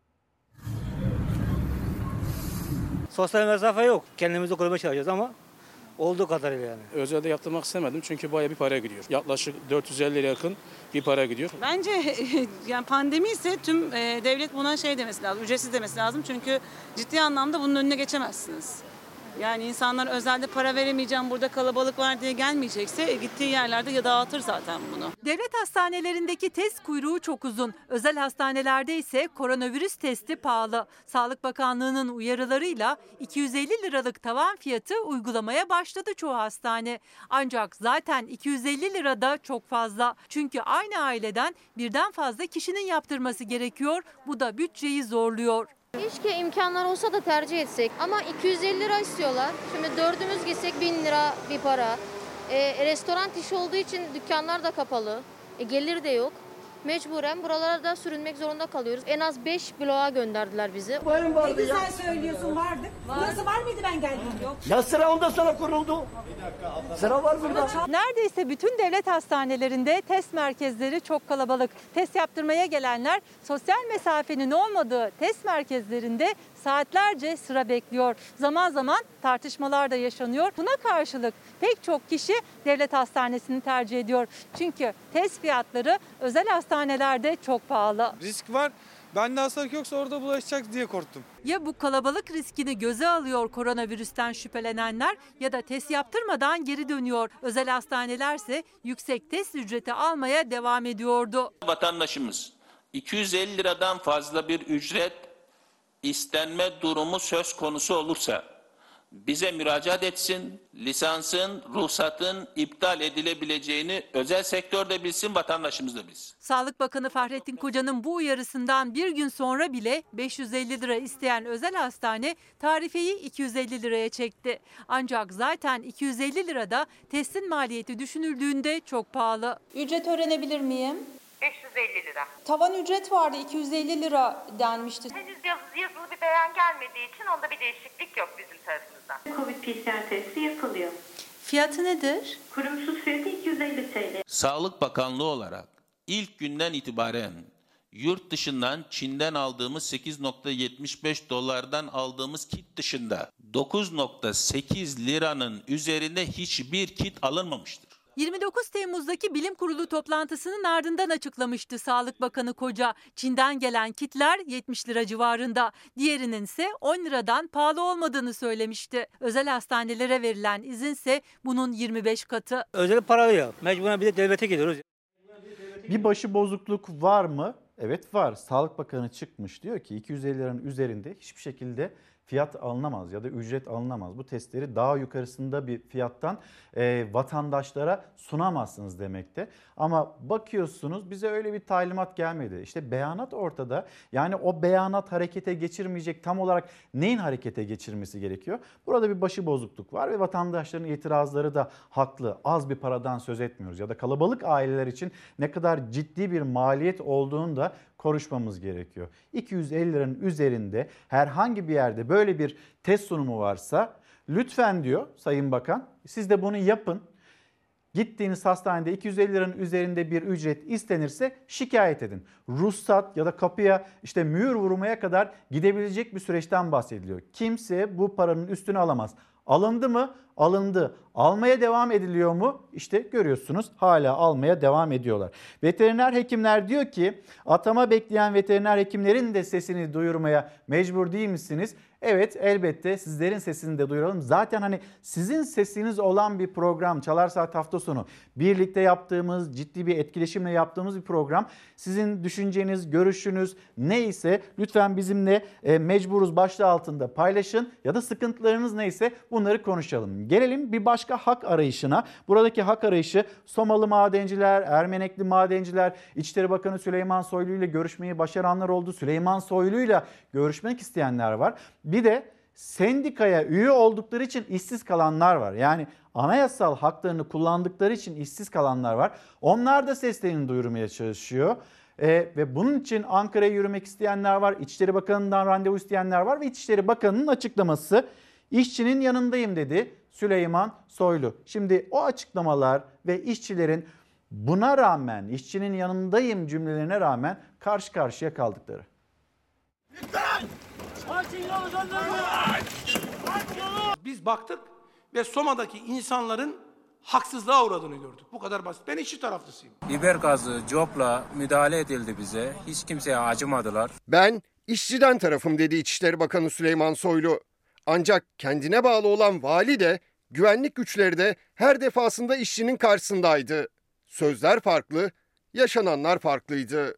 Sosyal mesafe yok. Kendimizi korumaya çalışacağız ama olduğu kadarıyla yani. Özelde yaptırmak istemedim çünkü bayağı bir para gidiyor. Yaklaşık 450 liraya yakın bir para gidiyor. Bence yani pandemi ise tüm devlet buna şey demesi lazım, ücretsiz demesi lazım. Çünkü ciddi anlamda bunun önüne geçemezsiniz. Yani insanlar özelde para veremeyeceğim, burada kalabalık var diye gelmeyecekse gittiği yerlerde ya dağıtır zaten bunu. Devlet hastanelerindeki test kuyruğu çok uzun. Özel hastanelerde ise koronavirüs testi pahalı. Sağlık Bakanlığı'nın uyarılarıyla 250 liralık tavan fiyatı uygulamaya başladı çoğu hastane. Ancak zaten 250 lira da çok fazla. Çünkü aynı aileden birden fazla kişinin yaptırması gerekiyor. Bu da bütçeyi zorluyor. Keşke imkanlar olsa da tercih etsek ama 250 lira istiyorlar. Şimdi dördümüz gitsek 1000 lira bir para. Restoran işi olduğu için dükkanlar da kapalı. Gelir de yok. Mecburen buralara da sürünmek zorunda kalıyoruz. En az 5 bloğa gönderdiler bizi. Varım vardı ya. Ne güzel söylüyorsun vardık. Burası var mıydı ben geldiğimde? Yok. Ya sıra ondan sonra kuruldu. Sıra var burada. Neredeyse bütün devlet hastanelerinde test merkezleri çok kalabalık. Test yaptırmaya gelenler sosyal mesafenin olmadığı test merkezlerinde saatlerce sıra bekliyor. Zaman zaman tartışmalar da yaşanıyor. Buna karşılık pek çok kişi devlet hastanesini tercih ediyor. Çünkü test fiyatları özel hastanelerde çok pahalı. Risk var. Bende hastalık yoksa orada bulaşacak diye korktum. Ya bu kalabalık riskini göze alıyor koronavirüsten şüphelenenler ya da test yaptırmadan geri dönüyor. Özel hastanelerse yüksek test ücreti almaya devam ediyordu. Vatandaşımız 250 liradan fazla bir ücret istenme durumu söz konusu olursa bize müracaat etsin, lisansın, ruhsatın iptal edilebileceğini özel sektör de bilsin, vatandaşımız da bilsin. Sağlık Bakanı Fahrettin Koca'nın bu uyarısından bir gün sonra bile 550 lira isteyen özel hastane tarifeyi 250 liraya çekti. Ancak zaten 250 lirada testin maliyeti düşünüldüğünde çok pahalı. Ücret öğrenebilir miyim? 550 lira. Tavan ücret vardı, 250 lira denmişti. Henüz yazılı bir beyan gelmediği için onda bir değişiklik yok bizim tarafımızdan. Covid PCR testi yapılıyor. Fiyatı nedir? Kurumsuz fiyatı 250 TL. Sağlık Bakanlığı olarak ilk günden itibaren yurt dışından Çin'den aldığımız 8.75 dolardan aldığımız kit dışında 9.8 liranın üzerinde hiçbir kit alınmamıştır. 29 Temmuz'daki bilim kurulu toplantısının ardından açıklamıştı Sağlık Bakanı Koca. Çin'den gelen kitler 70 lira civarında. Diğerinin ise 10 liradan pahalı olmadığını söylemişti. Özel hastanelere verilen izinse bunun 25 katı. Özel paralı ya. Mecburen bir de devlete gidiyoruz. Bir başı bozukluk var mı? Evet var. Sağlık Bakanı çıkmış diyor ki 250 liranın üzerinde hiçbir şekilde fiyat alınamaz ya da ücret alınamaz. Bu testleri daha yukarısında bir fiyattan vatandaşlara sunamazsınız demekte. Ama bakıyorsunuz bize öyle bir talimat gelmedi. İşte beyanat ortada. Yani o beyanat harekete geçirmeyecek, tam olarak neyin harekete geçirmesi gerekiyor? Burada bir başı bozukluk var ve vatandaşların itirazları da haklı. Az bir paradan söz etmiyoruz ya da kalabalık aileler için ne kadar ciddi bir maliyet olduğunu da konuşmamız gerekiyor. 250 liranın üzerinde herhangi bir yerde böyle bir test sunumu varsa lütfen diyor Sayın Bakan, siz de bunu yapın. Gittiğiniz hastanede 250 liranın üzerinde bir ücret istenirse şikayet edin. Ruhsat ya da kapıya işte mühür vurmaya kadar gidebilecek bir süreçten bahsediliyor. Kimse bu paranın üstünü alamaz. Alındı mı? Alındı. Almaya devam ediliyor mu? İşte görüyorsunuz hala almaya devam ediyorlar. Veteriner hekimler diyor ki atama bekleyen veteriner hekimlerin de sesini duyurmaya mecbur değil misiniz? Evet, elbette sizlerin sesini de duyuralım. Zaten hani sizin sesiniz olan bir program Çalar Saat hafta sonu. Birlikte yaptığımız, ciddi bir etkileşimle yaptığımız bir program. Sizin düşünceniz, görüşünüz neyse lütfen bizimle mecburuz başlığı altında paylaşın ya da sıkıntılarınız neyse bunları konuşalım. Gelelim bir başka hak arayışına. Buradaki hak arayışı Somalı madenciler, Ermenekli madenciler, İçişleri Bakanı Süleyman Soylu ile görüşmeyi başaranlar oldu. Süleyman Soylu ile görüşmek isteyenler var. Bir de sendikaya üye oldukları için işsiz kalanlar var. Yani anayasal haklarını kullandıkları için işsiz kalanlar var. Onlar da seslerini duyurmaya çalışıyor. Ve bunun için Ankara'ya yürümek isteyenler var. İçişleri Bakanı'ndan randevu isteyenler var ve İçişleri Bakanı'nın açıklaması işçinin yanındayım dedi Süleyman Soylu. Şimdi o açıklamalar ve işçilerin buna rağmen işçinin yanındayım cümlelerine rağmen karşı karşıya kaldıkları. Biz baktık ve Soma'daki insanların haksızlığa uğradığını gördük. Bu kadar basit. Ben işçi taraflısıyım. Biber gazı, copla müdahale edildi bize. Hiç kimseye acımadılar. Ben işçiden tarafım dedi İçişleri Bakanı Süleyman Soylu. Ancak kendine bağlı olan vali de güvenlik güçleri de her defasında işçinin karşısındaydı. Sözler farklı, yaşananlar farklıydı.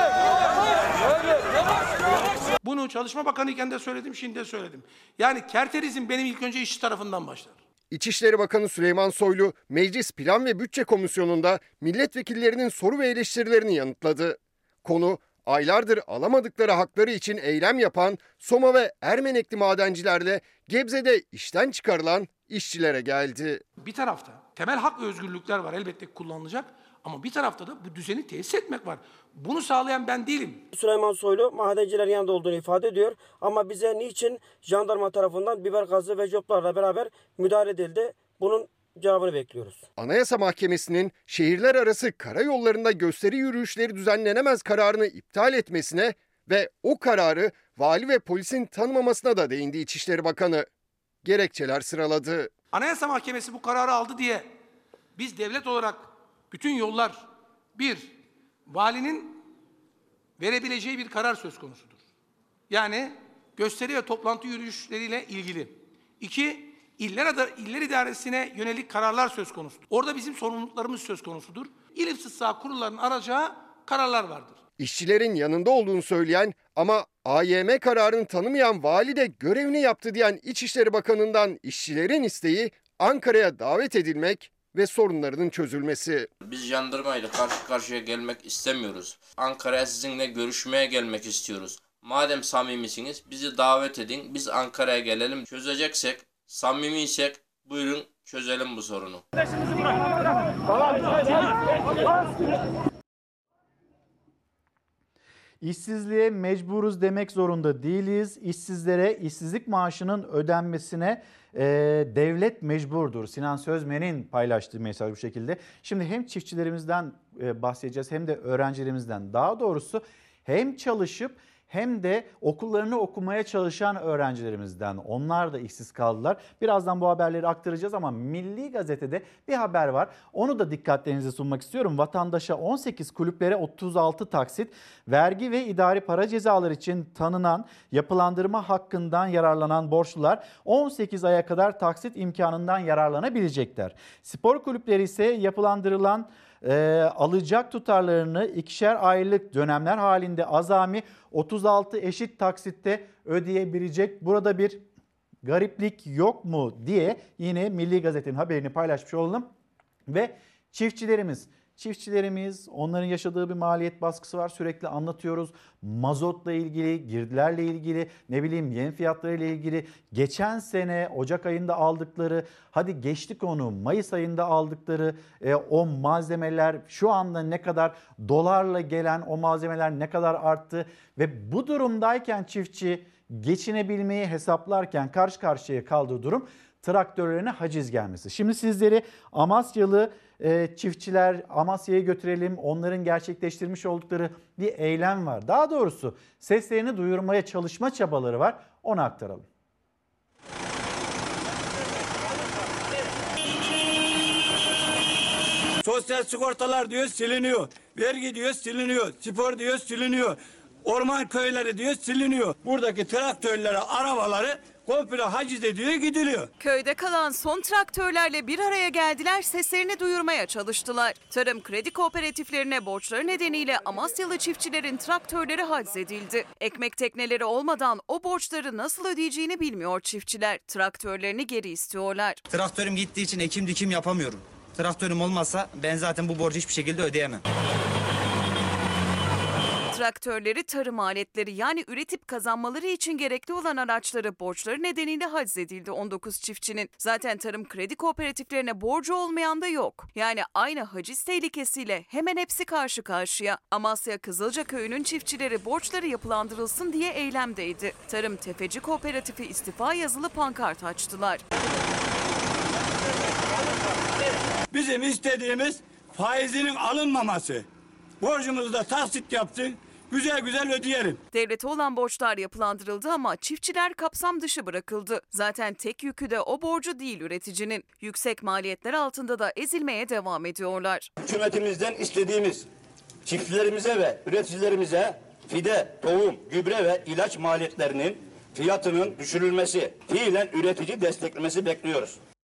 Bunu Çalışma Bakanı iken de söyledim, şimdi de söyledim. Yani kerterizm benim ilk önce işçi tarafından başlar. İçişleri Bakanı Süleyman Soylu, Meclis Plan ve Bütçe Komisyonu'nda milletvekillerinin soru ve eleştirilerini yanıtladı. Konu, aylardır alamadıkları hakları için eylem yapan Soma ve Ermenekli madencilerle Gebze'de işten çıkarılan işçilere geldi. Bir tarafta temel hak ve özgürlükler var, elbette kullanılacak. Ama bir tarafta da bu düzeni tesis etmek var. Bunu sağlayan ben değilim. Süleyman Soylu madencilerin yanında olduğunu ifade ediyor. Ama bize niçin jandarma tarafından biber gazı ve coplarla beraber müdahale edildi? Bunun cevabını bekliyoruz. Anayasa Mahkemesi'nin şehirler arası karayollarında gösteri yürüyüşleri düzenlenemez kararını iptal etmesine ve o kararı vali ve polisin tanımamasına da değindi İçişleri Bakanı. Gerekçeler sıraladı. Anayasa Mahkemesi bu kararı aldı diye biz devlet olarak bütün yollar valinin verebileceği bir karar söz konusudur. Yani gösteri ve toplantı yürüyüşleriyle ilgili. 2, iller idaresine yönelik kararlar söz konusudur. Orada bizim sorumluluklarımız söz konusudur. İl İstisna Kurullarının alacağı kararlar vardır. İşçilerin yanında olduğunu söyleyen ama AYM kararını tanımayan vali de görevini yaptı diyen İçişleri Bakanı'ndan işçilerin isteği Ankara'ya davet edilmek ve sorunlarının çözülmesi. Biz jandarmayla karşı karşıya gelmek istemiyoruz. Ankara'ya sizinle görüşmeye gelmek istiyoruz. Madem samimisiniz bizi davet edin, biz Ankara'ya gelelim. Çözeceksek, samimiysek buyurun çözelim bu sorunu. İşsizliğe mecburuz demek zorunda değiliz. İşsizlere işsizlik maaşının ödenmesine devlet mecburdur. Sinan Sözmen'in paylaştığı mesaj bu şekilde. Şimdi hem çiftçilerimizden bahsedeceğiz hem de öğrencilerimizden. Daha doğrusu hem çalışıp hem de okullarını okumaya çalışan öğrencilerimizden. Onlar da işsiz kaldılar. Birazdan bu haberleri aktaracağız ama Milli Gazete'de bir haber var. Onu da dikkatlerinize sunmak istiyorum. Vatandaşa 18, kulüplere 36 taksit, vergi ve idari para cezaları için tanınan yapılandırma hakkından yararlanan borçlular 18 aya kadar taksit imkanından yararlanabilecekler. Spor kulüpleri ise yapılandırılan alacak tutarlarını 2'şer aylık dönemler halinde azami 36 eşit taksitte ödeyebilecek. Burada bir gariplik yok mu diye yine Milli Gazete'nin haberini paylaşmış olalım. Ve çiftçilerimiz onların yaşadığı bir maliyet baskısı var. Sürekli anlatıyoruz. Mazotla ilgili, girdilerle ilgili, yem fiyatlarıyla ilgili. Geçen sene Ocak ayında aldıkları, hadi geçtik onu, Mayıs ayında aldıkları o malzemeler şu anda ne kadar, dolarla gelen o malzemeler ne kadar arttı. Ve bu durumdayken çiftçi geçinebilmeyi hesaplarken karşı karşıya kaldığı durum traktörlerine haciz gelmesi. Şimdi sizleri Amasyalı çiftçiler Amasya'ya götürelim. Onların gerçekleştirmiş oldukları bir eylem var. Daha doğrusu seslerini duyurmaya çalışma çabaları var. Onu aktaralım. Sosyal sigortalar diyor siliniyor. Vergi diyor siliniyor. Spor diyor siliniyor. Orman köyleri diyor siliniyor. Buradaki traktörlere, arabaları komple haciz ediyor, gidiliyor. Köyde kalan son traktörlerle bir araya geldiler, seslerini duyurmaya çalıştılar. Tarım kredi kooperatiflerine borçları nedeniyle Amasyalı çiftçilerin traktörleri haciz edildi. Ekmek tekneleri olmadan o borçları nasıl ödeyeceğini bilmiyor çiftçiler. Traktörlerini geri istiyorlar. Traktörüm gittiği için ekim dikim yapamıyorum. Traktörüm olmazsa ben zaten bu borcu hiçbir şekilde ödeyemem. Traktörleri, tarım aletleri yani üretip kazanmaları için gerekli olan araçları borçları nedeniyle haciz edildi 19 çiftçinin. Zaten tarım kredi kooperatiflerine borcu olmayan da yok. Yani aynı haciz tehlikesiyle hemen hepsi karşı karşıya. Amasya Kızılca Köyü'nün çiftçileri borçları yapılandırılsın diye eylemdeydi. Tarım Tefeci Kooperatifi istifa yazılı pankart açtılar. Bizim istediğimiz faizinin alınmaması. Borcumuzu da taksit yapsın, güzel güzel ödeyelim. Devlete olan borçlar yapılandırıldı ama çiftçiler kapsam dışı bırakıldı. Zaten tek yükü de o borcu değil üreticinin. Yüksek maliyetler altında da ezilmeye devam ediyorlar. Hükümetimizden istediğimiz çiftçilerimize ve üreticilerimize fide, tohum, gübre ve ilaç maliyetlerinin fiyatının düşürülmesi, fiilen üretici desteklemesi bekliyoruz.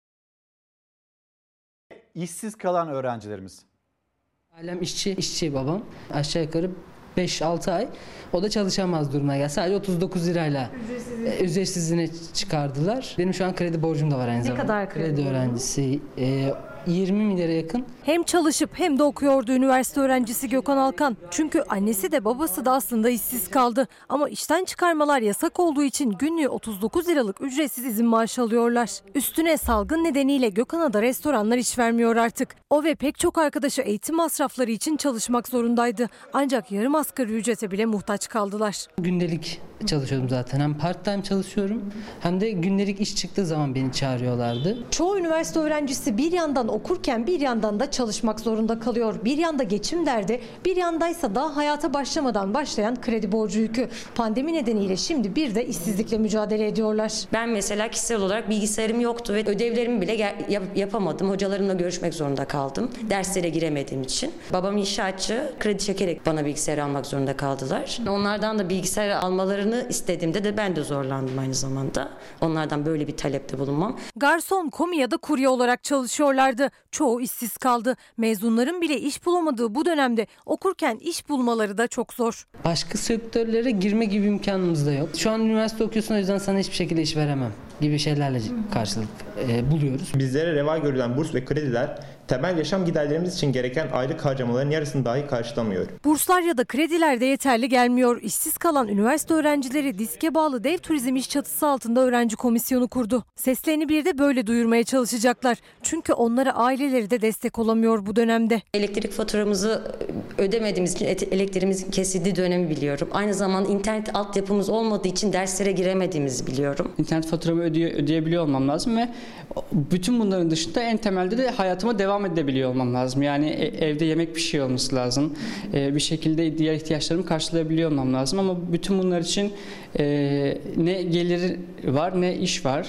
İşsiz kalan öğrencilerimiz. Ailem işçi babam. Aşağı yukarı 5-6 ay o da çalışamaz duruma geldi. Sadece 39 lirayla ücretsizliğine çıkardılar. Benim şu an kredi borcum da var aynı zamanda. Ne kadar kredi öğrencisi? 20 milyara yakın. Hem çalışıp hem de okuyordu üniversite öğrencisi Gökhan Alkan. Çünkü annesi de babası da aslında işsiz kaldı. Ama işten çıkarmalar yasak olduğu için günlüğü 39 liralık ücretsiz izin maaşı alıyorlar. Üstüne salgın nedeniyle Gökhan'a da restoranlar iş vermiyor artık. O ve pek çok arkadaşı eğitim masrafları için çalışmak zorundaydı. Ancak yarım asgari ücrete bile muhtaç kaldılar. Gündelik çalışıyordum zaten. Hem part time çalışıyorum hem de gündelik iş çıktığı zaman beni çağırıyorlardı. Çoğu üniversite öğrencisi bir yandan okurken bir yandan da çalışmak zorunda kalıyor. Bir yanda geçim derdi, bir yandaysa daha hayata başlamadan başlayan kredi borcu yükü. Pandemi nedeniyle şimdi bir de işsizlikle mücadele ediyorlar. Ben mesela kişisel olarak bilgisayarım yoktu ve ödevlerimi bile yapamadım. Hocalarımla görüşmek zorunda kaldım. Derslere giremediğim için. Babam inşaatçı, kredi çekerek bana bilgisayar almak zorunda kaldılar. Onlardan da bilgisayar almalarını istediğimde de ben de zorlandım aynı zamanda. Onlardan böyle bir talepte bulunmam. Garson, komi ya da kurye olarak çalışıyorlardı. Çoğu işsiz kaldı. Mezunların bile iş bulamadığı bu dönemde okurken iş bulmaları da çok zor. Başka sektörlere girme gibi imkanımız da yok. Şu an üniversite okuyorsun, o yüzden sana hiçbir şekilde iş veremem gibi şeylerle karşılık buluyoruz. Bizlere reva görülen burs ve krediler temel yaşam giderlerimiz için gereken aylık harcamaların yarısını dahi karşılamıyor. Burslar ya da krediler de yeterli gelmiyor. İşsiz kalan üniversite öğrencileri DİSK'e bağlı Dev Turizm İş çatısı altında öğrenci komisyonu kurdu. Seslerini bir de böyle duyurmaya çalışacaklar. Çünkü onlara aileleri de destek olamıyor bu dönemde. Elektrik faturamızı ödemediğimiz için elektriğimizin kesildiği dönemi biliyorum. Aynı zamanda internet altyapımız olmadığı için derslere giremediğimizi biliyorum. İnternet faturamı ödeyebiliyor olmam lazım ve bütün bunların dışında en temelde de hayatıma devam edebiliyor olmam lazım. Yani evde yemek pişiyor olması lazım. Bir şekilde diğer ihtiyaçlarımı karşılayabiliyor olmam lazım ama bütün bunlar için ne gelir var ne iş var.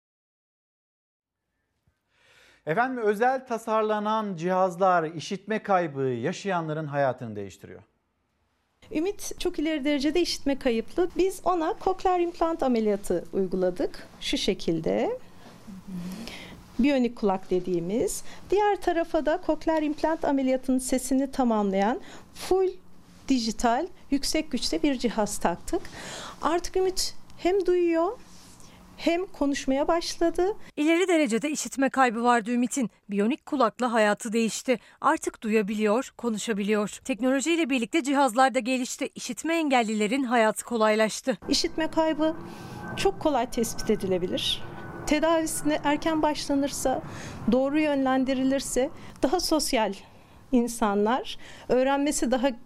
Efendim, özel tasarlanan cihazlar işitme kaybı yaşayanların hayatını değiştiriyor. Ümit çok ileri derecede işitme kayıplı. Biz ona kokleer implant ameliyatı uyguladık. Şu şekilde. Biyonik kulak dediğimiz. Diğer tarafa da kokleer implant ameliyatının sesini tamamlayan full dijital, yüksek güçte bir cihaz taktık. Artık Ümit hem duyuyor hem konuşmaya başladı. İleri derecede işitme kaybı vardı Ümit'in. Biyonik kulakla hayatı değişti. Artık duyabiliyor, konuşabiliyor. Teknolojiyle birlikte cihazlar da gelişti. İşitme engellilerin hayatı kolaylaştı. İşitme kaybı çok kolay tespit edilebilir. Tedavisine erken başlanırsa, doğru yönlendirilirse daha sosyal insanlar, öğrenmesi daha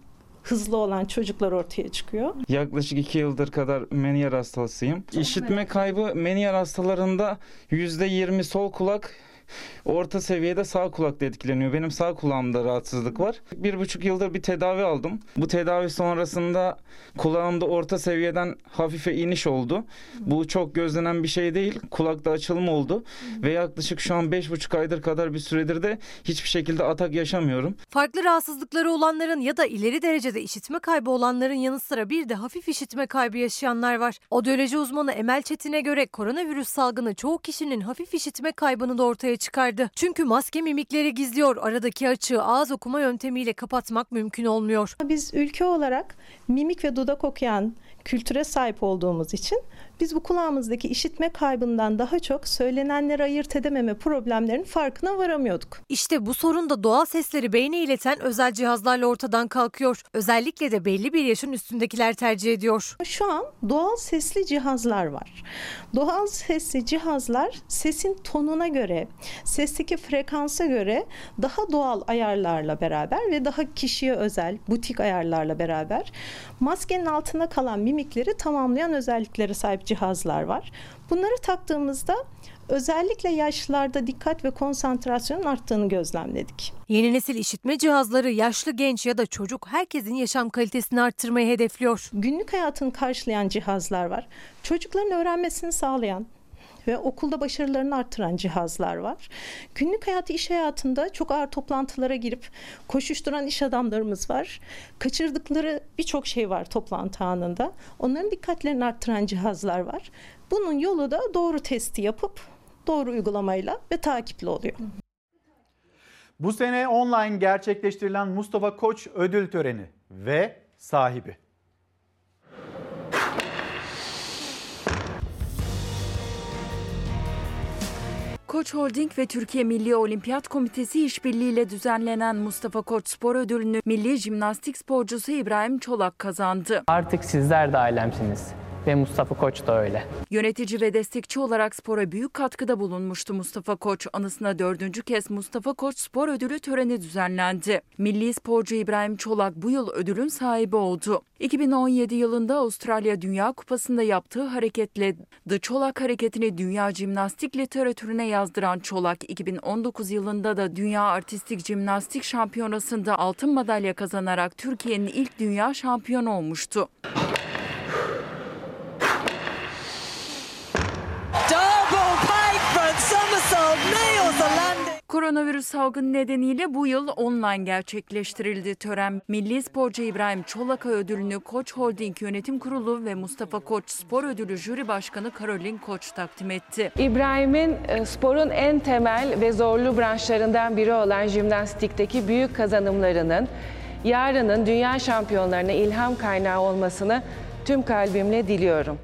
hızlı olan çocuklar ortaya çıkıyor. Yaklaşık 2 yıldır kadar meniyer hastasıyım. İşitme kaybı meniyer hastalarında %20 sol kulak, orta seviyede sağ kulakta etkileniyor. Benim sağ kulağımda rahatsızlık var. 1,5 yıldır bir tedavi aldım. Bu tedavi sonrasında kulağımda orta seviyeden hafife iniş oldu. Bu çok gözlenen bir şey değil. Kulakta açılma oldu. Ve yaklaşık şu an 5,5 aydır kadar bir süredir de hiçbir şekilde atak yaşamıyorum. Farklı rahatsızlıkları olanların ya da ileri derecede işitme kaybı olanların yanı sıra bir de hafif işitme kaybı yaşayanlar var. Odyoloji uzmanı Emel Çetin'e göre koronavirüs salgını çoğu kişinin hafif işitme kaybını da ortaya çıkardı. Çünkü maske mimikleri gizliyor. Aradaki açığı ağız okuma yöntemiyle kapatmak mümkün olmuyor. Biz ülke olarak mimik ve dudak okuyan kültüre sahip olduğumuz için biz bu kulağımızdaki işitme kaybından daha çok söylenenleri ayırt edememe problemlerinin farkına varamıyorduk. İşte bu sorun da doğal sesleri beyne ileten özel cihazlarla ortadan kalkıyor. Özellikle de belli bir yaşın üstündekiler tercih ediyor. Şu an doğal sesli cihazlar var. Doğal sesli cihazlar sesin tonuna göre, sesteki frekansa göre daha doğal ayarlarla beraber ve daha kişiye özel butik ayarlarla beraber maskenin altına kalan mimikleri tamamlayan özelliklere sahip cihazlar var. Bunları taktığımızda özellikle yaşlılarda dikkat ve konsantrasyonun arttığını gözlemledik. Yeni nesil işitme cihazları yaşlı, genç ya da çocuk herkesin yaşam kalitesini arttırmayı hedefliyor. Günlük hayatını karşılayan cihazlar var. Çocukların öğrenmesini sağlayan ve okulda başarılarını artıran cihazlar var. Günlük hayatı, iş hayatında çok ağır toplantılara girip koşuşturan iş adamlarımız var. Kaçırdıkları birçok şey var toplantı anında. Onların dikkatlerini arttıran cihazlar var. Bunun yolu da doğru testi yapıp doğru uygulamayla ve takiple oluyor. Bu sene online gerçekleştirilen Mustafa Koç ödül töreni ve sahibi. Koç Holding ve Türkiye Milli Olimpiyat Komitesi işbirliğiyle düzenlenen Mustafa Koç Spor Ödülünü milli jimnastik sporcusu İbrahim Çolak kazandı. Artık sizler de ailemsiniz ve Mustafa Koç da öyle. Yönetici ve destekçi olarak spora büyük katkıda bulunmuştu Mustafa Koç. Anısına 4. kez Mustafa Koç Spor Ödülü töreni düzenlendi. Milli sporcu İbrahim Çolak bu yıl ödülün sahibi oldu. 2017 yılında Avustralya Dünya Kupası'nda yaptığı hareketle The Çolak hareketini dünya jimnastik literatürüne yazdıran Çolak, 2019 yılında da Dünya Artistik Jimnastik Şampiyonası'nda altın madalya kazanarak Türkiye'nin ilk dünya şampiyonu olmuştu. Koronavirüs salgını nedeniyle bu yıl online gerçekleştirildi. Tören, milli sporcu İbrahim Çolak'a ödülünü Koç Holding Yönetim Kurulu ve Mustafa Koç Spor Ödülü Jüri Başkanı Karolin Koç takdim etti. İbrahim'in sporun en temel ve zorlu branşlarından biri olan jimnastikteki büyük kazanımlarının yarının dünya şampiyonlarına ilham kaynağı olmasını tüm kalbimle diliyorum.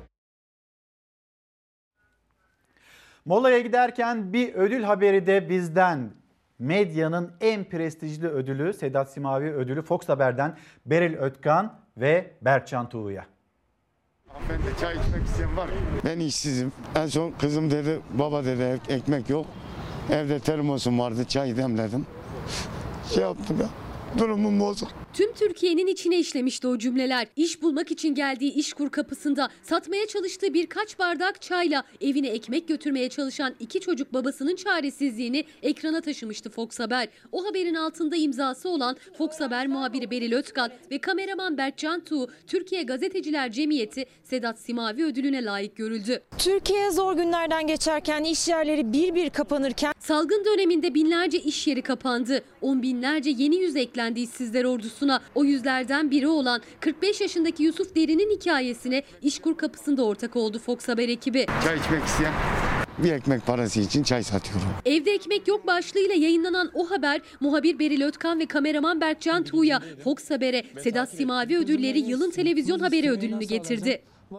Molaya giderken bir ödül haberi de bizden. Medyanın en prestijli ödülü, Sedat Simavi ödülü Fox Haber'den Beril Ötkan ve Berkcan Tuğ'ya. Ben de çay içmek isteyen var mı? Ben işsizim. En son kızım dedi, baba dedi ekmek yok. Evde termosum vardı, çay demledim. Yaptım ya. Durumum bozuk. Tüm Türkiye'nin içine işlemişti o cümleler. İş bulmak için geldiği İşkur kapısında satmaya çalıştığı birkaç bardak çayla evine ekmek götürmeye çalışan iki çocuk babasının çaresizliğini ekrana taşımıştı Fox Haber. O haberin altında imzası olan Fox Haber muhabiri Beril Ötkan ve kameraman Berkcan Tuğ, Türkiye Gazeteciler Cemiyeti Sedat Simavi ödülüne layık görüldü. Türkiye zor günlerden geçerken, iş yerleri bir bir kapanırken, salgın döneminde binlerce iş yeri kapandı. On binlerce yeni yüz eklendi işsizler ordusuna. O yüzlerden biri olan 45 yaşındaki Yusuf Derin'in hikayesine İşkur kapısında ortak oldu Fox Haber ekibi. Çay içmek isteyen bir ekmek parası için çay satıyorum. Evde ekmek yok başlığıyla yayınlanan o haber muhabir Beril Ötkan ve kameraman Berkcan Tuğ'ya Fox Haber'e Sedat Simavi ödülleri yılın televizyon haberi ödülünü getirdi.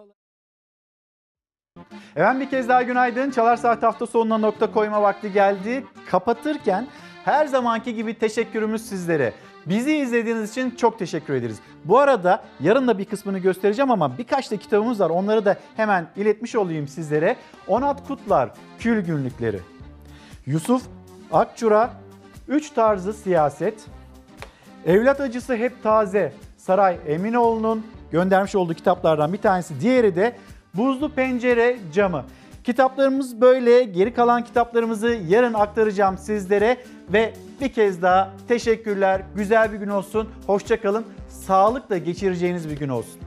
Efendim bir kez daha günaydın. Çalar Saat hafta sonuna nokta koyma vakti geldi. Kapatırken her zamanki gibi teşekkürümüz sizlere. Bizi izlediğiniz için çok teşekkür ederiz. Bu arada yarın da bir kısmını göstereceğim ama birkaç da kitabımız var. Onları da hemen iletmiş olayım sizlere. Onat Kutlar, Kül Günlükleri. Yusuf Akçura, 3 tarzı siyaset. Evlat acısı hep taze. Saray Eminoğlu'nun göndermiş olduğu kitaplardan bir tanesi. Diğeri de Buzlu Pencere Camı. Kitaplarımız böyle. Geri kalan kitaplarımızı yarın aktaracağım sizlere ve bir kez daha teşekkürler. Güzel bir gün olsun. Hoşça kalın. Sağlıkla geçireceğiniz bir gün olsun.